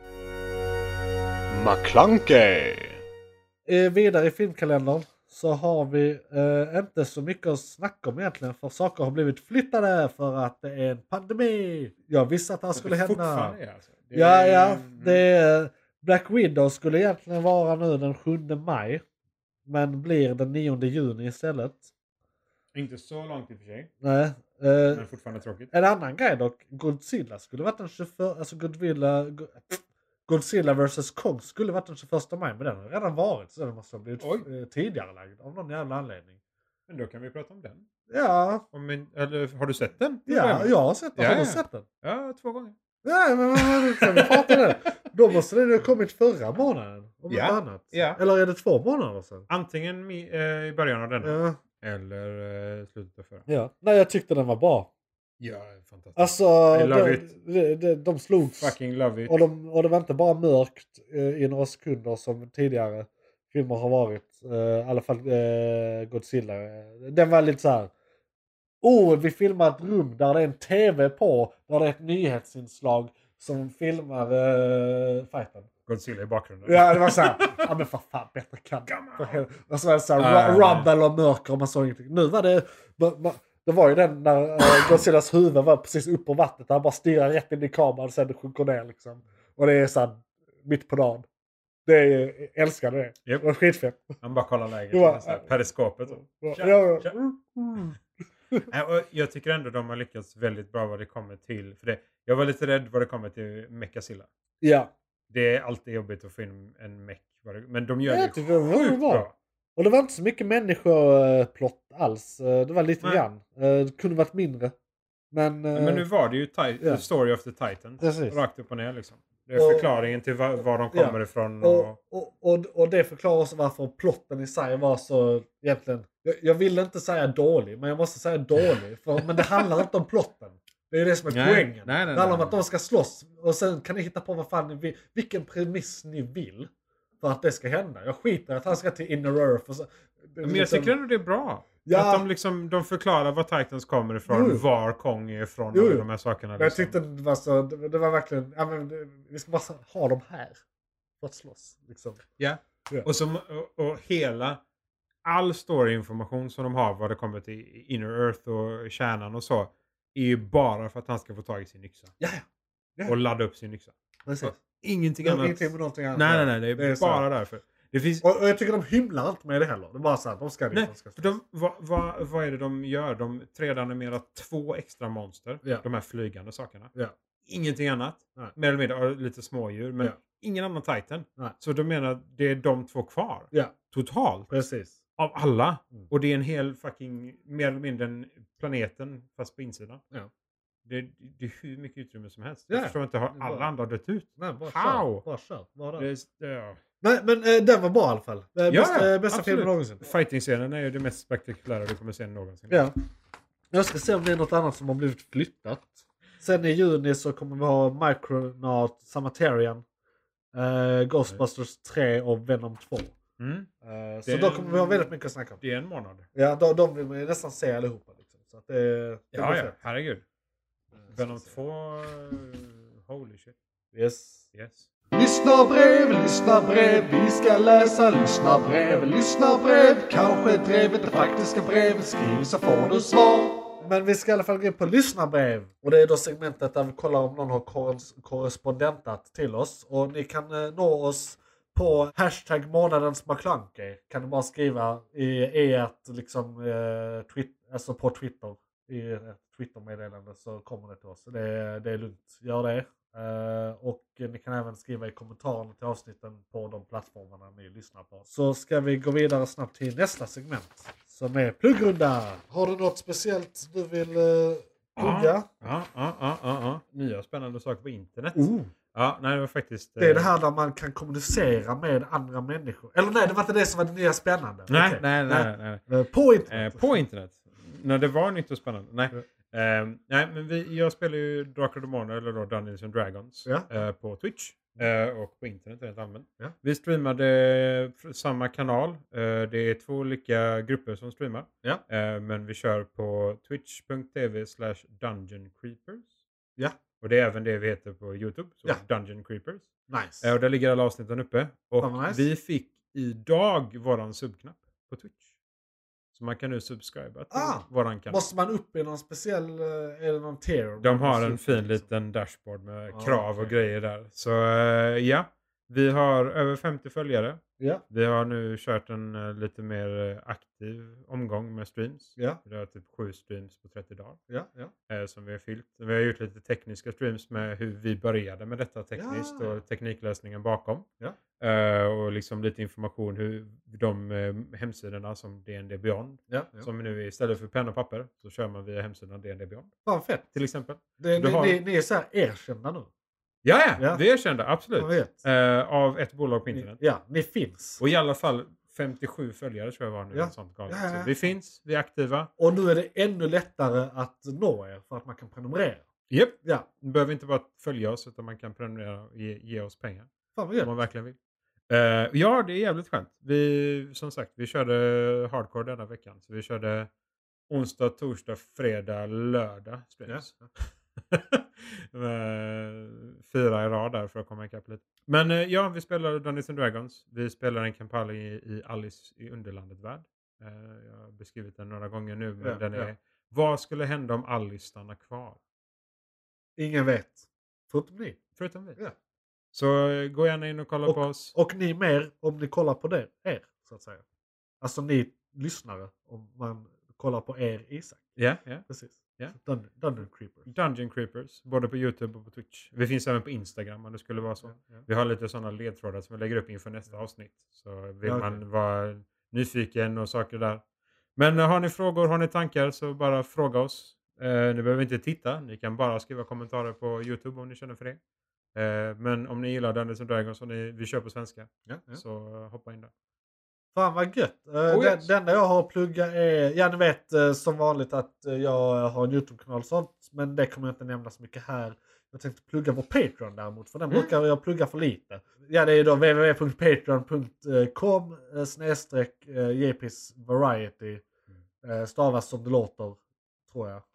Ja. McClunkey. Eh, vidare i filmkalendern så har vi eh, inte så mycket att snacka om egentligen. För saker har blivit flyttade för att det är en pandemi. Jag visste att det här skulle det hända. Alltså. Det ja, är... ja. Det är, Black Widow skulle egentligen vara nu den sjunde maj. Men blir den nionde juni istället. Inte så långt i och för sig. Nej. Eh, men fortfarande tråkigt. En annan grej dock. Godzilla skulle varit den tjugoförsta. Alltså Godzilla... Godzilla versus. Kong skulle varit den tjugoförsta maj. Men den har redan varit. Så den måste ha blivit Oj. tidigare lagd. Av någon jävla anledning. Men då kan vi prata om den. Ja. Om en, eller, har du sett den? Ja, jag har sett den. Ja, har du ja. sett den? Ja, två gånger. Ja, men kan vi prata det? Då måste den ha kommit förra månaden. Om ja. något annat. Ja. Eller är det två månader sedan? Antingen i, eh, i början av denna. Ja. Eller eh, slutet av förra. Ja. Nej, jag tyckte den var bra. Ja, fantastiskt. Alltså, I love de, it. de, de, de slogs. Fucking love it. Och, de, och det var inte bara mörkt eh, i några sekunder som tidigare filmer har varit. Eh, I alla fall eh, Godzilla. Den var lite så här. Oh, vi filmar ett rum där det är en tv på. Där det är ett nyhetsinslag som filmar eh, fighten. Godzilla i bakgrunden. Ja, det var så här. Ja, men för fan, bättre kan det. Och så var det så här, uh, rumble och mörker och man såg ingenting. Nu var det... Det var ju den när uh, Godzillas huvud var precis upp på vattnet. Han bara stirrar rätt in i kameran och sen det sjunker ner liksom. Och det är så här, mitt på dagen. Det är, jag älskar det. Yep. Det var skitfett. Han bara kollar läget. Var, så här, periskopet. Ja, ja, ja. Mm. Och jag tycker ändå de har lyckats väldigt bra vad det kommer till. För det, jag var lite rädd vad det kommer till Mechazilla. Ja. Det är alltid jobbigt att få in en mech. Men de gör jag det det var sjukt bra. bra. Och det var inte så mycket människoplott alls. Det var lite Nej. grann. Det kunde varit mindre. Men, men nu var det ju ti- yeah. The Story of the Titans. Precis. Rakt upp och ner liksom. Det är och, förklaringen till var, var de kommer ja. ifrån. Och... Och, och, och, och det förklarar också varför plotten i sig var så egentligen... Jag, jag vill inte säga dålig, men jag måste säga dålig. För, men det handlar inte om plotten. Det är det som är nej, poängen. Nej, nej, det handlar nej, om att nej. de ska slåss. Och sen kan ni hitta på vad fan ni vill. Vilken premiss ni vill. För att det ska hända. Jag skiter att han ska till Inner Earth. Och så, men jag liksom... tycker ändå det är bra. Ja. Att de, liksom, de förklarar var Titans kommer ifrån. Jo. Var Kong är ifrån. Jo. Och de här sakerna. Liksom. Jag tyckte det var så. Det, det var verkligen. Ja, men, det, vi ska bara ha dem här. För att slåss. Liksom. Ja. ja. Och, som, och, och hela. All storyinformation som de har. Vad det kommer till Inner Earth och kärnan och så. Är ju bara för att han ska få tag i sin yxa. Ja, ja. Och ladda upp sin yxa. Precis. Ingenting det annat. Ingenting med någonting annat. Nej, nej, nej. Det är, det är bara så. därför. Det finns... och, och jag tycker de hymlar inte med det heller. Det är bara så här, de ska nej, de ska för de, vad, vad, vad är det de gör? De trädar animerar två extra monster. Ja. De här flygande sakerna. Ja. Ingenting annat. Nej. Mer eller mindre lite smådjur. Men ja. ingen annan Titan. Nej. Så de menar det är de två kvar. Ja. Totalt. Precis. Av alla. Mm. Och det är en hel fucking mer eller mindre en planeten fast på insidan. Ja. Det, det är hur mycket utrymme som helst. Ja. Jag förstår inte, har alla bara, andra dött ut? Nej, bara How? kör. Bara kör. Bara det, det, ja. Nej, men äh, den var bra i alla fall. Äh, ja, bästa ja, bästa filmen någonsin. Fighting-scenen är ju det mest spektakulära du kommer se någonsin. Ja. Jag ska se om det är något annat som har blivit flyttat. Sen i juni så kommer vi ha Micronaut, Samatarian, uh, Ghostbusters tre och Venom två. Mm. Uh, så då kommer vi ha väldigt mycket att snacka om. Det är en månad. Ja, de, de vill man ju nästan se allihopa. Liksom. Så att det, det ja, ja, herregud. Uh, Venom två, holy shit. Yes. Yes. Lyssna brev, lyssna brev, vi ska läsa lyssna brev, lyssna brev, kanske drevet det faktiska brev, skriv så får du svar. Men vi ska i alla fall gå in på lyssnarbrev. Och det är då segmentet där vi kollar om någon har kor- korrespondentat till oss. Och ni kan eh, nå oss på hashtag månadens McClunky. Kan ni bara skriva i, i ett liksom, eh, twit- alltså på Twitter. I ett Twitter-meddelande så kommer det till oss. Det, det är lugnt. Gör det. Uh, och ni kan även skriva i kommentarerna till avsnitten på de plattformarna ni lyssnar på. Så ska vi gå vidare snabbt till nästa segment som är pluggrunda. Har du något speciellt du vill uh, plugga? Ja, ja, ja, ja, ja. Nya spännande saker på internet. Oh. Ja, nej, det var faktiskt... Det är det här där man kan kommunicera med andra människor. Eller nej, det var inte det som var det nya spännande. Nej, okay. nej, nej, nej, nej. Uh, på internet. Uh, på internet. När det var nytt och spännande. Nej. Mm. Uh, nej, men vi, jag spelar ju Drakar och Demoner eller då Dungeons and Dragons ja. uh, på Twitch uh, och på internet rent allmänt. Ja. Vi streamade samma kanal. Uh, det är två olika grupper som streamar. Ja. Uh, men vi kör på twitch.tv slash Dungeon Creepers. Ja. Och det är även det vi heter på YouTube. Så ja. Dungeon Creepers. Nice. Uh, och där ligger alla avsnitten uppe. Och oh, nice. vi fick idag våran subknapp på Twitch. Så man kan nu subscriba till ah, våran kanal. Måste man upp i någon speciell, eller någon tier? De har en fin liksom. liten dashboard med ah, krav okay. och grejer där. Så uh, ja, vi har över femtio följare. Ja. Vi har nu kört en uh, lite mer uh, aktiv omgång med streams. Ja. Vi har typ sju streams på trettio dagar. Ja, ja. Uh, som vi har fyllt. Vi har gjort lite tekniska streams med hur vi började med detta tekniskt ja. och tekniklösningen bakom. Ja. Uh, och liksom lite information hur de uh, hemsidorna som D and D Beyond. Ja, ja. Som nu istället för penna och papper så kör man via hemsidan D and D Beyond. Fan fett. Till exempel. Det, ni, har... ni, ni är så här erkända nu. Ja, ja, ja. Vi är kända, absolut. Uh, av ett bolag på internet. Ja, ni finns. Och i alla fall femtiosju följare tror jag var nu. Ja. Sånt ja, ja, ja. Så vi finns, vi är aktiva. Och nu är det ännu lättare att nå er för att man kan prenumerera. Japp. Yep. Ja. Du behöver inte bara följa oss utan man kan prenumerera och ge, ge oss pengar. Fan vad om man verkligen vill. Uh, ja, det är jävligt skönt. Vi, som sagt, vi körde hardcore denna veckan. Så vi körde onsdag, torsdag, fredag, lördag streams. Ja. Fyra i rad där för att komma ikapp lite. Men uh, ja, vi spelar Dungeons and Dragons. Vi spelar en kampanj i, i Alice i Underlandet-värld. Uh, jag har beskrivit den några gånger nu. Men ja, den är... Ja. Vad skulle hända om Alice stannar kvar? Ingen vet. Förutom ni. Förutom vi. Ja. Så gå gärna in och kolla och, på oss. Och ni mer om ni kollar på det, er så att säga. Alltså ni lyssnare om man kollar på er Isak. Ja, ja. Precis. Ja. Dun- Dungeon Creepers. Dungeon Creepers. Både på YouTube och på Twitch. Vi finns även på Instagram om det skulle vara så. Ja, ja. Vi har lite sådana ledtrådar som vi lägger upp inför nästa avsnitt. Så vill ja, okay. man vara nyfiken och saker där. Men har ni frågor, har ni tankar så bara fråga oss. Eh, ni behöver inte titta. Ni kan bara skriva kommentarer på YouTube om ni känner för det. Eh, men om ni gillar Dungeons and Dragons och ni, vi kör på svenska. Ja, ja. Så uh, hoppa in där. Fan vad gött. Uh, oh, det, yes. det enda jag har att plugga är, ja ni vet uh, som vanligt att uh, jag har en YouTube-kanal och sånt. Men det kommer jag inte nämna så mycket här. Jag tänkte plugga vår Patreon däremot. För den mm. brukar jag plugga för lite. Ja det är då w w w punkt patreon punkt com snedstreck J P's Variety. Uh, stavas som det låter. Tror jag.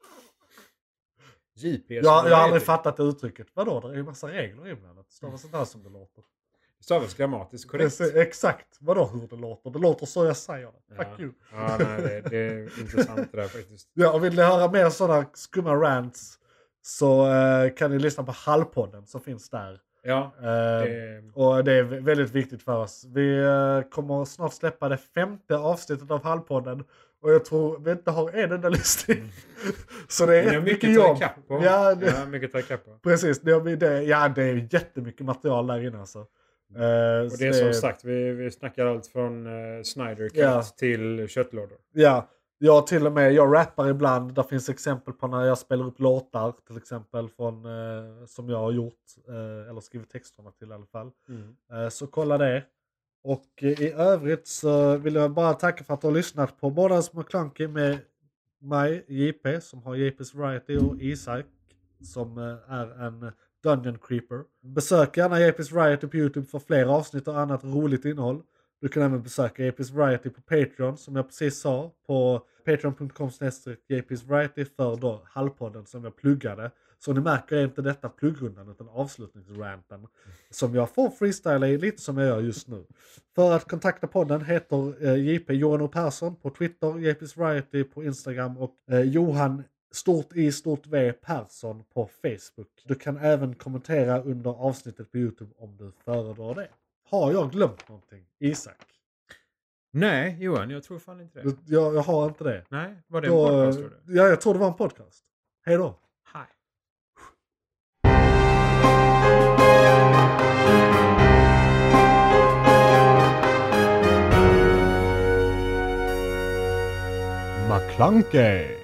J P's jag, jag har aldrig fattat det uttrycket. Vadå? Det är ju massa regler ibland. Stavas sånt här som det låter. Stavas grammatiskt korrekt. Precis, exakt. Vadå hur det låter? Det låter så jag säger det. Ja. Fuck you. Ja, nej, det, det är intressant det där faktiskt. Ja, och vill ni höra mer sådana skumma rants så uh, kan ni lyssna på Hallpodden som finns där. Ja. Uh, det... Och det är väldigt viktigt för oss. Vi uh, kommer snart släppa det femte avsnittet av Hallpodden. Och jag tror vi inte har en enda lyssning. Mm. Så det är, det är rätt mycket, mycket jobb. På. Ja, det... ja, mycket ta på. Precis, det är, det, ja, det är jättemycket material där inne alltså. Uh, och det är som sagt, vi, vi snackar allt från uh, Snyder Cut ja. till köttlådor. Ja, jag till och med, jag rappar ibland. Där finns exempel på när jag spelar upp låtar till exempel från, uh, som jag har gjort. Uh, eller skrivit texterna till i alla fall. Mm. Uh, så kolla det. Och uh, i övrigt så vill jag bara tacka för att du har lyssnat på Månadens McClunky med mig, J P, som har J P's Variety, och Isak, som eh, är en Dungeon Creeper. Besök gärna J P's Variety på YouTube för fler avsnitt och annat roligt innehåll. Du kan även besöka J P's Variety på Patreon, som jag precis sa, på patreon punkt com slash J P's Variety för då Hallpodden som jag pluggade. Så ni märker inte detta pluggrundan utan avslutningsranten som jag får freestyla i lite som jag gör just nu. För att kontakta podden heter eh, J P Johan O. Persson på Twitter, J P's Variety på Instagram och eh, Johan stort I stort V Persson på Facebook. Du kan även kommentera under avsnittet på YouTube om du föredrar det. Har jag glömt någonting? Isak? Nej, Johan, jag tror fan inte det. Jag, jag har inte det. Nej, var det då, en podcast tror du? Ja, jag tror det var en podcast. Hej då. Hej. McClunkey.